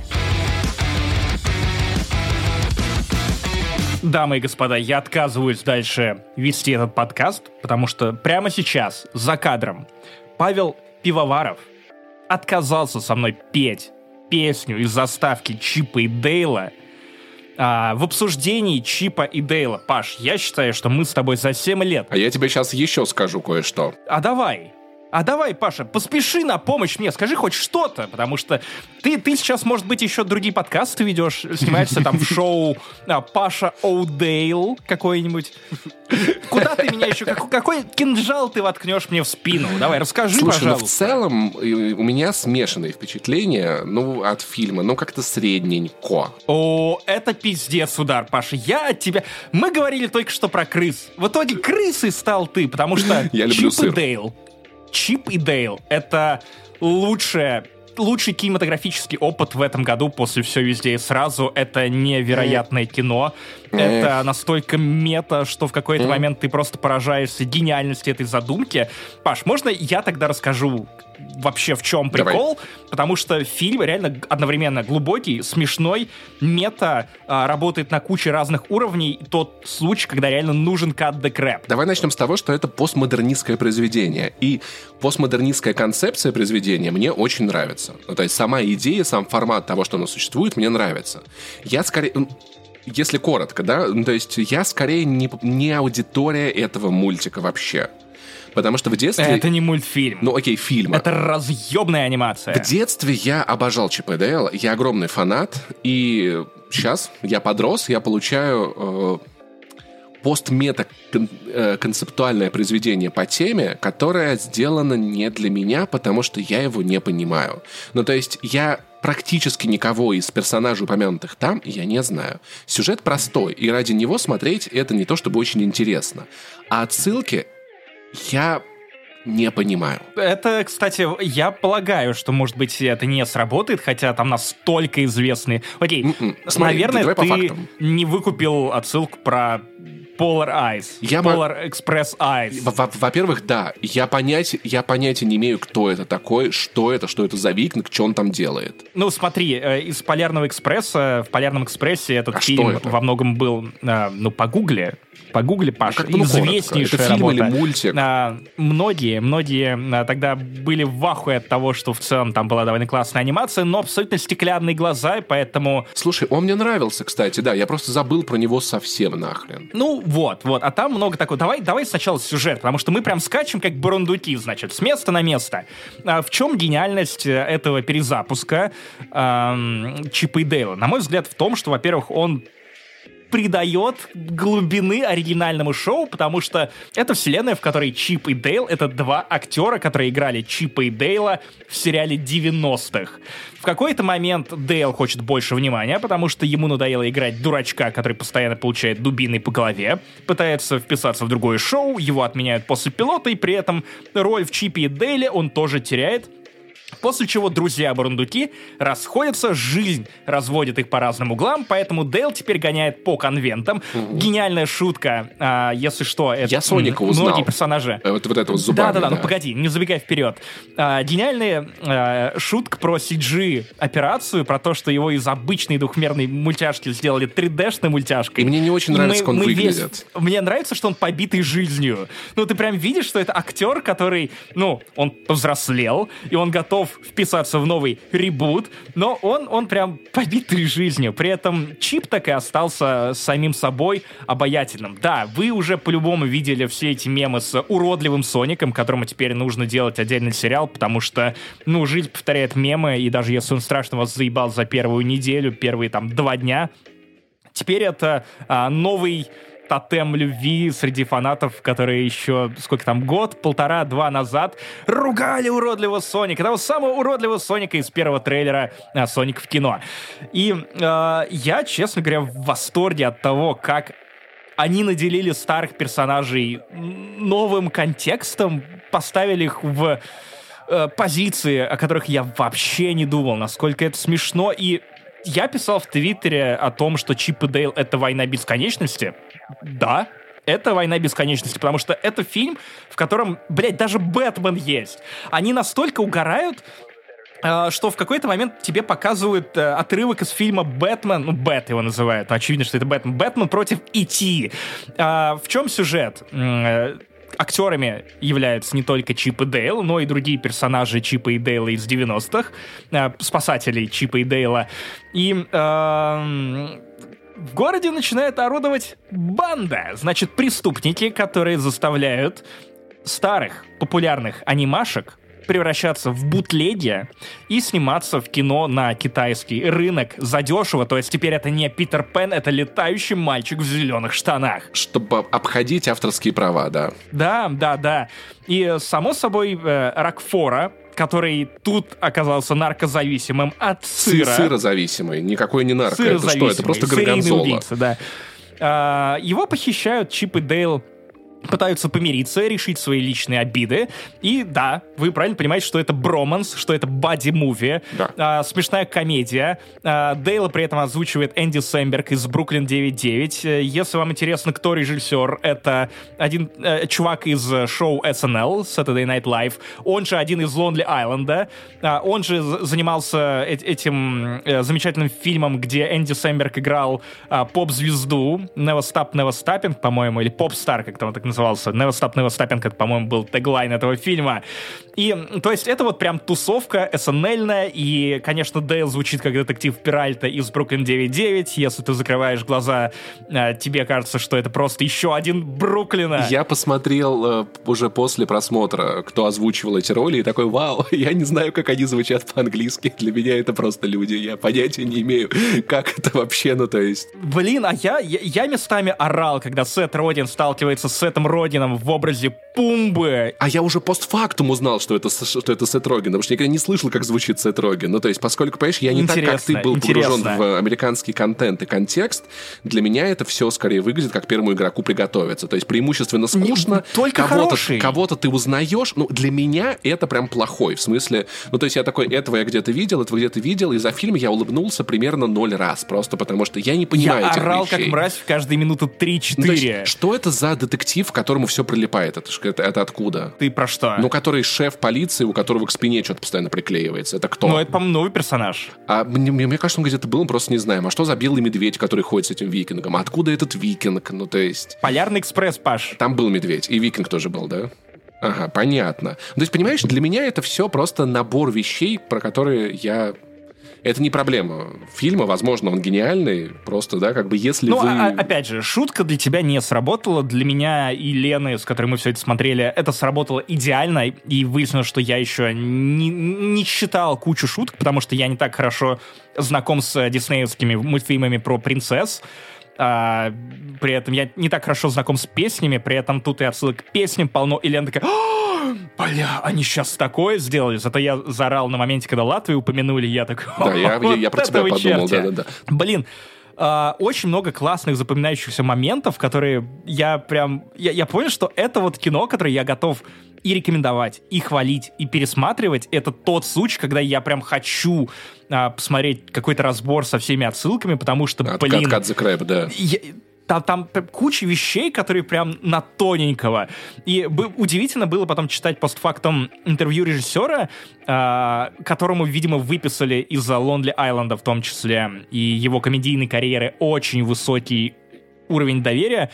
Дамы и господа, я отказываюсь дальше вести этот подкаст, потому что прямо сейчас, за кадром, Павел Пивоваров отказался со мной петь песню из заставки Чипа и Дейла. В обсуждении Чипа и Дейла. Паш, я считаю, что мы с тобой за 7 лет... А я тебе сейчас еще скажу кое-что. А давай, Паша, поспеши на помощь мне, скажи хоть что-то, потому что ты сейчас, может быть, еще другие подкасты ведешь, снимаешься там в шоу Паша О'Дейл какой-нибудь. Куда ты меня еще... Какой кинжал ты воткнешь мне в спину? Давай, расскажи, пожалуйста. Ну, в целом у меня смешанные впечатления, от фильма, как-то средненько. О, это пиздец, удар, Паша. Я от тебя... Мы говорили только что про крыс. В итоге крысой стал ты, потому что я люблю Чип и Дейл. Чип и Дейл — это лучший кинематографический опыт в этом году после «Все везде и сразу». Это невероятное кино. Это настолько мета, что в какой-то момент ты просто поражаешься гениальности этой задумки. Паш, можно я тогда расскажу вообще в чем прикол? Давай. Потому что фильм реально одновременно глубокий, смешной, мета, работает на куче разных уровней. Тот случай, когда реально нужен cut the crap. Давай начнем с того, что это постмодернистское произведение. И постмодернистская концепция произведения мне очень нравится. То есть сама идея, сам формат того, что оно существует, мне нравится. Я скорее... Если коротко, да, то есть я скорее не аудитория этого мультика вообще. Потому что в детстве... Это не мультфильм. Ну, окей, фильм. Это разъебная анимация. В детстве я обожал Чип и Дейла, я огромный фанат, и сейчас я подрос, я получаю постмета-концептуальное произведение по теме, которое сделано не для меня, потому что я его не понимаю. Ну, то есть я практически никого из персонажей, упомянутых там, я не знаю. Сюжет простой, и ради него смотреть это не то чтобы очень интересно. А отсылки я не понимаю. Это, кстати, я полагаю, что, может быть, это не сработает, хотя там настолько известные... Окей, смотри, наверное, ты не выкупил отсылку про Polar Eyes. Polar Express Eyes. Во-первых, да. Я понятия не имею, кто это такой, что это за викинг, что он там делает. Ну, смотри, из Полярного экспресса, в Полярном экспрессе этот фильм во многом был, погугли, Паш, известнейшая это фильм работа. Или мультик? Многие тогда были в ахуе от того, что в целом там была довольно классная анимация, но абсолютно стеклянные глаза, поэтому... Слушай, он мне нравился, кстати, да, я просто забыл про него совсем нахрен. Ну, вот, а там много такого. Давай сначала сюжет, потому что мы прям скачем как бурундуки, значит, с места на место. В чем гениальность этого перезапуска Чипа и Дейла? На мой взгляд, в том, что, во-первых, он придает глубины оригинальному шоу, потому что это вселенная, в которой Чип и Дейл — это два актера, которые играли Чипа и Дейла в сериале 90-х. В какой-то момент Дейл хочет больше внимания, потому что ему надоело играть дурачка, который постоянно получает дубиной по голове, пытается вписаться в другое шоу, его отменяют после пилота, и при этом роль в Чипе и Дейле он тоже теряет. После чего друзья-бурундуки расходятся, жизнь разводит их по разным углам, поэтому Дейл теперь гоняет по конвентам. Гениальная шутка, если что, это я Соника узнал. Многие персонажи. Вот это вот с зубами. Да-да-да, ну погоди, не забегай вперед. Гениальная шутка про CG-операцию, про то, что его из обычной двухмерной мультяшки сделали 3D-шной мультяшкой. И мне не очень нравится, как он выглядит. Мне нравится, что он побитый жизнью. Ну, ты прям видишь, что это актер, который, он повзрослел, и он готов вписаться в новый ребут, но он прям побитый жизнью. При этом Чип так и остался самим собой обаятельным. Да, вы уже по-любому видели все эти мемы с уродливым Соником, которому теперь нужно делать отдельный сериал, потому что, жизнь повторяет мемы, и даже если он страшно вас заебал за первую неделю, первые 2 дня, теперь это новый тотем любви среди фанатов, которые еще, год, 1,5-2 назад ругали уродливого Соника, того самого уродливого Соника из первого трейлера «Соник в кино». И я, честно говоря, в восторге от того, как они наделили старых персонажей новым контекстом, поставили их в позиции, о которых я вообще не думал, насколько это смешно. И я писал в Твиттере о том, что Чип и Дейл — это война бесконечности. Да, это война бесконечности, потому что это фильм, в котором, даже Бэтмен есть. Они настолько угорают, что в какой-то момент тебе показывают отрывок из фильма «Бэтмен», Бэт его называют, очевидно, что это Бэтмен. «Бэтмен против И.Ти». В чем сюжет? Актерами являются не только Чип и Дейл, но и другие персонажи Чипа и Дейла из 90-х, спасателей Чипа и Дейла. И в городе начинает орудовать банда. Значит, преступники, которые заставляют старых популярных анимашек превращаться в бутлеги и сниматься в кино на китайский рынок задешево. То есть теперь это не Питер Пен, это летающий мальчик в зеленых штанах. Чтобы обходить авторские права, да. Да. И, само собой, Рокфора, который тут оказался наркозависимым от сыра. Сырозависимый. Никакой не нарко. Это что? Это просто горгонзола. Убийца, да. Его похищают Чип и Дейл, пытаются помириться, решить свои личные обиды. И да, вы правильно понимаете, что это броманс, что это бадди-муви, да. Смешная комедия. Дейла при этом озвучивает Энди Сэмберг из «Бруклин 9.9». Если вам интересно, кто режиссер, это один чувак из шоу SNL, Saturday Night Live. Он же один из Lonely Island. Он же занимался этим замечательным фильмом, где Энди Сэмберг играл поп-звезду Never Stop, Never Stopping, по-моему, или Поп-стар, как-то он так назывался. Never Stop, Never Stopping, это, по-моему, был теглайн этого фильма. И, то есть, это вот прям тусовка SNL-ная, и, конечно, Дейл звучит как детектив Перальта из «Бруклин 9.9». Если ты закрываешь глаза, тебе кажется, что это просто еще один Бруклина. Я посмотрел уже после просмотра, кто озвучивал эти роли, и такой: вау, я не знаю, как они звучат по-английски. Для меня это просто люди. Я понятия не имею, как это вообще, то есть... Блин, а я местами орал, когда Сет Родин сталкивается с Сетом Родином в образе Пумбы. А я уже постфактум узнал, что это Сет Роген, потому что я никогда не слышал, как звучит Сет Роген. То есть, поскольку, понимаешь, я не так, как ты был погружен в американский контент и контекст, для меня это все скорее выглядит, как первому игроку приготовиться. То есть, преимущественно скучно. Только кого-то ты узнаешь. Для меня это прям плохой. В смысле, то есть, я такой: этого я где-то видел, и за фильм я улыбнулся примерно 0 раз. Просто потому что я не понимаю этих вещей. Я орал как мразь в каждые минуты 3-4. Что это за детектив, к которому все прилипает? Это откуда? Ты про что? Который шеф полиции, у которого к спине что-то постоянно приклеивается. Это кто? Это, по-моему, новый персонаж. Мне кажется, он где-то был, мы просто не знаем. А что за белый медведь, который ходит с этим викингом? Откуда этот викинг? То есть... Полярный экспресс, Паш. Там был медведь. И викинг тоже был, да? Ага, понятно. То есть, понимаешь, для меня это все просто набор вещей, про которые я... Это не проблема фильма, возможно, он гениальный, просто, да, если вы... опять же, шутка для тебя не сработала, для меня и Лены, с которой мы все это смотрели, это сработало идеально, и выяснилось, что я еще не читал кучу шуток, потому что я не так хорошо знаком с диснеевскими мультфильмами про принцесс. при этом я не так хорошо знаком с песнями, при этом тут и отсылок к песням полно, и Лена такая: бля, они сейчас такое сделали. Зато я заорал на моменте, когда Латвию упомянули, я такой: да, я про тебя подумал, да. Блин, очень много классных запоминающихся моментов, которые я понял, что это вот кино, которое я готов и рекомендовать, и хвалить, и пересматривать. Это тот случай, когда я прям хочу посмотреть какой-то разбор со всеми отсылками, потому что, блин... Cut the crap, да. Там куча вещей, которые прям на тоненького. И удивительно было потом читать постфактум интервью режиссера, которому, видимо, выписали из-за Lonely Island в том числе, и его комедийной карьеры очень высокий уровень доверия.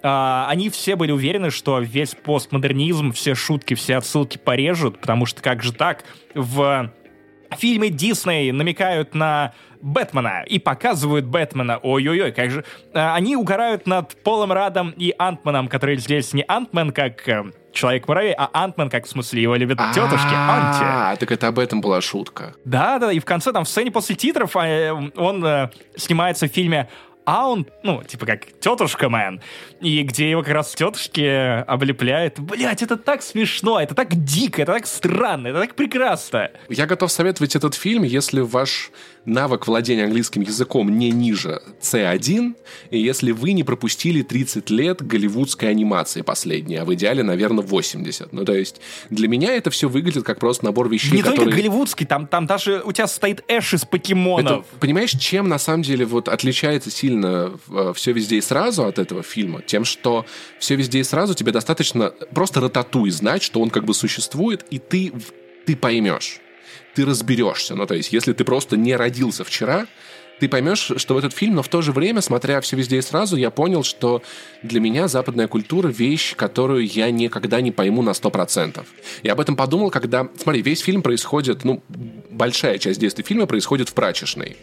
Они все были уверены, что весь постмодернизм, все шутки, все отсылки порежут, потому что как же так? В фильме Дисней намекают на Бэтмена и показывают Бэтмена. Ой-ой-ой, как же... Они угорают над Полом Радом и Антманом, который здесь не Антмен как Человек-муравей, а Антмен как, в смысле, его любят тетушки. Анти. Так это об этом была шутка. Да, и в конце, там, в сцене после титров он снимается в фильме он, типа как тетушка Мэн, и где его как раз тетушки облепляют. Блять, это так смешно, это так дико, это так странно, это так прекрасно. Я готов советовать этот фильм, если ваш навык владения английским языком не ниже C1, и если вы не пропустили 30 лет голливудской анимации последней, а в идеале, наверное, 80. То есть для меня это все выглядит как просто набор вещей, не которые... Не только голливудский, там даже у тебя стоит Эш из покемонов. Это, понимаешь, чем на самом деле отличается сильно «Все везде и сразу» от этого фильма? Тем, что «Все везде и сразу» тебе достаточно просто рататуй знать, что он как бы существует, и ты поймешь. Ты разберешься. То есть, если ты просто не родился вчера, ты поймешь, что в этот фильм, но в то же время, смотря «Все везде и сразу», я понял, что для меня западная культура — вещь, которую я никогда не пойму на 100%. Я об этом подумал, когда... Смотри, весь фильм происходит... большая часть действия фильма происходит в прачечной.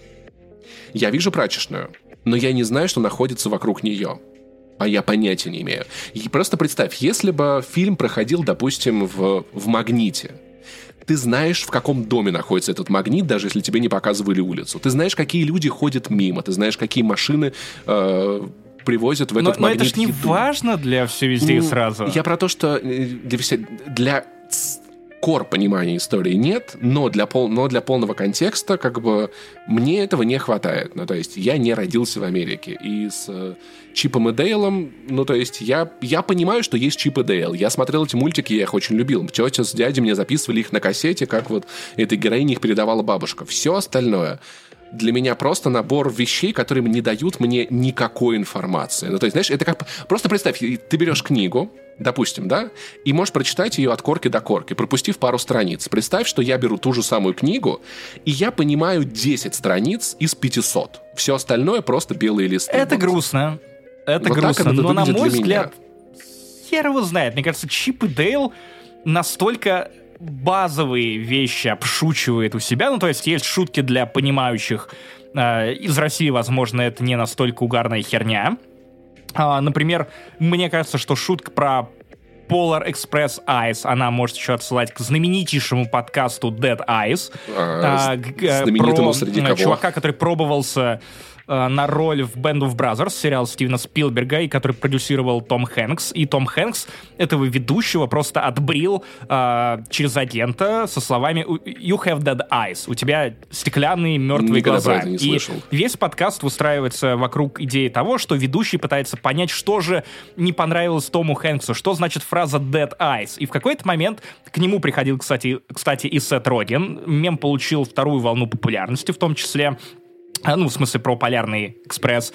Я вижу прачечную, но я не знаю, что находится вокруг нее. А я понятия не имею. И просто представь, если бы фильм проходил, допустим, в «Магните», ты знаешь, в каком доме находится этот магнит, даже если тебе не показывали улицу. Ты знаешь, какие люди ходят мимо. Ты знаешь, какие машины привозят в этот магнит. Но это ж не важно для «Все везде и сразу». Я про то, что для кор понимания истории нет, но для полного контекста как бы мне этого не хватает. То есть я не родился в Америке. И с Чипом и Дейлом, то есть я понимаю, что есть Чип и Дейл. Я смотрел эти мультики, я их очень любил. Тетя с дядей мне записывали их на кассете, как этой героине их передавала бабушка. Все остальное для меня просто набор вещей, которые не дают мне никакой информации. То есть, знаешь, это как... Просто представь, ты берешь книгу, допустим, да, и можешь прочитать ее от корки до корки, пропустив пару страниц. Представь, что я беру ту же самую книгу, и я понимаю 10 страниц из 500. Все остальное просто белые листы. Это грустно. Это грустно. Но, на мой взгляд, хер его знает. Мне кажется, Чип и Дейл настолько базовые вещи обшучивает у себя. То есть есть шутки для понимающих. Из России, возможно, это не настолько угарная херня. Например, мне кажется, что шутка про Polar Express Ice, она может еще отсылать к знаменитейшему подкасту Dead Eyes. Знаменитому среди кого? Чувака, который пробовался на роль в Band of Brothers, сериал Стивена Спилберга, и который продюсировал Том Хэнкс. И Том Хэнкс этого ведущего просто отбрил через агента со словами «You have dead eyes», у тебя стеклянные мертвые глаза. И весь подкаст выстраивается вокруг идеи того, что ведущий пытается понять, что же не понравилось Тому Хэнксу, что значит фраза «dead eyes». И в какой-то момент к нему приходил, кстати, и Сет Роген. Мем получил вторую волну популярности, в том числе... в смысле, про Полярный экспресс.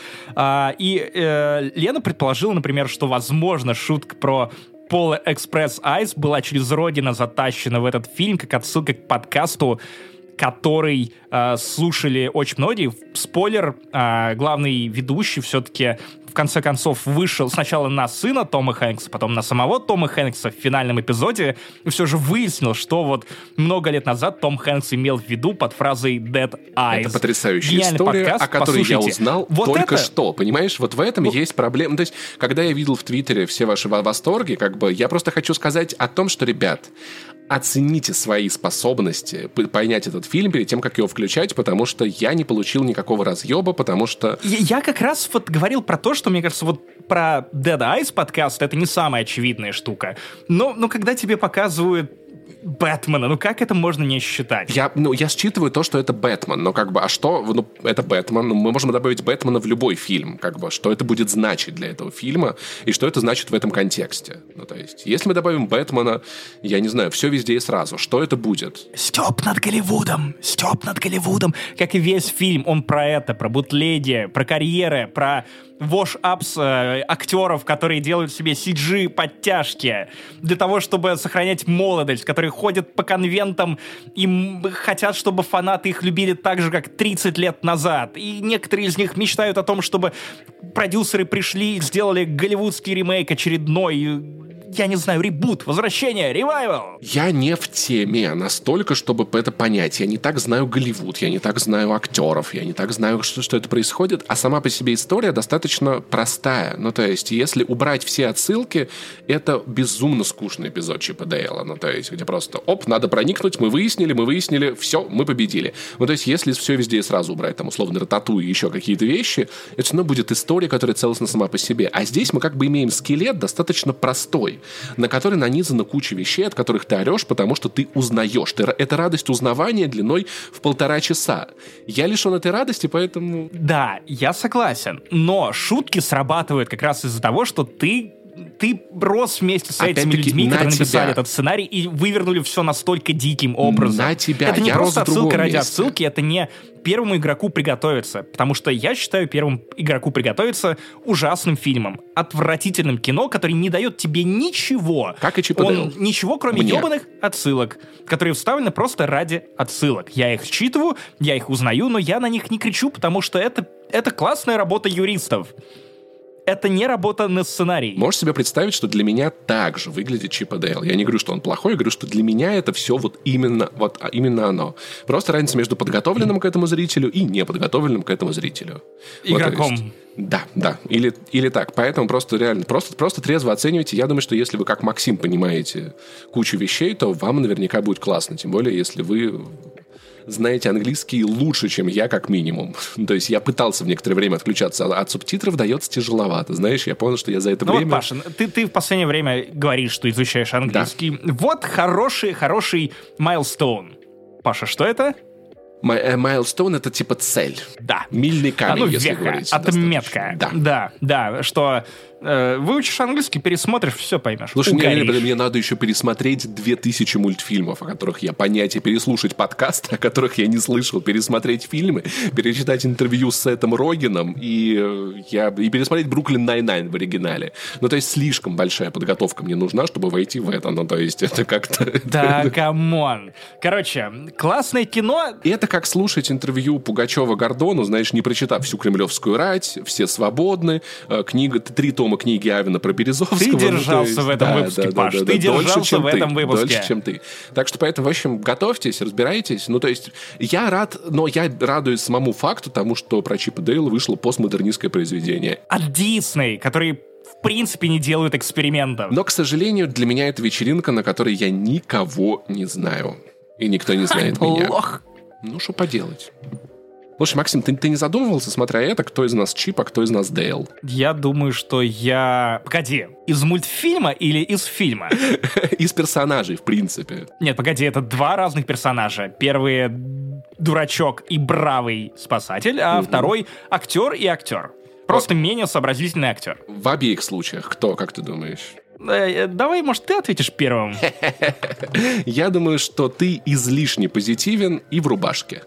Лена предположила, например, что, возможно, шутка про Polar Express Ice была через Родина затащена в этот фильм как отсылка к подкасту, который слушали очень многие. Спойлер, главный ведущий все-таки в конце концов вышел сначала на сына Тома Хэнкса, потом на самого Тома Хэнкса в финальном эпизоде, и все же выяснил, что вот много лет назад Том Хэнкс имел в виду под фразой «Dead Eyes». Это потрясающая Гениальный история, подкаст, о которой я узнал вот только это... что. Понимаешь, вот в этом есть проблема. То есть, когда я видел в Твиттере все ваши восторги, как бы я просто хочу сказать о том, что, ребят, оцените свои способности понять этот фильм перед тем, как его включать, потому что я не получил никакого разъеба, потому что... Я как раз вот говорил про то, что, мне кажется, вот про Dead Eyes подкаст это не самая очевидная штука. Но когда тебе показывают Бэтмена, ну как это можно не считать? Я считываю то, что это Бэтмен, но как бы, а что? Ну, это Бэтмен, мы можем добавить Бэтмена в любой фильм, как бы, что это будет значить для этого фильма, и что это значит в этом контексте. Ну, то есть, если мы добавим Бэтмена, я не знаю, все везде и сразу, что это будет? Стёб над Голливудом, как и весь фильм, он про это, про бутлеги, про карьеры, про вош-апс актеров, которые делают себе CG-подтяжки для того, чтобы сохранять молодость, которые ходят по конвентам и хотят, чтобы фанаты их любили так же, как 30 лет назад. И некоторые из них мечтают о том, чтобы продюсеры пришли и сделали голливудский ремейк очередной, я не знаю, ребут, возвращение, ревайвал. Я не в теме настолько, чтобы это понять. Я не так знаю Голливуд, я не так знаю актеров, я не так знаю, что это происходит, а сама по себе история достаточно простая. Ну, то есть, если убрать все отсылки, это безумно скучный эпизод Чипа Дейла. Ну, то есть, где просто, надо проникнуть, мы выяснили, все, мы победили. Ну, то есть, если все везде и сразу убрать, там, условно, Рататуй и еще какие-то вещи, это все равно будет история, которая целостна сама по себе. А здесь мы как бы имеем скелет достаточно простой, на который нанизана куча вещей, от которых ты орешь, потому что ты узнаешь. Это радость узнавания длиной в 1,5 часа. Я лишен этой радости, поэтому... Да, я согласен. Но шутки срабатывают как раз из-за того, что ты рос вместе с этими людьми, которые написали этот сценарий, и вывернули все настолько диким образом. На тебя. Это не я просто отсылка ради месте. отсылки, это не первому игроку приготовиться. Потому что я считаю первому игроку приготовиться ужасным фильмом. Отвратительным кино, который не дает тебе ничего. Как и Чип и Дейл. Ничего, кроме ебаных отсылок, которые вставлены просто ради отсылок. Я их считываю, я их узнаю, но я на них не кричу, потому что это классная работа юристов. Это не работа на сценарий. Можешь себе представить, что для меня так же выглядит Чип и Дейл. Я не говорю, что он плохой, я говорю, что для меня это все вот именно оно. Просто разница между подготовленным к этому зрителю и неподготовленным к этому зрителю. Игроком. Вот, да. Или так. Поэтому просто реально, просто трезво оценивайте. Я думаю, что если вы, как Максим, понимаете кучу вещей, то вам наверняка будет классно. Тем более, если вы... знаете английский лучше, чем я, как минимум. То есть я пытался в некоторое время отключаться от субтитров, дается тяжеловато. Знаешь, я понял, что я за это время... Вот, Паша, ты в последнее время говоришь, что изучаешь английский. Да. Вот хороший майлстоун. Паша, что это? Майлстоун — это типа цель. Да. Мильный камень, если веха, говорить. отметка. Да, что... выучишь английский, пересмотришь, все поймешь. Слушай, мне надо еще пересмотреть 2000 мультфильмов, о которых я понятия, переслушать подкасты, о которых я не слышал, пересмотреть фильмы, перечитать интервью с Сетом Рогеном и пересмотреть «Бруклин Найн-Найн» в оригинале. Ну, то есть, слишком большая подготовка мне нужна, чтобы войти в это. Ну, то есть, это как-то... Да, камон. Короче, классное кино... Это как слушать интервью Пугачева-Гордону, знаешь, не прочитав всю «Кремлевскую рать», «Все свободны», книга, 3 тома книги Авина про Березовского. Ты держался в этом выпуске, Паш. Ты держался в этом выпуске. Дольше, чем ты. Так что, поэтому, в общем, готовьтесь, разбирайтесь. Ну, то есть, я рад, но я радуюсь самому факту тому, что про Чипа Дейла вышло постмодернистское произведение. От Дисней, который в принципе не делают экспериментов. Но, к сожалению, для меня это вечеринка, на которой я никого не знаю. И никто не знает меня. Лох. Ну, что поделать. Слушай, Максим, ты не задумывался, смотря это, кто из нас Чип, а кто из нас Дейл? Я думаю, что я... Погоди, из мультфильма или из фильма? Из персонажей, в принципе. Нет, погоди, это 2 разных персонажа. Первый дурачок и бравый спасатель, а второй актер и актер. Просто менее сообразительный актер. В обеих случаях кто, как ты думаешь? Давай, может, ты ответишь первым? Я думаю, что ты излишне позитивен и в рубашке.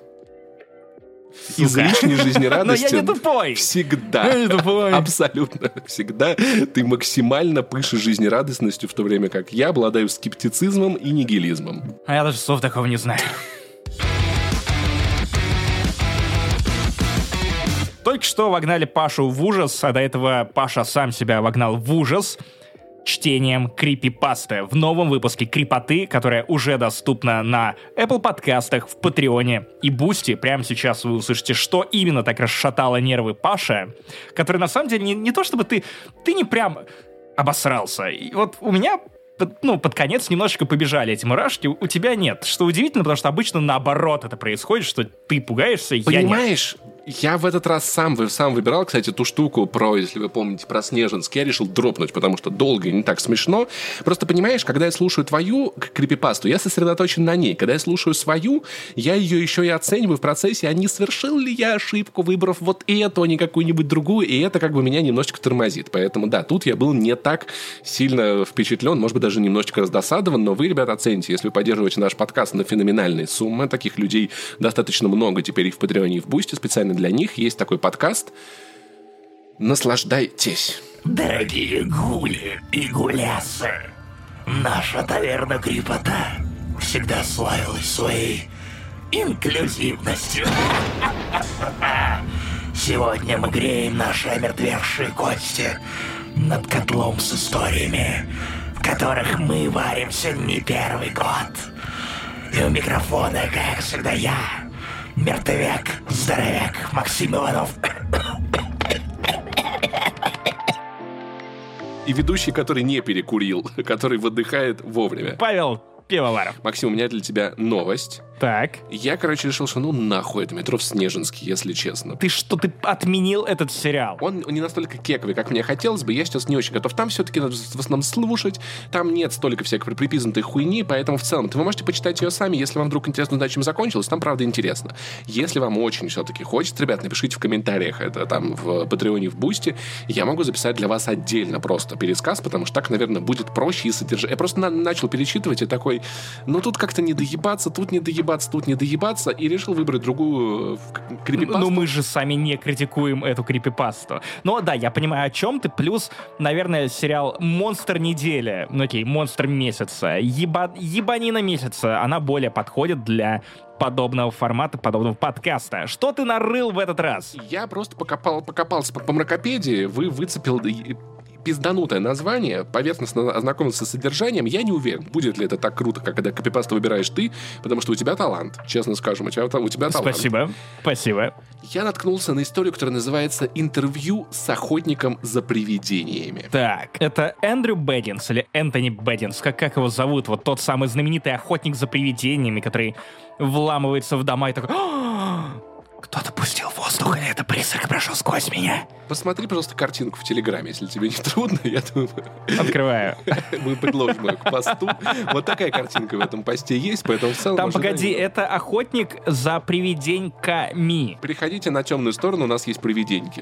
Излишне жизнерадостен. Но я не тупой. Всегда. Я не тупой. Абсолютно. Всегда ты максимально пышешь жизнерадостностью, в то время как я обладаю скептицизмом и нигилизмом. А я даже слов такого не знаю. Только что вогнали Пашу в ужас, а до этого Паша сам себя вогнал в ужас чтением крипипасты в новом выпуске Крипоты, которая уже доступна на Apple подкастах, в Патреоне и Бусти. Прямо сейчас вы услышите, что именно так расшатало нервы Паша, который на самом деле не то чтобы ты не прям обосрался. И вот у меня под конец немножечко побежали эти мурашки, у тебя нет. Что удивительно, потому что обычно наоборот это происходит, что ты пугаешься, я нет. Понимаешь, я в этот раз сам выбирал, кстати, ту штуку если вы помните, про Снежинск. Я решил дропнуть, потому что долго и не так смешно. Просто понимаешь, когда я слушаю твою крипипасту, я сосредоточен на ней. Когда я слушаю свою, я ее еще и оцениваю в процессе, а не совершил ли я ошибку, выбрав вот эту, а не какую-нибудь другую, и это как бы меня немножечко тормозит. Поэтому да, тут я был не так сильно впечатлен, может быть, даже немножечко раздосадован, но вы, ребята, оцените, если вы поддерживаете наш подкаст на феноменальные суммы. Таких людей достаточно много теперь и в Патреоне, и в Бусти. Специально для них есть такой подкаст. Наслаждайтесь. Дорогие гули и гулясы, наша таверна Крипота всегда славилась своей инклюзивностью. Сегодня мы греем наши омертвевшие кости над котлом с историями, в которых мы варимся не первый год. И у микрофона, как всегда, я, мертвяк-здоровяк Максим Иванов. И ведущий, который не перекурил, который выдыхает вовремя. Павел Пивоваров. Максим, у меня для тебя новость. Так. Я, решил, что нахуй это метро в Снежинске, если честно. Ты отменил этот сериал? Он не настолько кековый, как мне хотелось бы. Я сейчас не очень готов. Там все-таки надо в основном слушать. Там нет столько всякой припизнутой хуйни, поэтому в целом вы можете почитать ее сами. Если вам вдруг интересно узнать, чем закончилось, там правда интересно. Если вам очень все-таки хочется, ребят, напишите в комментариях. Это там в Патреоне, в Бусти. Я могу записать для вас отдельно просто пересказ, потому что так, наверное, будет проще и содержать. Я просто начал перечитывать и такой, тут как-то не доебаться, тут не доебаться, тут не доебаться, и решил выбрать другую крипипасту. Ну, мы же сами не критикуем эту крипипасту. Но да, я понимаю, о чем ты. Плюс, наверное, сериал «Монстр недели», «Монстр месяца», «Ебанина месяца», она более подходит для подобного формата, подобного подкаста. Что ты нарыл в этот раз? Я просто покопался по мракопедии, выцепил пизданутое название, поверхностно ознакомился с содержанием. Я не уверен, будет ли это так круто, как когда копипасту выбираешь ты, потому что у тебя талант, честно скажем, у тебя талант. Спасибо. Я наткнулся на историю, которая называется «Интервью с охотником за привидениями». Так, это Эндрю Бэггинс или Энтони Бэггинс, как его зовут, вот тот самый знаменитый охотник за привидениями, который вламывается в дома и такой: кто-то пустил воздух, или это призрак прошел сквозь меня? Посмотри, пожалуйста, картинку в Телеграме, если тебе не трудно, я думаю... Открываю. Мы предложим ее к посту. Вот такая картинка в этом посте есть, поэтому в целом... Там, погоди, это охотник за привиденьками. Приходите на темную сторону, у нас есть привиденьки.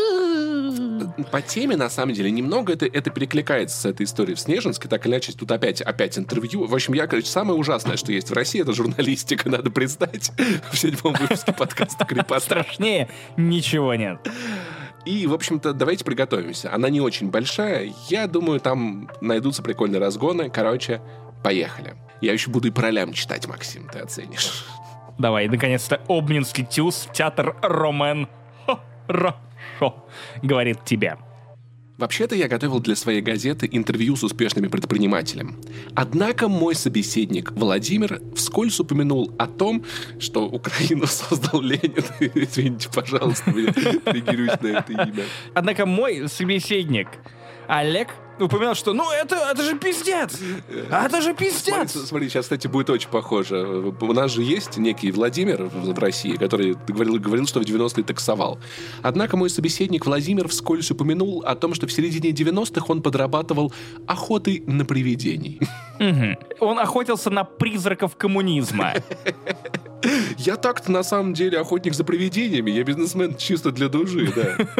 По теме, на самом деле, немного это перекликается с этой историей в Снежинске, так или иначе, тут опять интервью. В общем, самое ужасное, что есть в России, это журналистика, надо признать, в 7-м выпуске подкаста «Крипота». Страшнее ничего нет. И, в общем-то, давайте приготовимся. Она не очень большая. Я думаю, там найдутся прикольные разгоны. Поехали. Я еще буду и про лям читать, Максим, ты оценишь. Давай, наконец-то, Обнинский ТЮЗ, театр Ромен. Хорошо, говорит тебе. Вообще-то я готовил для своей газеты интервью с успешными предпринимателем. Однако мой собеседник Владимир вскользь упомянул о том, что Украину создал Ленин. Извините, пожалуйста, я триггерюсь на это имя. Однако мой собеседник Олег упоминал, что это же пиздец! Это же пиздец! Смотри, сейчас, кстати, будет очень похоже. У нас же есть некий Владимир в России, который говорил, что в 90-е таксовал. Однако мой собеседник Владимир вскользь упомянул о том, что в середине 90-х он подрабатывал охотой на привидений. Он охотился на призраков коммунизма. Я так-то на самом деле охотник за привидениями. Я бизнесмен чисто для души,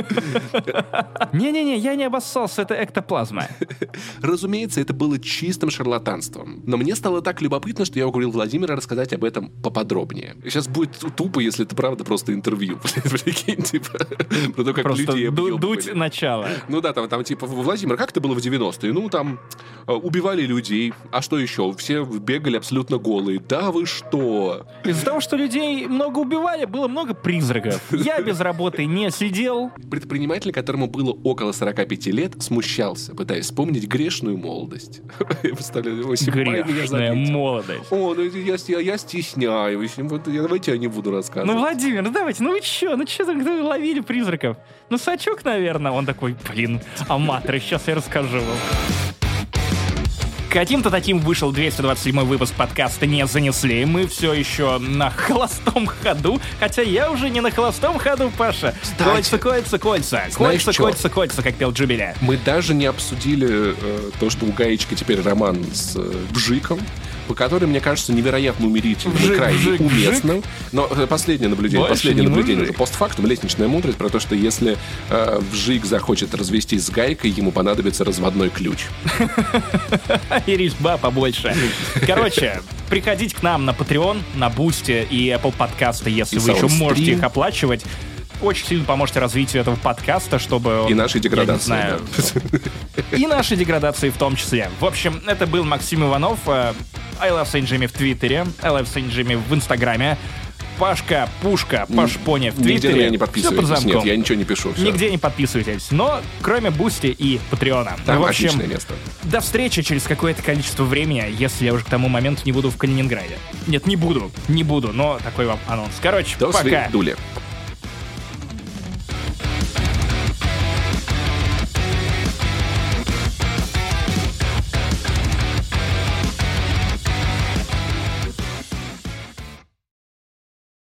да. Не-не-не, я не обоссался, это эктоплазма. Разумеется, это было чистым шарлатанством. Но мне стало так любопытно, что я уговорил Владимира рассказать об этом поподробнее. Сейчас будет тупо, если это правда просто интервью. Прикинь, типа, про то, как людей объебывали. Дуть начало. Ну да, там типа, Владимир, как это было в 90-е? Ну, там убивали людей. А что еще? Все бегали абсолютно голые. Да вы что? Из-за того, что люди людей много убивали, было много призраков. Я без работы не сидел. Предприниматель, которому было около 45 лет, смущался, пытаясь вспомнить грешную молодость. Я представляю, Грешная молодость. О, ну я стесняюсь. Вот, давайте я не буду рассказывать. Ну, Владимир, давайте, вы что там ловили призраков? Ну, Сачок, наверное. Он такой, аматоры, сейчас я расскажу вам. Каким-то таким вышел 227 выпуск подкаста «Не занесли». Мы все еще на холостом ходу, хотя я уже не на холостом ходу, Паша. Кольца, как пел Джубиля. Мы даже не обсудили то, что у Гаечки теперь роман с Бжиком, по которой, мне кажется, невероятно умерительным и крайне уместным. Но последнее наблюдение уже постфактум, лестничная мудрость про то, что если Бжик захочет развестись с Гайкой, ему понадобится разводной ключ. И резьба побольше. Короче, приходите к нам на Patreon, на Boosty и Apple подкасты, если вы еще можете их оплачивать. Очень сильно поможете развитию этого подкаста, чтобы... И нашей деградации. Я не знаю. И нашей деградации в том числе. В общем, это был Максим Иванов. I Love Saint Jimmy в Твиттере. I Love Saint Jimmy в Инстаграме. Пашка, Пушка, Пашпоня в Твиттере. Нигде на меня не подписывайтесь. Нет, я ничего не пишу. Все. Нигде не подписывайтесь. Но кроме Бусти и Патреона. Там отличное место. До встречи через какое-то количество времени, если я уже к тому моменту не буду в Калининграде. Нет, не буду, но такой вам анонс. Короче, пока. До свидания.